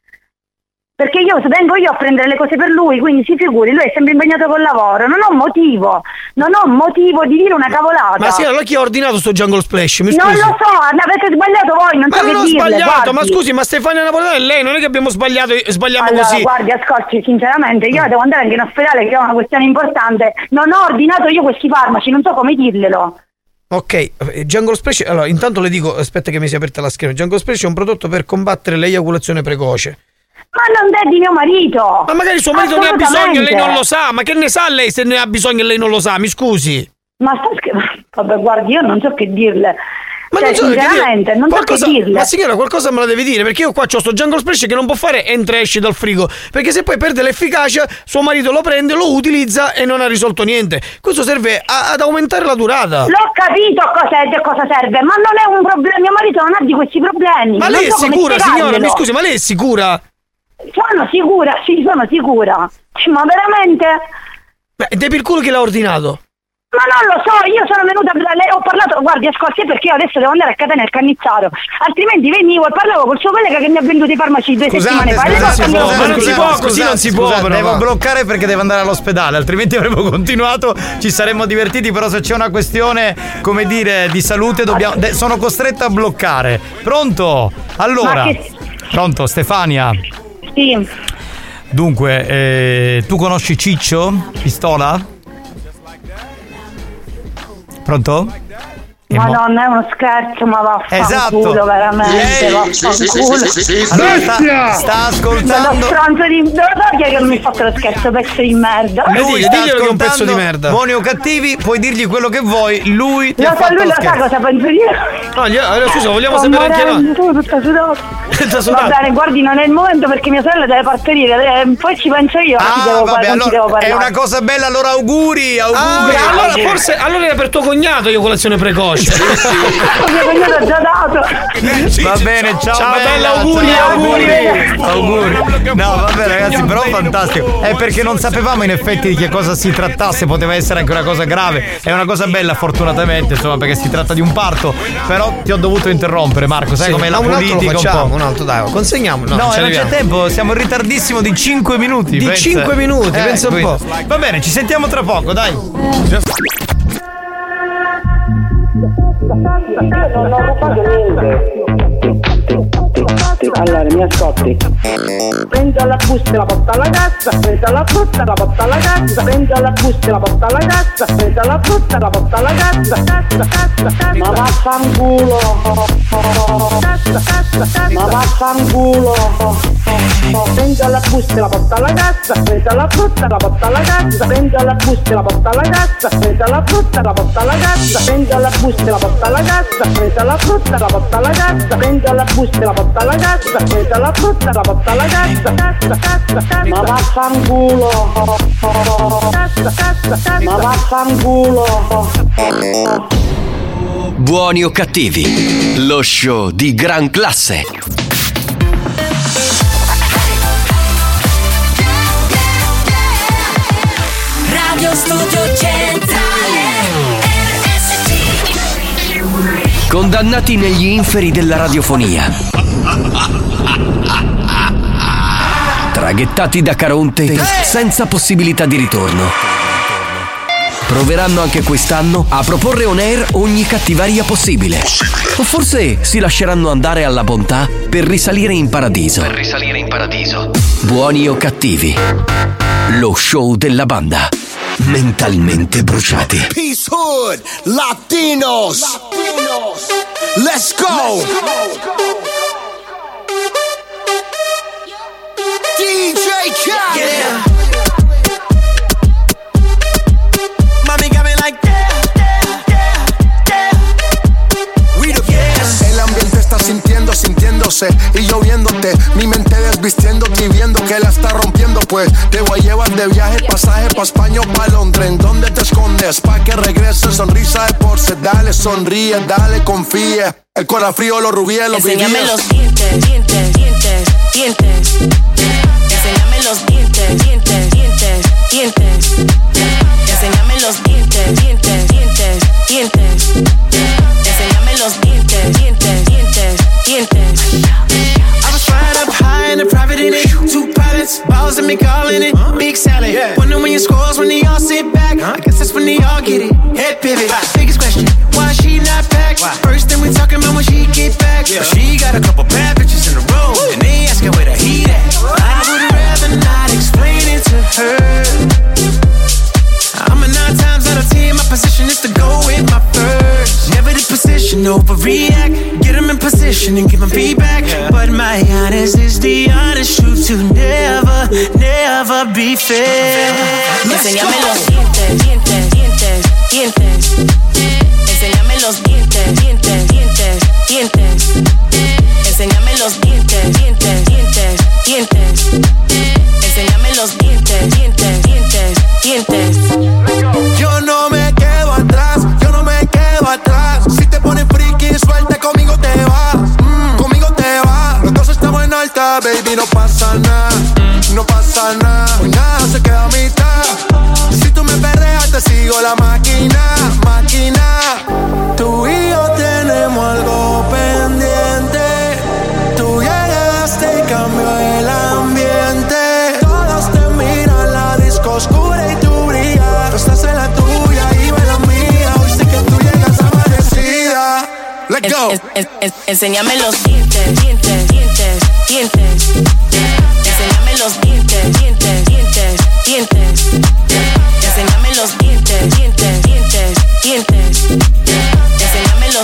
Speaker 13: Perché io vengo io a prendere le cose per lui, quindi si figuri, lui è sempre impegnato col lavoro, non ho motivo, non ho motivo di dire una cavolata.
Speaker 3: Ma sì, allora chi ha ordinato sto Jungle Splash? Mi scusi.
Speaker 13: Non lo so, l'avete sbagliato voi, non
Speaker 3: Ma
Speaker 13: so
Speaker 3: non
Speaker 13: che
Speaker 3: ho
Speaker 13: dirle,
Speaker 3: sbagliato,
Speaker 13: guardi.
Speaker 3: ma scusi, ma Stefania Napoletano è lei, non è che abbiamo sbagliato, sbagliamo
Speaker 13: Allora,
Speaker 3: così.
Speaker 13: guardi, ascolti, sinceramente, io devo andare anche in ospedale che ho una questione importante, non ho ordinato io questi farmaci, non so come dirglielo.
Speaker 3: Ok, eh, Jungle Splash, allora intanto le dico, aspetta che mi sia aperta la scherma. Jungle Splash è un prodotto per combattere l'eiaculazione precoce.
Speaker 13: Ma non è di mio marito!
Speaker 3: Ma magari suo marito ne ha bisogno e lei non lo sa, ma che ne sa lei se ne ha bisogno e lei non lo sa, mi scusi.
Speaker 13: Ma sta scherzando? Vabbè, guardi, io non so che dirle.
Speaker 3: Ma
Speaker 13: cioè,
Speaker 3: non so che
Speaker 13: sinceramente,
Speaker 3: dire.
Speaker 13: non
Speaker 3: Qualcosa-
Speaker 13: so che dirle.
Speaker 3: Ma signora, qualcosa me la deve dire, perché io qua c'ho sto Jungle Splash che non può fare entra e esce dal frigo, perché se poi perde l'efficacia, suo marito lo prende, lo utilizza e non ha risolto niente. Questo serve a- ad aumentare la durata.
Speaker 13: L'ho capito cosa, a cosa serve, ma non è un problema, mio marito non ha di questi problemi.
Speaker 3: Ma
Speaker 13: non
Speaker 3: lei è
Speaker 13: so come
Speaker 3: sicura, signora?
Speaker 13: spiegarglielo.
Speaker 3: Mi scusi, ma lei è sicura?
Speaker 13: Sono sicura, sì, sono sicura. Cioè, ma veramente?
Speaker 3: Ma è per culo che l'ha ordinato?
Speaker 13: Ma non lo so, io sono venuta, lei, ho parlato, guardi, ascolti, perché io adesso devo andare a Catania al Cannizzaro, altrimenti venivo e parlavo col suo collega che mi ha venduto i farmaci due settimane fa. e le
Speaker 3: scusate,
Speaker 13: cose
Speaker 3: scusate,
Speaker 13: me lo-
Speaker 3: ma non si può,
Speaker 13: Scusate,
Speaker 3: così non si può.
Speaker 13: scusate,
Speaker 3: però,
Speaker 1: Devo
Speaker 3: va.
Speaker 1: bloccare perché devo andare all'ospedale, altrimenti avremmo continuato, ci saremmo divertiti, però se c'è una questione, come dire, di salute dobbiamo, de- sono costretto a bloccare. Pronto? Allora,
Speaker 13: Ma che-
Speaker 1: pronto Stefania?
Speaker 13: Sì.
Speaker 1: Dunque, eh, tu conosci Ciccio? Pistola? Pronto? È,
Speaker 13: Madonna, è uno scherzo, ma vaffanculo,
Speaker 3: Esatto.
Speaker 13: veramente,
Speaker 3: Lei-
Speaker 13: vaffanculo.
Speaker 3: Allora, sta, sta ascoltando.
Speaker 13: Lo stronzo di... Dove che non mi ha fatto lo scherzo, pezzo di merda.
Speaker 3: Lui sta ascoltando Buoni o cattivi, puoi dirgli quello che vuoi, lui ti
Speaker 13: Lo
Speaker 3: ha
Speaker 13: sa,
Speaker 3: fatto
Speaker 13: lui
Speaker 3: lo
Speaker 13: lo sa
Speaker 3: scherzo.
Speaker 13: cosa penso io.
Speaker 3: No, gli- allora, scusa, vogliamo
Speaker 13: Sto
Speaker 3: sapere anche
Speaker 13: morendo,
Speaker 3: noi.
Speaker 13: sono tutta sudata.
Speaker 3: Tutta
Speaker 13: Va
Speaker 3: sudata.
Speaker 13: bene, guardi, non è il momento perché mia sorella deve partorire, eh, poi ci penso io, a chi
Speaker 3: Ah,
Speaker 13: devo,
Speaker 3: vabbè,
Speaker 13: par- non ci devo
Speaker 3: allora,
Speaker 13: parlare.
Speaker 3: è una cosa bella, allora auguri, auguri.
Speaker 14: Ah, allora forse allora era per tuo cognato io colazione precoce.
Speaker 13: Mio cognato ha già dato.
Speaker 3: Va bene, ciao,
Speaker 14: Ciao,
Speaker 3: bella,
Speaker 14: bella, auguri,
Speaker 3: ciao,
Speaker 14: auguri.
Speaker 3: auguri. No, vabbè ragazzi, però fantastico. È perché non sapevamo in effetti di che cosa si trattasse, poteva essere anche una cosa grave. È una cosa bella fortunatamente, insomma, perché si tratta di un parto. Però ti ho dovuto interrompere, Marco, sai
Speaker 14: Sì,
Speaker 3: com'è la
Speaker 14: ma un altro lo
Speaker 3: politica
Speaker 14: facciamo,
Speaker 3: un po'.
Speaker 14: un altro, dai, consegniamo. No,
Speaker 3: No,
Speaker 14: non ci
Speaker 3: non c'è
Speaker 14: arriviamo.
Speaker 3: tempo, siamo in ritardissimo di cinque minuti.
Speaker 14: Di
Speaker 3: pensa.
Speaker 14: cinque minuti,
Speaker 3: Eh,
Speaker 14: pensa un
Speaker 3: quindi.
Speaker 14: po'.
Speaker 3: Va bene, ci sentiamo tra poco, dai.
Speaker 10: Non ho rubato niente. Allora, mi ascolti.
Speaker 18: Prendo la busta e la porta alla cassa, prendo la frutta e la porta alla cassa, prendo la busta e la porta alla cassa, prendo la frutta e la porta alla cassa, cassa, cassa, cassa.
Speaker 10: Ma vaffanculo.
Speaker 18: Cassa, cassa, cassa.
Speaker 10: Ma vaffanculo.
Speaker 18: Prendo la busta e la porta alla cassa, prendo la frutta e la porta alla cassa, prendo la busta e la porta alla cassa, prendo la frutta e la porta alla cassa, prendo la busta e la porta alla cassa, prendo la frutta e la porta alla cassa, prendo la busta e la porta alla cassa, prendo la frutta e la porta alla cassa, cassa, cassa, cassa.
Speaker 10: Ma vaffanculo.
Speaker 18: Cassa, cassa, cassa.
Speaker 10: Ma vaffanculo.
Speaker 1: Buoni o cattivi, lo show di gran classe.
Speaker 4: Radio Studio Centrale R S C.
Speaker 1: Condannati negli inferi della radiofonia. Traghettati da Caronte senza possibilità di ritorno. Proveranno anche quest'anno a proporre on air ogni cattiveria possibile. O forse si lasceranno andare alla bontà per risalire in paradiso. Per risalire in paradiso. Buoni o cattivi, lo show della banda. Mentalmente bruciati.
Speaker 15: Peace Hood, Latinos. Latinos. Let's go. D J Khaled. Yeah. Mommy got me like yeah, yeah, yeah, yeah. We the best. El ambiente está sintiendo, sintiéndose y lloviéndote. Mi mente desvistiéndote y viendo que la está rompiendo. Pues te voy a llevar de viaje, pasaje pa' España o pa' Londres. ¿En dónde te escondes? Pa' que regreses, sonrisa de porce. Dale, sonríe, dale, confía. El corazón frío, los rubíes, los
Speaker 9: Enséñame
Speaker 15: vivíes.
Speaker 9: los dientes, dientes, dientes, dientes. Enséñame los dientes, dientes, dientes, dientes. Enséñame los dientes, dientes, dientes, dientes. Enséñame los dientes, dientes, dientes, dientes.
Speaker 16: I was flying up high in a private in it. Two pilots, balls and me calling it Big Sally. Wonder when your scores when they all sit back. I guess that's when they all get it. Head pivot. Biggest question, why she not back? First thing we talking about when she get back. But she got a couple bad bitches in a row, and they asking where the heat at. I would rather not explain it to her. I'm a nine times out of ten, my position is to go with my first. Never the position, overreact. Get them in position and give them feedback. But my honest is the honest truth to never, never be fair. Let's
Speaker 9: Enséñame
Speaker 16: go.
Speaker 9: los dientes, dientes, dientes, dientes. Enséñame los dientes, dientes, dientes, dientes. Enséñame los dientes, dientes, dientes, dientes. Enséñame los dientes, dientes, dientes, dientes.
Speaker 15: Yo no me quedo atrás, yo no me quedo atrás. Si te pones friki, suelta, conmigo te vas, mm, conmigo te vas. Los dos estamos en alta, baby, no pasa nada, no pasa nada. Hoy nada se queda a mitad. Si tú me perreas, te sigo la máquina, máquina. Tú y yo tenemos algo pendiente. Tú llegaste y cambió el ambiente. Todos te miran, la disco oscura y tú brillas. Tú estás en la tuya y yo en la mía. Hoy sé que tú llegas amanecida. Let's go.
Speaker 9: En- en- en- Enséñame los dientes, dientes, dientes, dientes. Enséñame los dientes, dientes, dientes, dientes. Enséñame los dientes, dientes, dientes, dientes. Enséñame los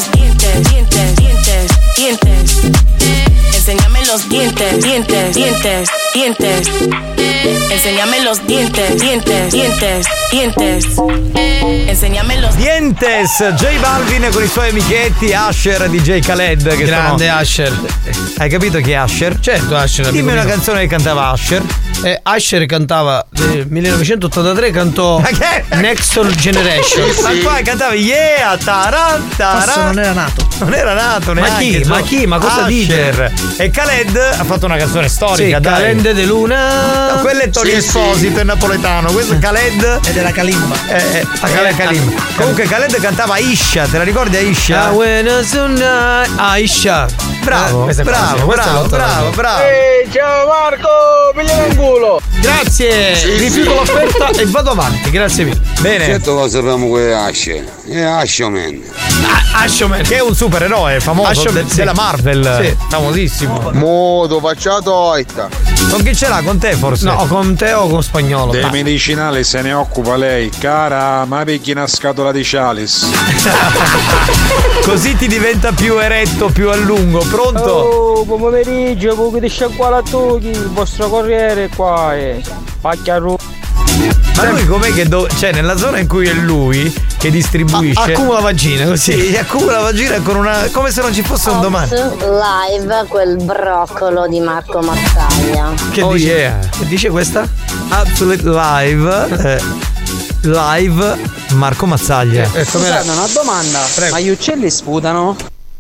Speaker 9: dientes, dientes. Enséñame los dientes, dientes, dientes, dientes. Enséñame los
Speaker 3: Dientes, J Balvin con i suoi amichetti, Usher e D J Khaled. Che
Speaker 14: Grande
Speaker 3: sono...
Speaker 14: Usher.
Speaker 3: Hai capito chi è Usher?
Speaker 14: Certo, Usher.
Speaker 3: Dimmi una canzone che cantava Usher.
Speaker 14: Eh, Usher cantava nel millenovecentottantatré, cantò Next Generation.
Speaker 3: Ma qua cantava Yeah, taran, taran.
Speaker 2: Forse non era nato.
Speaker 3: Non era nato
Speaker 14: Ma
Speaker 3: neanche.
Speaker 14: chi? Ma chi? Ma cosa
Speaker 3: Usher.
Speaker 14: dice?
Speaker 3: E Khaled ha fatto una canzone storica,
Speaker 14: Sì,
Speaker 3: dai.
Speaker 14: Calende de Luna.
Speaker 3: No, quello è Tony
Speaker 14: Sì,
Speaker 3: Esposito,
Speaker 14: sì.
Speaker 3: è napoletano. Questo è Khaled.
Speaker 2: Ed era Kalimba.
Speaker 3: Eh, eh, Khaled, Kalimba. Comunque Khaled cantava Aisha, te la ricordi Aisha?
Speaker 14: Ah, when it's tonight. Aisha.
Speaker 3: Bravo,
Speaker 14: Eh, questa è
Speaker 3: bravo,
Speaker 14: facile, questa
Speaker 3: bravo,
Speaker 14: l'ho trovata.
Speaker 3: bravo, bravo.
Speaker 17: Ehi, ciao Marco, pigliami un culo.
Speaker 14: Grazie,
Speaker 17: Sì,
Speaker 14: rifiuto
Speaker 17: sì.
Speaker 14: l'offerta e vado avanti, grazie mille.
Speaker 3: Bene.
Speaker 11: Certo lo sappiamo che è Asher. È Asher Man.
Speaker 14: Ashman,
Speaker 3: che è un supereroe famoso
Speaker 14: Ashman,
Speaker 3: de-
Speaker 14: sì.
Speaker 3: della Marvel,
Speaker 14: Sì.
Speaker 3: famosissimo.
Speaker 11: Modo, facciato oita.
Speaker 3: Con chi ce l'ha? Con te forse?
Speaker 14: No, con te o con spagnolo?
Speaker 19: Dei
Speaker 14: Ma-
Speaker 19: medicinali se ne occupa lei, cara, ma perché una scatola di Chalice?
Speaker 3: Così ti diventa più eretto, più a lungo. Pronto?
Speaker 22: Oh, buon pomeriggio, poco di sciacquale a tocchi, il vostro corriere qua è pacchiarro.
Speaker 3: Ma lui com'è che do- cioè nella zona in cui è lui che distribuisce
Speaker 14: A- accumula vagina così.
Speaker 3: Sì, accumula vagina con una come se non ci fosse un domani.
Speaker 23: Live quel broccolo di Marco Mazzaglia.
Speaker 14: Che
Speaker 3: Oh,
Speaker 14: dice?
Speaker 3: yeah.
Speaker 14: Che dice questa?
Speaker 3: Absolute Live eh, Live Marco Mazzaglia.
Speaker 14: Eh, com'era?
Speaker 10: Scusate, una domanda.
Speaker 14: Prego.
Speaker 10: Ma gli uccelli sputano?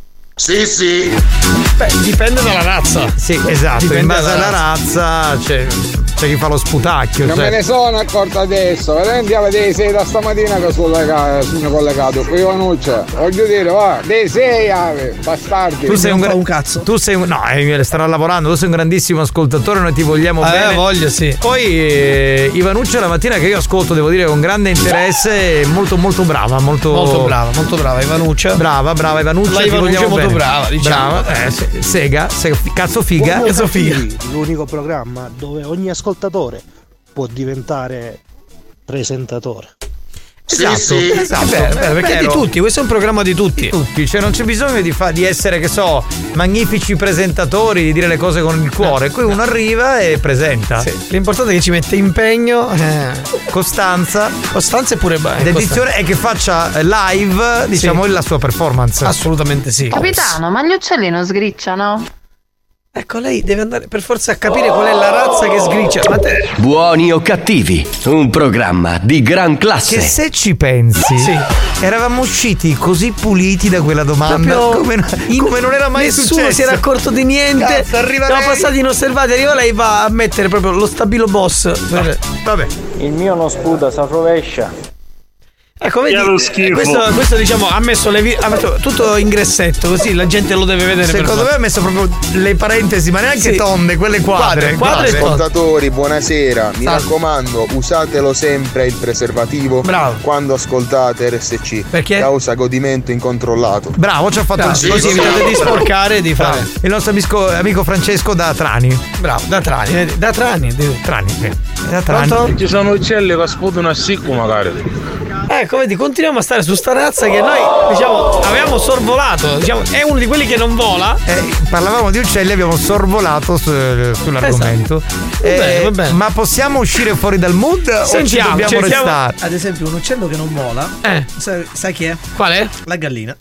Speaker 11: Sì, sì.
Speaker 14: Beh, dipende dalla razza.
Speaker 3: Sì, esatto,
Speaker 14: Dipende
Speaker 3: in base
Speaker 14: dalla
Speaker 3: alla razza c'è, c'è chi fa lo sputacchio.
Speaker 17: Non
Speaker 3: cioè.
Speaker 17: me ne sono accorto adesso, andiamo dei sei da stamattina che sono collegato, sono collegato, qui Ivanuccia, voglio dire, va, dei sei ave, bastardi.
Speaker 3: Tu sei un,
Speaker 2: Non fa
Speaker 3: gra-
Speaker 2: un cazzo.
Speaker 3: Tu sei un. No, eh, starà lavorando, tu sei un grandissimo ascoltatore, noi ti vogliamo
Speaker 14: Eh,
Speaker 3: bene.
Speaker 14: voglio, sì.
Speaker 3: Poi eh, Ivanuccia la mattina che io ascolto, devo dire, con grande interesse, è molto molto brava, molto.
Speaker 14: Molto brava, molto brava, Ivanuccia.
Speaker 3: Brava, brava Ivanuccia.
Speaker 14: La
Speaker 3: ti
Speaker 14: Ivanuccia è
Speaker 3: vogliamo
Speaker 14: molto
Speaker 3: bene.
Speaker 14: brava, diciamo.
Speaker 3: Brava, eh, se- sega, sega, cazzo figa.
Speaker 14: Cazzo figa.
Speaker 25: L'unico programma dove ogni ascoltatore può diventare presentatore.
Speaker 3: Esatto,
Speaker 11: sì.
Speaker 3: esatto.
Speaker 14: È vero, è vero, perché è di
Speaker 3: Vero.
Speaker 14: tutti, questo è un programma di tutti.
Speaker 3: Tutti, cioè non c'è bisogno di, fa- di essere, che so, magnifici presentatori, di dire le cose con il cuore. Qui uno arriva e presenta.
Speaker 14: Sì. L'importante è che ci mette impegno, eh,
Speaker 3: Costanza,
Speaker 14: costanza e pure bene.
Speaker 3: dedizione e che faccia live, diciamo, la sua performance.
Speaker 14: Assolutamente sì.
Speaker 5: Capitano, ma gli uccelli non sgricciano?
Speaker 14: Ecco, lei deve andare per forza a capire qual è la razza che sgriccia. Ma te.
Speaker 1: Buoni o cattivi, un programma di gran classe.
Speaker 3: Che se ci pensi,
Speaker 14: Sì.
Speaker 3: eravamo usciti così puliti da quella domanda,
Speaker 14: Proprio
Speaker 3: come,
Speaker 14: in-
Speaker 3: come non era mai
Speaker 14: nessuno
Speaker 3: successo.
Speaker 14: si era accorto di niente.
Speaker 3: Cazzo, arriva
Speaker 14: Siamo
Speaker 3: lei.
Speaker 14: passati inosservati. Arriva lei, va a mettere proprio lo stabilo boss. per-
Speaker 3: Vabbè.
Speaker 22: Il mio non sputa, si rovescia.
Speaker 14: Ecco, vedi, eh, questo, questo diciamo ha messo, le vi- ha messo tutto in gressetto, così la gente lo deve vedere. per
Speaker 3: Secondo me
Speaker 14: forza.
Speaker 3: ha messo proprio le parentesi, ma neanche
Speaker 14: Sì.
Speaker 3: tonde, quelle quadre.
Speaker 14: Quadre, quadre e tonde.
Speaker 11: Ascoltatori, buonasera. Mi
Speaker 14: Salve.
Speaker 11: raccomando, usatelo sempre il preservativo
Speaker 14: Bravo.
Speaker 11: quando ascoltate R S C.
Speaker 14: Perché?
Speaker 11: Causa godimento incontrollato.
Speaker 3: Bravo, ci ha fatto
Speaker 14: Bravo,
Speaker 3: il
Speaker 14: così
Speaker 3: sì,
Speaker 14: evitate
Speaker 3: sì.
Speaker 14: di sporcare e di fare.
Speaker 3: Bravo. Il nostro amico, amico Francesco da Trani.
Speaker 14: Bravo, da Trani, vedi, da Trani. di-
Speaker 3: Trani, sì. Da Trani.
Speaker 14: Pronto?
Speaker 17: Ci sono uccelli che sputano a sicco magari.
Speaker 14: Ecco, vedi, continuiamo a stare su sta razza che noi, diciamo, avevamo sorvolato. Diciamo, è uno di quelli che non vola.
Speaker 3: Eh, parlavamo di uccelli, abbiamo sorvolato su- sull'argomento.
Speaker 14: Esatto. Va bene, va bene.
Speaker 3: Ma possiamo uscire fuori dal mood o ci
Speaker 14: Sentiamo,
Speaker 3: dobbiamo
Speaker 14: cerchiamo-
Speaker 3: restare?
Speaker 2: Ad esempio, un uccello che non vola,
Speaker 14: Eh,
Speaker 2: sai, sai chi è?
Speaker 14: qual è?
Speaker 2: La gallina.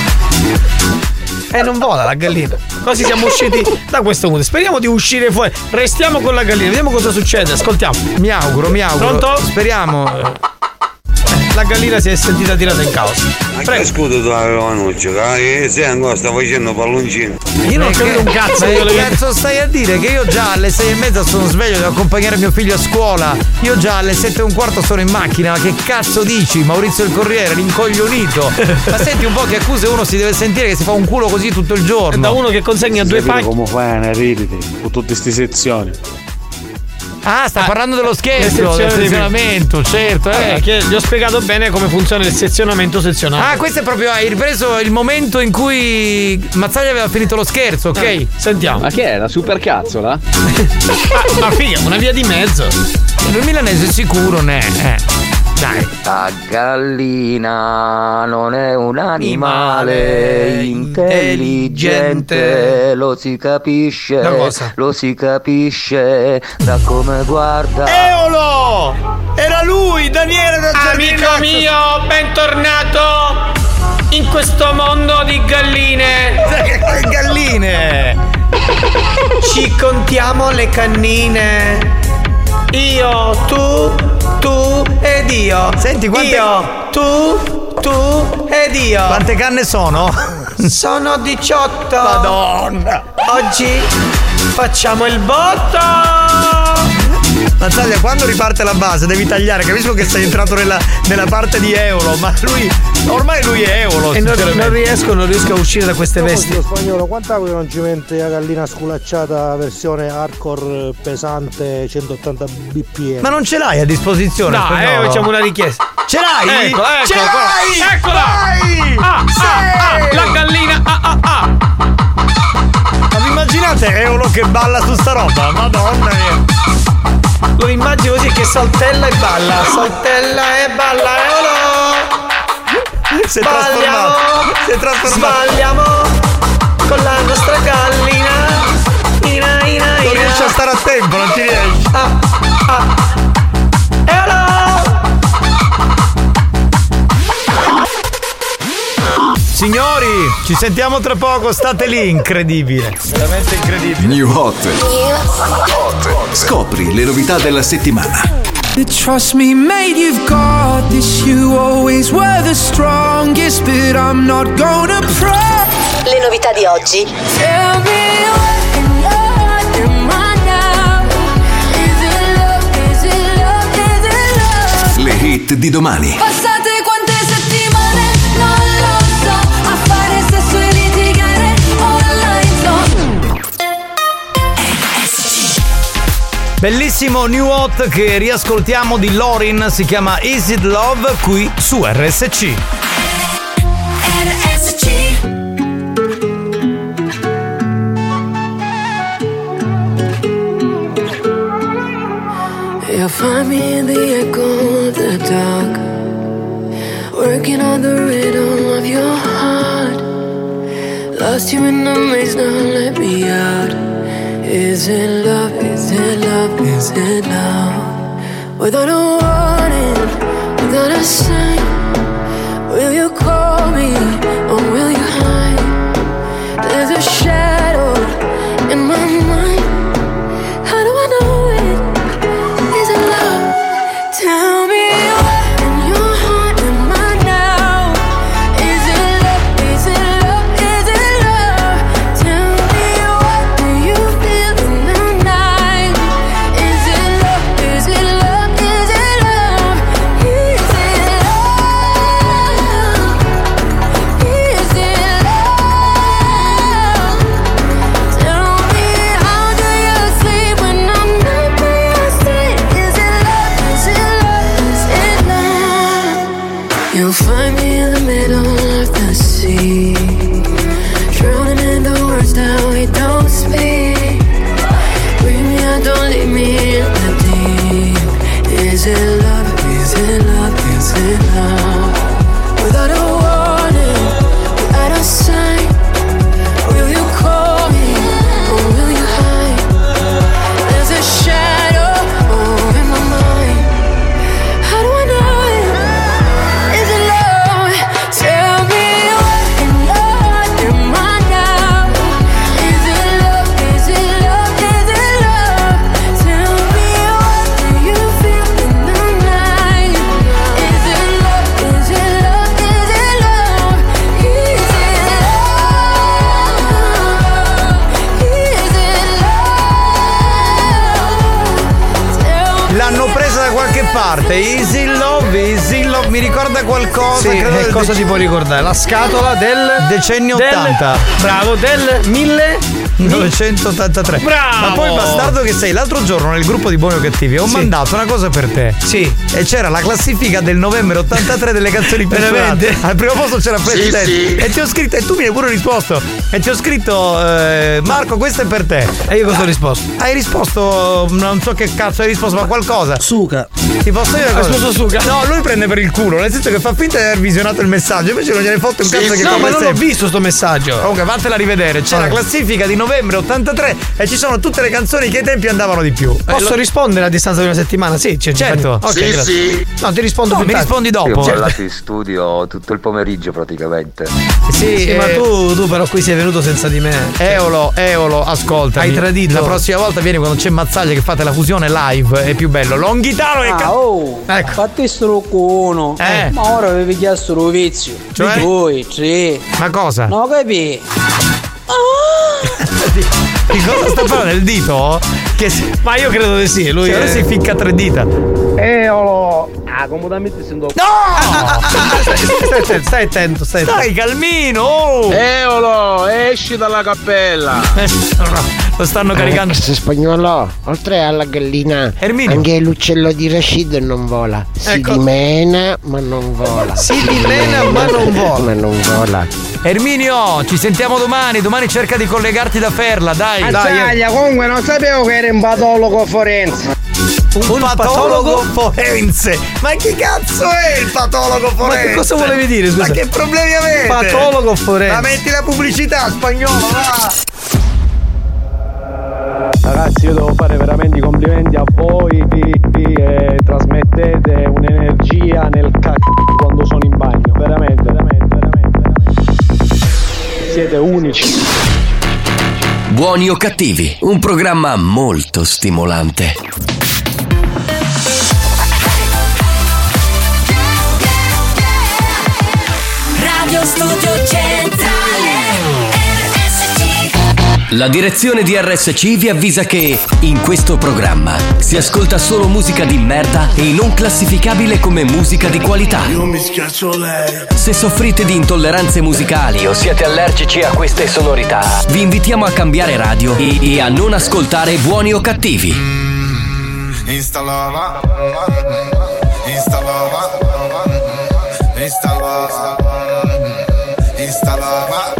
Speaker 14: Eh, non vola la gallina. Così siamo usciti da questo mood. Speriamo di uscire fuori. Restiamo con la gallina, vediamo cosa succede. Ascoltiamo.
Speaker 3: Mi auguro, mi auguro.
Speaker 14: Pronto?
Speaker 3: Speriamo.
Speaker 14: Eh, La gallina si è sentita tirata in causa.
Speaker 11: Prego. Scusa tu aveva noce, che se ancora sta facendo palloncino.
Speaker 14: Io non ho capito un cazzo
Speaker 3: Ma
Speaker 14: di quello
Speaker 3: che
Speaker 14: che.
Speaker 3: cazzo stai a dire? Che io già alle sei e mezza sono sveglio, devo accompagnare mio figlio a scuola. Io già alle sette e un quarto sono in macchina. Ma che cazzo dici? Maurizio il Corriere, l'incoglionito. Ma senti un po' che accuse uno si deve sentire che si fa un culo così tutto il giorno.
Speaker 14: Da uno che consegna due pacchi.
Speaker 19: Come fai a riditi con tutte queste sezioni?
Speaker 3: Ah, sta parlando dello
Speaker 14: le
Speaker 3: scherzo,
Speaker 14: sezioni
Speaker 3: del
Speaker 14: di-
Speaker 3: sezionamento, certo.
Speaker 14: Allora,
Speaker 3: Eh.
Speaker 14: che gli ho spiegato bene come funziona il sezionamento sezionato.
Speaker 3: Ah, questo è proprio, hai ripreso il momento in cui Mazzaglia aveva finito lo scherzo, ok?
Speaker 14: Eh, sentiamo.
Speaker 26: Ma che è? La supercazzola?
Speaker 14: Ah, ma figa, una via di mezzo.
Speaker 3: Il milanese sicuro ne è. Eh. Dai.
Speaker 10: La gallina non è un animale intelligente, lo si capisce, lo si capisce da come guarda.
Speaker 14: Eolo! Era lui, Daniele da
Speaker 22: Amico mio, bentornato in questo mondo di galline.
Speaker 14: Galline!
Speaker 22: Ci contiamo le cannine. Io, tu, tu ed io.
Speaker 3: Senti quante...
Speaker 22: Io, tu, tu ed io.
Speaker 3: Quante canne sono?
Speaker 22: Sono diciotto.
Speaker 3: Madonna.
Speaker 22: Oggi facciamo il botto.
Speaker 3: Mazzaglia, quando riparte la base devi tagliare. Capisco che sei entrato nella, nella parte di Eolo, ma lui ormai lui è Eolo.
Speaker 2: E non, non riesco, non riesco a uscire da queste vesti.
Speaker 25: Spagnolo, quant'è che non ci mette la gallina sculacciata versione hardcore pesante centottanta B P M?
Speaker 3: Ma non ce l'hai a disposizione?
Speaker 22: No, eh, facciamo una richiesta.
Speaker 3: Ce l'hai?
Speaker 22: Ecco, ecco,
Speaker 3: ce l'hai?
Speaker 22: Eccola!
Speaker 3: Vai!
Speaker 22: Ah, ah, ah, la gallina ah ah ah.
Speaker 3: Ma vi immaginate Eolo che balla su sta roba? Madonna mia.
Speaker 22: Lo immagino così che saltella e balla, saltella e balla, Eolo.
Speaker 3: Si è trasformato. Si è trasformato.
Speaker 22: Sbagliamo con la nostra gallina. Ina, ina, ina.
Speaker 3: Non riesci a stare a tempo, non ti riesci.
Speaker 22: Ah, ah. Eolo.
Speaker 3: Signori, ci sentiamo tra poco, state lì, incredibile. Veramente incredibile.
Speaker 6: New Hot. Scopri le novità della settimana.
Speaker 7: Trust me, mate, you've got this. You always were the strongest, but I'm not gonna pray.
Speaker 12: Le novità di oggi.
Speaker 7: Tell me what in love am I now? Is it love? Is it love? Is it love?
Speaker 6: Le hit di domani.
Speaker 4: Passate quante settimane, non lo so, a fare sesso e litigare online zone.
Speaker 3: Bellissimo New Hot che riascoltiamo di Lorin, si chiama Is It Love, qui su R S C.
Speaker 4: R S C.
Speaker 7: You'll find me in the echo of the dark, working on the rhythm of your heart. Lost you in the maze, now let me out. Is it love, is it love, is it love? Without a warning, without a sign, will you call me or will you hide? There's a shadow in my mind. How do I know it? Is it love? Tell me what in your heart am I now? Is it love? Is it love? Is it love? Tell me what do you feel in the night? Is it love? Is it love? Is it love? Is it love? Is it love? Tell me how do you sleep when I'm not by your side? Is it love? Is it love? Is it love? You'll find me in the middle of the sea, drowning in the words that we don't speak. Bring me out, don't leave me in the deep. Is it love? Is it love? Is it love? Without a warning, without a sign, will you call me or will you hide? There's a shadow oh, in my mind. How do I know it? Is it love? Tell me what in love am I now? Is it love? Is it love? Is it love? Tell me what do you feel in the night? Is it love? Is it love? Is it love? Is it
Speaker 3: L'hanno presa da qualche parte. Easy Love, Easy Love, mi ricorda qualcosa.
Speaker 2: Sì,
Speaker 3: credo
Speaker 2: che
Speaker 3: del
Speaker 2: cosa
Speaker 3: dec-
Speaker 2: ti può ricordare? La scatola del
Speaker 3: decennio
Speaker 2: del-
Speaker 3: ottanta.
Speaker 2: Bravo, del mille
Speaker 3: millenovecentottantatré.
Speaker 14: Bravo!
Speaker 3: Ma poi bastardo che sei, l'altro giorno nel gruppo di Buoni o Cattivi ho
Speaker 14: Sì.
Speaker 3: mandato una cosa per te.
Speaker 14: Sì.
Speaker 3: E c'era la classifica del novembre ottantatré delle canzoni più
Speaker 14: Veramente?
Speaker 3: suonate. Al primo posto c'era Presidente.
Speaker 14: sì.
Speaker 3: E ti ho scritto, e tu mi hai pure risposto. E ti ho scritto, eh, Marco, questo è per te.
Speaker 14: E io cosa ho risposto?
Speaker 3: Hai risposto, non so che cazzo hai risposto, ma qualcosa.
Speaker 2: Suca.
Speaker 3: Ti posso dire
Speaker 14: Hai
Speaker 3: cosa?
Speaker 14: risposto Suca?
Speaker 3: No, lui prende per il culo, nel senso che fa finta di aver visionato il messaggio, invece non gliene fotte un
Speaker 14: Sì,
Speaker 3: cazzo
Speaker 14: sì.
Speaker 3: che
Speaker 14: No,
Speaker 3: come
Speaker 14: ma non l'ho
Speaker 3: sempre.
Speaker 14: visto sto messaggio.
Speaker 3: Comunque vattela a rivedere, c'è
Speaker 14: Vabbè.
Speaker 3: la classifica di novembre ottantatré e ci sono tutte le canzoni che ai tempi andavano di più.
Speaker 14: Posso
Speaker 3: Eh, lo-
Speaker 14: rispondere a distanza di una settimana? Sì, c'è
Speaker 3: Certo.
Speaker 14: Ok,
Speaker 3: Sì,
Speaker 14: grazie.
Speaker 3: sì.
Speaker 14: No, ti rispondo
Speaker 3: No,
Speaker 14: più
Speaker 3: mi
Speaker 14: tardi.
Speaker 3: rispondi dopo.
Speaker 8: Io ho
Speaker 3: Certo.
Speaker 8: ballato in studio tutto il pomeriggio praticamente.
Speaker 3: Sì,
Speaker 14: Sì,
Speaker 3: eh,
Speaker 14: ma tu, tu però qui sei venuto senza di me.
Speaker 3: Eolo, Eolo, ascolta.
Speaker 14: Hai tradito.
Speaker 3: La prossima volta vieni quando c'è Mazzaglia che fate la fusione live, è più bello. Longhitano e
Speaker 10: Ah,
Speaker 3: ca-
Speaker 10: oh,
Speaker 3: Ecco.
Speaker 10: fatti sto uno.
Speaker 3: Eh.
Speaker 10: Ma ora avevi chiesto lo vizio.
Speaker 3: Cioè?
Speaker 10: Due, tre.
Speaker 3: Ma cosa?
Speaker 10: No, capi?
Speaker 3: Di cosa sta parlando? Del dito? Che si...
Speaker 14: Ma io credo di sì, lui
Speaker 3: Cioè, lui
Speaker 14: è-
Speaker 3: si ficca tre dita.
Speaker 10: Eolo. Ah, comodamente sento.
Speaker 3: No!
Speaker 14: stai, stai, stai, stai attento, stai attento.
Speaker 3: Stai calmino! Oh!
Speaker 17: Eolo, esci dalla cappella.
Speaker 3: Eh, no, lo stanno caricando.
Speaker 12: Alex spagnolo, oltre alla gallina,
Speaker 3: Erminio.
Speaker 12: anche l'uccello di Rashid non vola. Si
Speaker 3: Ecco.
Speaker 12: dimena ma non vola.
Speaker 14: Si dimena, ma non vola.
Speaker 12: Ma non vola.
Speaker 3: Erminio, ci sentiamo domani. Domani cerca di collegarti da Ferla, dai. dai.
Speaker 18: Azzaglia, comunque non sapevo che era un patologo forense.
Speaker 3: Un,
Speaker 14: Un
Speaker 3: patologo,
Speaker 14: patologo
Speaker 3: forense. Ma che cazzo è il patologo forense?
Speaker 14: Ma che cosa volevi dire, scusa?
Speaker 3: Ma che problemi avete?
Speaker 14: Patologo forense.
Speaker 3: Ma metti la pubblicità, spagnolo, va!
Speaker 20: Ragazzi, io devo fare veramente i complimenti a voi che trasmettete un'energia nel c***o quando sono in bagno. Veramente, veramente, veramente, veramente. Siete unici.
Speaker 1: Buoni o cattivi, un programma molto stimolante.
Speaker 4: Radio Studio Centrale R S C.
Speaker 1: La direzione di R S C vi avvisa che in questo programma si ascolta solo musica di merda e non classificabile come musica di qualità.
Speaker 15: Io mi schiaccio lei.
Speaker 1: Se soffrite di intolleranze musicali o siete allergici a queste sonorità, vi invitiamo a cambiare radio e, e a non ascoltare Buoni o Cattivi.
Speaker 15: Installava. Installava. Installava. Installava.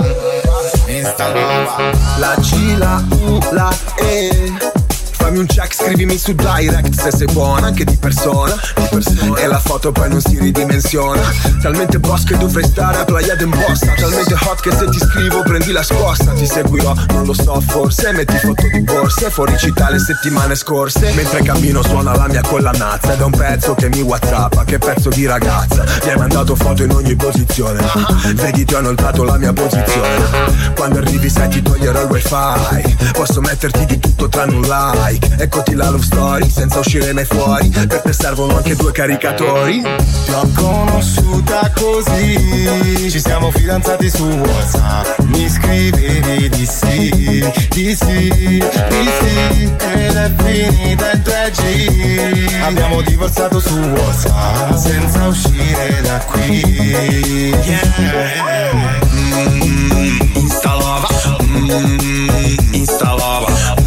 Speaker 15: Installava. La G, la U, la E. Fammi un check, scrivimi su direct se sei buona, anche di persona, di persona. E la foto poi non si ridimensiona. Talmente boss che dovrei stare a Playa d'Embossa. Talmente hot che se ti scrivo prendi la scossa. Ti seguirò, non lo so forse. Metti foto di borse, fuori città le settimane scorse. Mentre cammino suona la mia collanazza. Ed è un pezzo che mi whatsappa, che pezzo di ragazza. Mi hai mandato foto in ogni posizione. Vedi ti ho inoltrato la mia posizione. Quando arrivi sai ti toglierò il wifi. Posso metterti di tutto tranne un like. Eccoti la love story, senza uscire mai fuori. Per te servono anche due caricatori. Ti ho conosciuta così, ci siamo fidanzati su WhatsApp. Mi scrivevi di sì, di sì, di sì. Ed è finita in tre G. Abbiamo divorziato su WhatsApp, senza uscire da qui. Yeah. Mm, installava, mm, installava.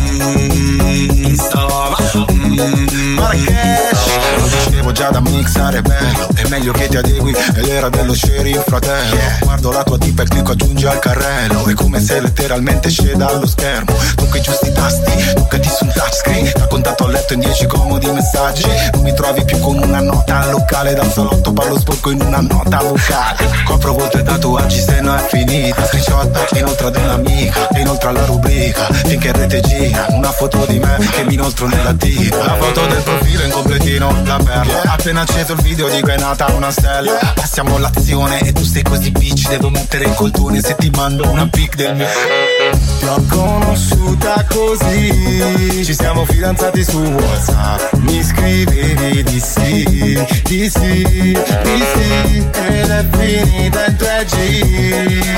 Speaker 15: Installava mm, Marrakesh. Lo dicevo già da mixare bello. È meglio che ti adegui, è l'era dello sheriff fratello. Yeah. Guardo la tua tipa e clicco aggiungi al carrello. È come se letteralmente sceda allo schermo. Tocca i giusti tasti, toccati su un touchscreen. Da contatto a letto in dieci comodi messaggi. Non mi trovi più con una nota al locale. Dal salotto parlo sporco in una nota vocale. Copro volte e tatuaggi se no è finita. Screenshot inoltre ad un'amica e inoltre alla rubrica. Finché in rete gira una foto di me che mi inoltro nella tipa. La foto del profilo in completino, la perla. Appena acceso il video dico è nata una stella. Passiamo all'azione e tu sei così bitch. Devo mettere il coltone se ti mando una pic del mio. Ti ho conosciuta così, ci siamo fidanzati su WhatsApp. Mi scrivevi di sì, di sì, di sì. Ed è finita in tre G.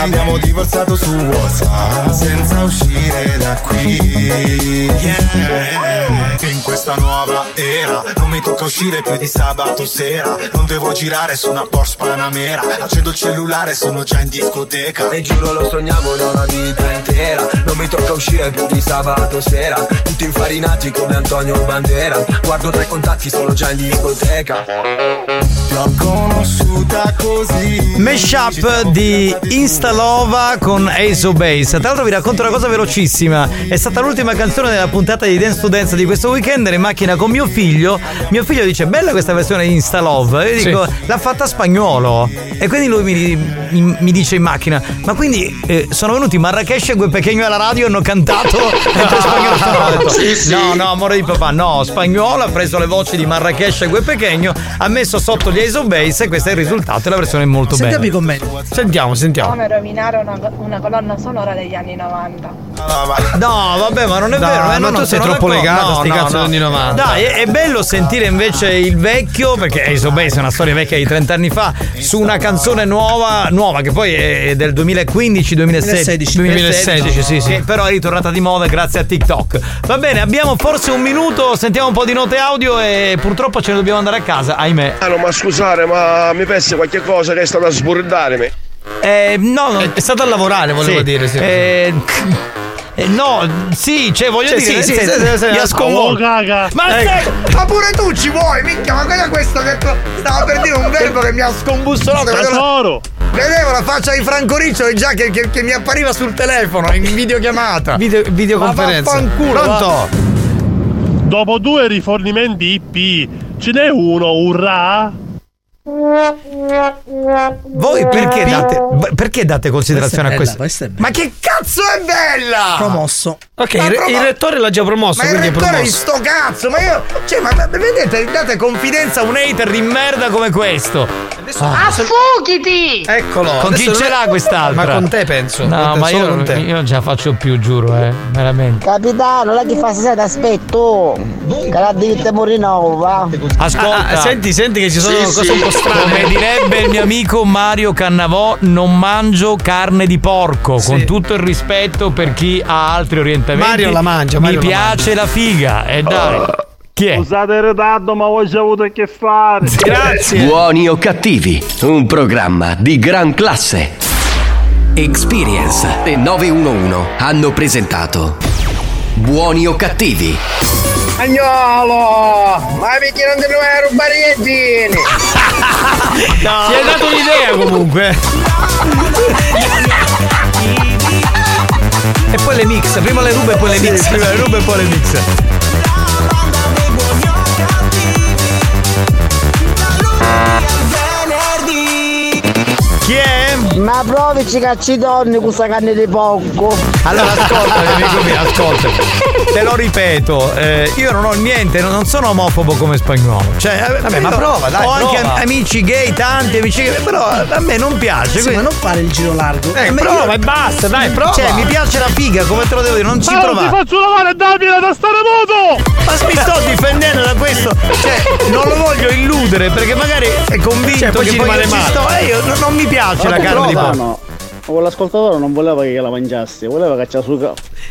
Speaker 15: abbiamo divorziato su WhatsApp senza uscire da qui. Yeah. In questa nuova era non mi tocca uscire più di sabato sera. Non devo girare su una Porsche Panamera. Accendo il cellulare, sono già in discoteca.
Speaker 9: E giuro lo sognavo da una vita intera. Non mi tocca uscire più di sabato sera. Tutti infarinati come Antonio Bandera. Guardo tra i contatti, sono già in discoteca.
Speaker 15: L'ho conosciuta così.
Speaker 3: Mashup di Instalova con Ace of Base. Tra l'altro vi racconto una cosa velocissima. È stata l'ultima canzone della puntata di Dance to Dance di questo weekend. Ero in macchina con mio figlio. Mio figlio dice bella questa versione di Instalova. E io dico sì, l'ha fatta spagnolo. E quindi lui mi, mi dice in macchina ma quindi eh, sono venuti Marrakesh e Gue Pequeño alla radio e hanno cantato mentre spagnolo stava. Sì, sì. No no amore di papà, no, spagnolo ha preso le voci di Marrakesh e Gue Pequeño, ha messo sotto gli Ace of Base e questo è il risultato e la versione è molto bella.
Speaker 2: Sentiamo i commenti.
Speaker 3: Sentiamo, sentiamo.
Speaker 13: Come rovinare una, una colonna sonora degli anni novanta.
Speaker 3: No, vabbè, ma non è
Speaker 14: no,
Speaker 3: vero.
Speaker 14: Ma
Speaker 3: no,
Speaker 14: tu
Speaker 3: no,
Speaker 14: sei
Speaker 3: sono
Speaker 14: troppo
Speaker 3: d'accordo.
Speaker 14: legato a
Speaker 3: no,
Speaker 14: sti
Speaker 3: no,
Speaker 14: cazzo
Speaker 3: no.
Speaker 14: degli anni novanta.
Speaker 3: Dai, è, è bello sentire invece il vecchio, perché Ace of Base è una storia vecchia di trenta anni fa, su una canzone nuova, nuova che poi è del duemilaquindici duemilasedici
Speaker 14: duemilasedici sì, sì.
Speaker 3: Che però è ritornata di moda grazie a TikTok. Va bene, abbiamo forse un minuto, sentiamo un po' di note audio e purtroppo ce ne dobbiamo andare a casa, ahimè.
Speaker 16: Ah no, ma scusate, ma mi pensi qualche cosa che è stata a sbordarmi?
Speaker 3: Eh, no, no.
Speaker 14: È, è stato a lavorare, volevo
Speaker 3: sì.
Speaker 14: dire, sì.
Speaker 3: Eh, eh, no, sì, cioè voglio
Speaker 14: cioè,
Speaker 3: dire,
Speaker 14: sì,
Speaker 3: sì,
Speaker 14: sì,
Speaker 3: sì,
Speaker 14: sì,
Speaker 3: sì,
Speaker 14: sì,
Speaker 3: sconvolto.
Speaker 14: caga.
Speaker 3: Ma,
Speaker 14: ecco.
Speaker 3: sei, ma pure tu ci vuoi, minchia, ma cosa è questo? Che stavo per dire un verbo che mi ha scombussolato.
Speaker 14: Tesoro.
Speaker 3: Vedevo la faccia di Franco Riccioli già che, che, che mi appariva sul telefono in videochiamata.
Speaker 14: Video, videoconferenza.
Speaker 3: Ma vaffanculo, pronto?
Speaker 14: Va.
Speaker 21: Dopo due rifornimenti I P, ce n'è uno, urrà?
Speaker 3: Voi perché date perché date considerazione a questo?
Speaker 2: Questa è bella.
Speaker 3: Ma che cazzo è bella?
Speaker 2: Promosso.
Speaker 14: Ok,
Speaker 3: Ma
Speaker 14: il,
Speaker 3: promo-
Speaker 14: il rettore l'ha già promosso,
Speaker 3: Ma il
Speaker 14: quindi è
Speaker 3: rettore di
Speaker 14: promosso.
Speaker 3: sto cazzo, ma io. Cioè, ma ma vedete, date confidenza a un hater di merda come questo.
Speaker 5: Ah, Affugiti!
Speaker 3: Eccolo. Con chi
Speaker 14: Adesso
Speaker 3: ce
Speaker 14: non
Speaker 3: l'ha
Speaker 14: è-
Speaker 3: quest'altra?
Speaker 14: Ma con te penso.
Speaker 3: No,
Speaker 14: Con te,
Speaker 3: ma
Speaker 14: solo
Speaker 3: io,
Speaker 14: con te.
Speaker 3: io non ce la faccio più, giuro, eh. Veramente.
Speaker 10: Capitano, lei che fa stasera aspetto. Che la ditta Morinova.
Speaker 3: Ascolta.
Speaker 14: Ah, ah, senti, senti che ci sono
Speaker 3: Sì,
Speaker 14: cose
Speaker 3: sì.
Speaker 14: un po' strane.
Speaker 3: Come direbbe il mio amico Mario Cannavò, non mangio carne di porco.
Speaker 14: Sì.
Speaker 3: Con tutto il rispetto per chi ha altri orientamenti.
Speaker 14: Mario la mangia,
Speaker 3: Mi
Speaker 14: Mario la
Speaker 3: piace la figa. E dai. Chi è?
Speaker 21: Scusate il ritardo, ma ho già avuto a che fare.
Speaker 14: Grazie.
Speaker 1: Buoni o cattivi, un programma di gran classe. Experience e nove uno uno hanno presentato Buoni o cattivi.
Speaker 10: Agnolo! Ma perché non ti vai a rubare i ghiacini?
Speaker 3: No.
Speaker 14: Ti hai dato un'idea comunque.
Speaker 3: E poi le mix, prima le ruba e poi le mix. Prima le ruba e poi le mix. Chi è?
Speaker 10: Ma provici cacci donne con questa carne di porco.
Speaker 3: Allora ascolta, amico mio, ascolta. Te lo ripeto, eh, io non ho niente, non sono omofobo come spagnolo. Cioè,
Speaker 14: Vabbè, ma prova, dai,
Speaker 3: ho anche
Speaker 14: prova.
Speaker 3: amici gay, tanti amici gay, però a me non piace.
Speaker 2: Sì,
Speaker 3: quindi-
Speaker 2: ma non fare il giro largo.
Speaker 3: Eh,
Speaker 2: A me-
Speaker 3: prova
Speaker 2: io-
Speaker 3: e basta, dai, prova. Cioè, mi piace la figa, come te lo devo dire, non ci
Speaker 21: Ma non
Speaker 3: provare.
Speaker 21: ti faccio lavare Davide da stare muto!
Speaker 3: Ma mi sto difendendo da questo. Cioè, non lo voglio illudere perché magari è convinto
Speaker 14: Cioè, poi
Speaker 3: che
Speaker 14: ci
Speaker 3: poi
Speaker 14: rimane
Speaker 3: io ci
Speaker 14: male.
Speaker 3: sto. E io non, non mi piace la carne di porco.
Speaker 20: No, quell'ascoltatore non voleva che la mangiassi, voleva che ce la suga.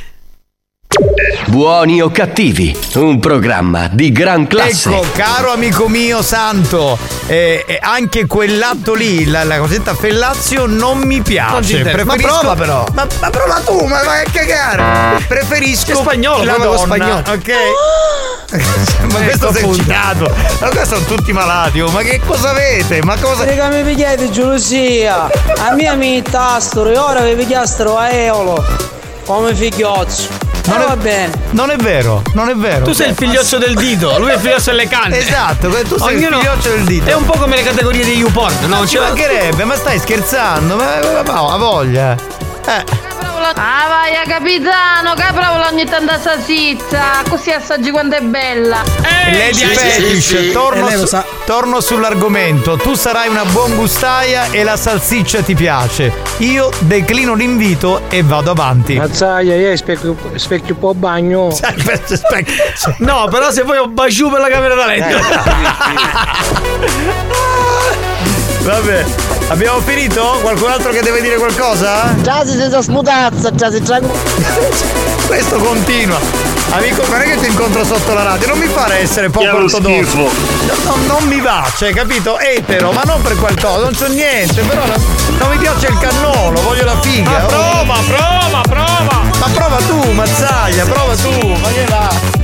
Speaker 1: Buoni o cattivi, un programma di gran classe.
Speaker 3: Ecco, caro amico mio santo, eh, eh, anche quell'atto lì, la, la cosetta fellazio, non mi
Speaker 14: Non ti
Speaker 3: piace.
Speaker 14: interessa. Ma
Speaker 3: Preferisco-
Speaker 14: prova però.
Speaker 3: Ma, ma prova tu, ma vai a cagare. Preferisco
Speaker 14: Che spagnolo,
Speaker 3: la
Speaker 14: prova con
Speaker 3: donna,
Speaker 14: spagnolo.
Speaker 3: ok? Ma questo sei eccitato. Ma qua sono tutti malati, oh, ma che cosa avete? Ma cosa.
Speaker 10: Raga, mi pigliate gelosia. A mia mi tastro e ora vi pigliastro a eolo. Come figliozzo.
Speaker 3: Non
Speaker 10: Non
Speaker 3: è-
Speaker 10: va bene.
Speaker 3: Non è vero, non è vero.
Speaker 14: Tu sei il figlioccio del dito, lui è il figlioccio delle canne.
Speaker 3: Esatto, tu sei
Speaker 14: Ognuno-
Speaker 3: il figlioccio del dito.
Speaker 14: È un po' come le categorie di YouPorn, no?
Speaker 3: Non ci
Speaker 14: Cioè-
Speaker 3: mancherebbe, ma stai scherzando? Ma, ma, ma ha voglia. Eh.
Speaker 5: Ah vai capitano, che provola ogni tanto salsiccia, così assaggi quanto è bella.
Speaker 3: Lady
Speaker 1: sì,
Speaker 3: Fetish,
Speaker 1: sì, sì.
Speaker 3: Torno,
Speaker 2: Eh, lei lo
Speaker 3: su-
Speaker 2: sa.
Speaker 3: torno sull'argomento. Tu sarai una buon gustaia e la salsiccia ti piace. Io declino l'invito e vado avanti.
Speaker 20: Mazzaia, io specchio, specchio un po' bagno.
Speaker 14: No, però se poi un baciù per la camera da letto.
Speaker 3: Vabbè. Abbiamo finito? Qualcun altro che deve dire qualcosa?
Speaker 12: Già si sente smutazza, già si tranquillo.
Speaker 3: Questo continua. Amico, guarda che ti incontro sotto la radio, non mi pare essere poco
Speaker 21: Chiaro
Speaker 3: ortodosso.
Speaker 21: schifo.
Speaker 3: No, non mi va, cioè, capito? Etero, ma non per qualcosa, non c'ho niente, però non, non mi piace il cannolo, voglio la figa.
Speaker 14: Ma prova, prova, prova!
Speaker 3: Ma prova tu, Mazzaglia, prova tu, ma che va?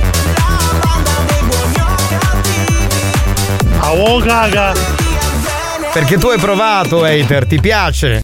Speaker 21: A oh caga!
Speaker 3: Perché tu hai provato, hater, ti piace?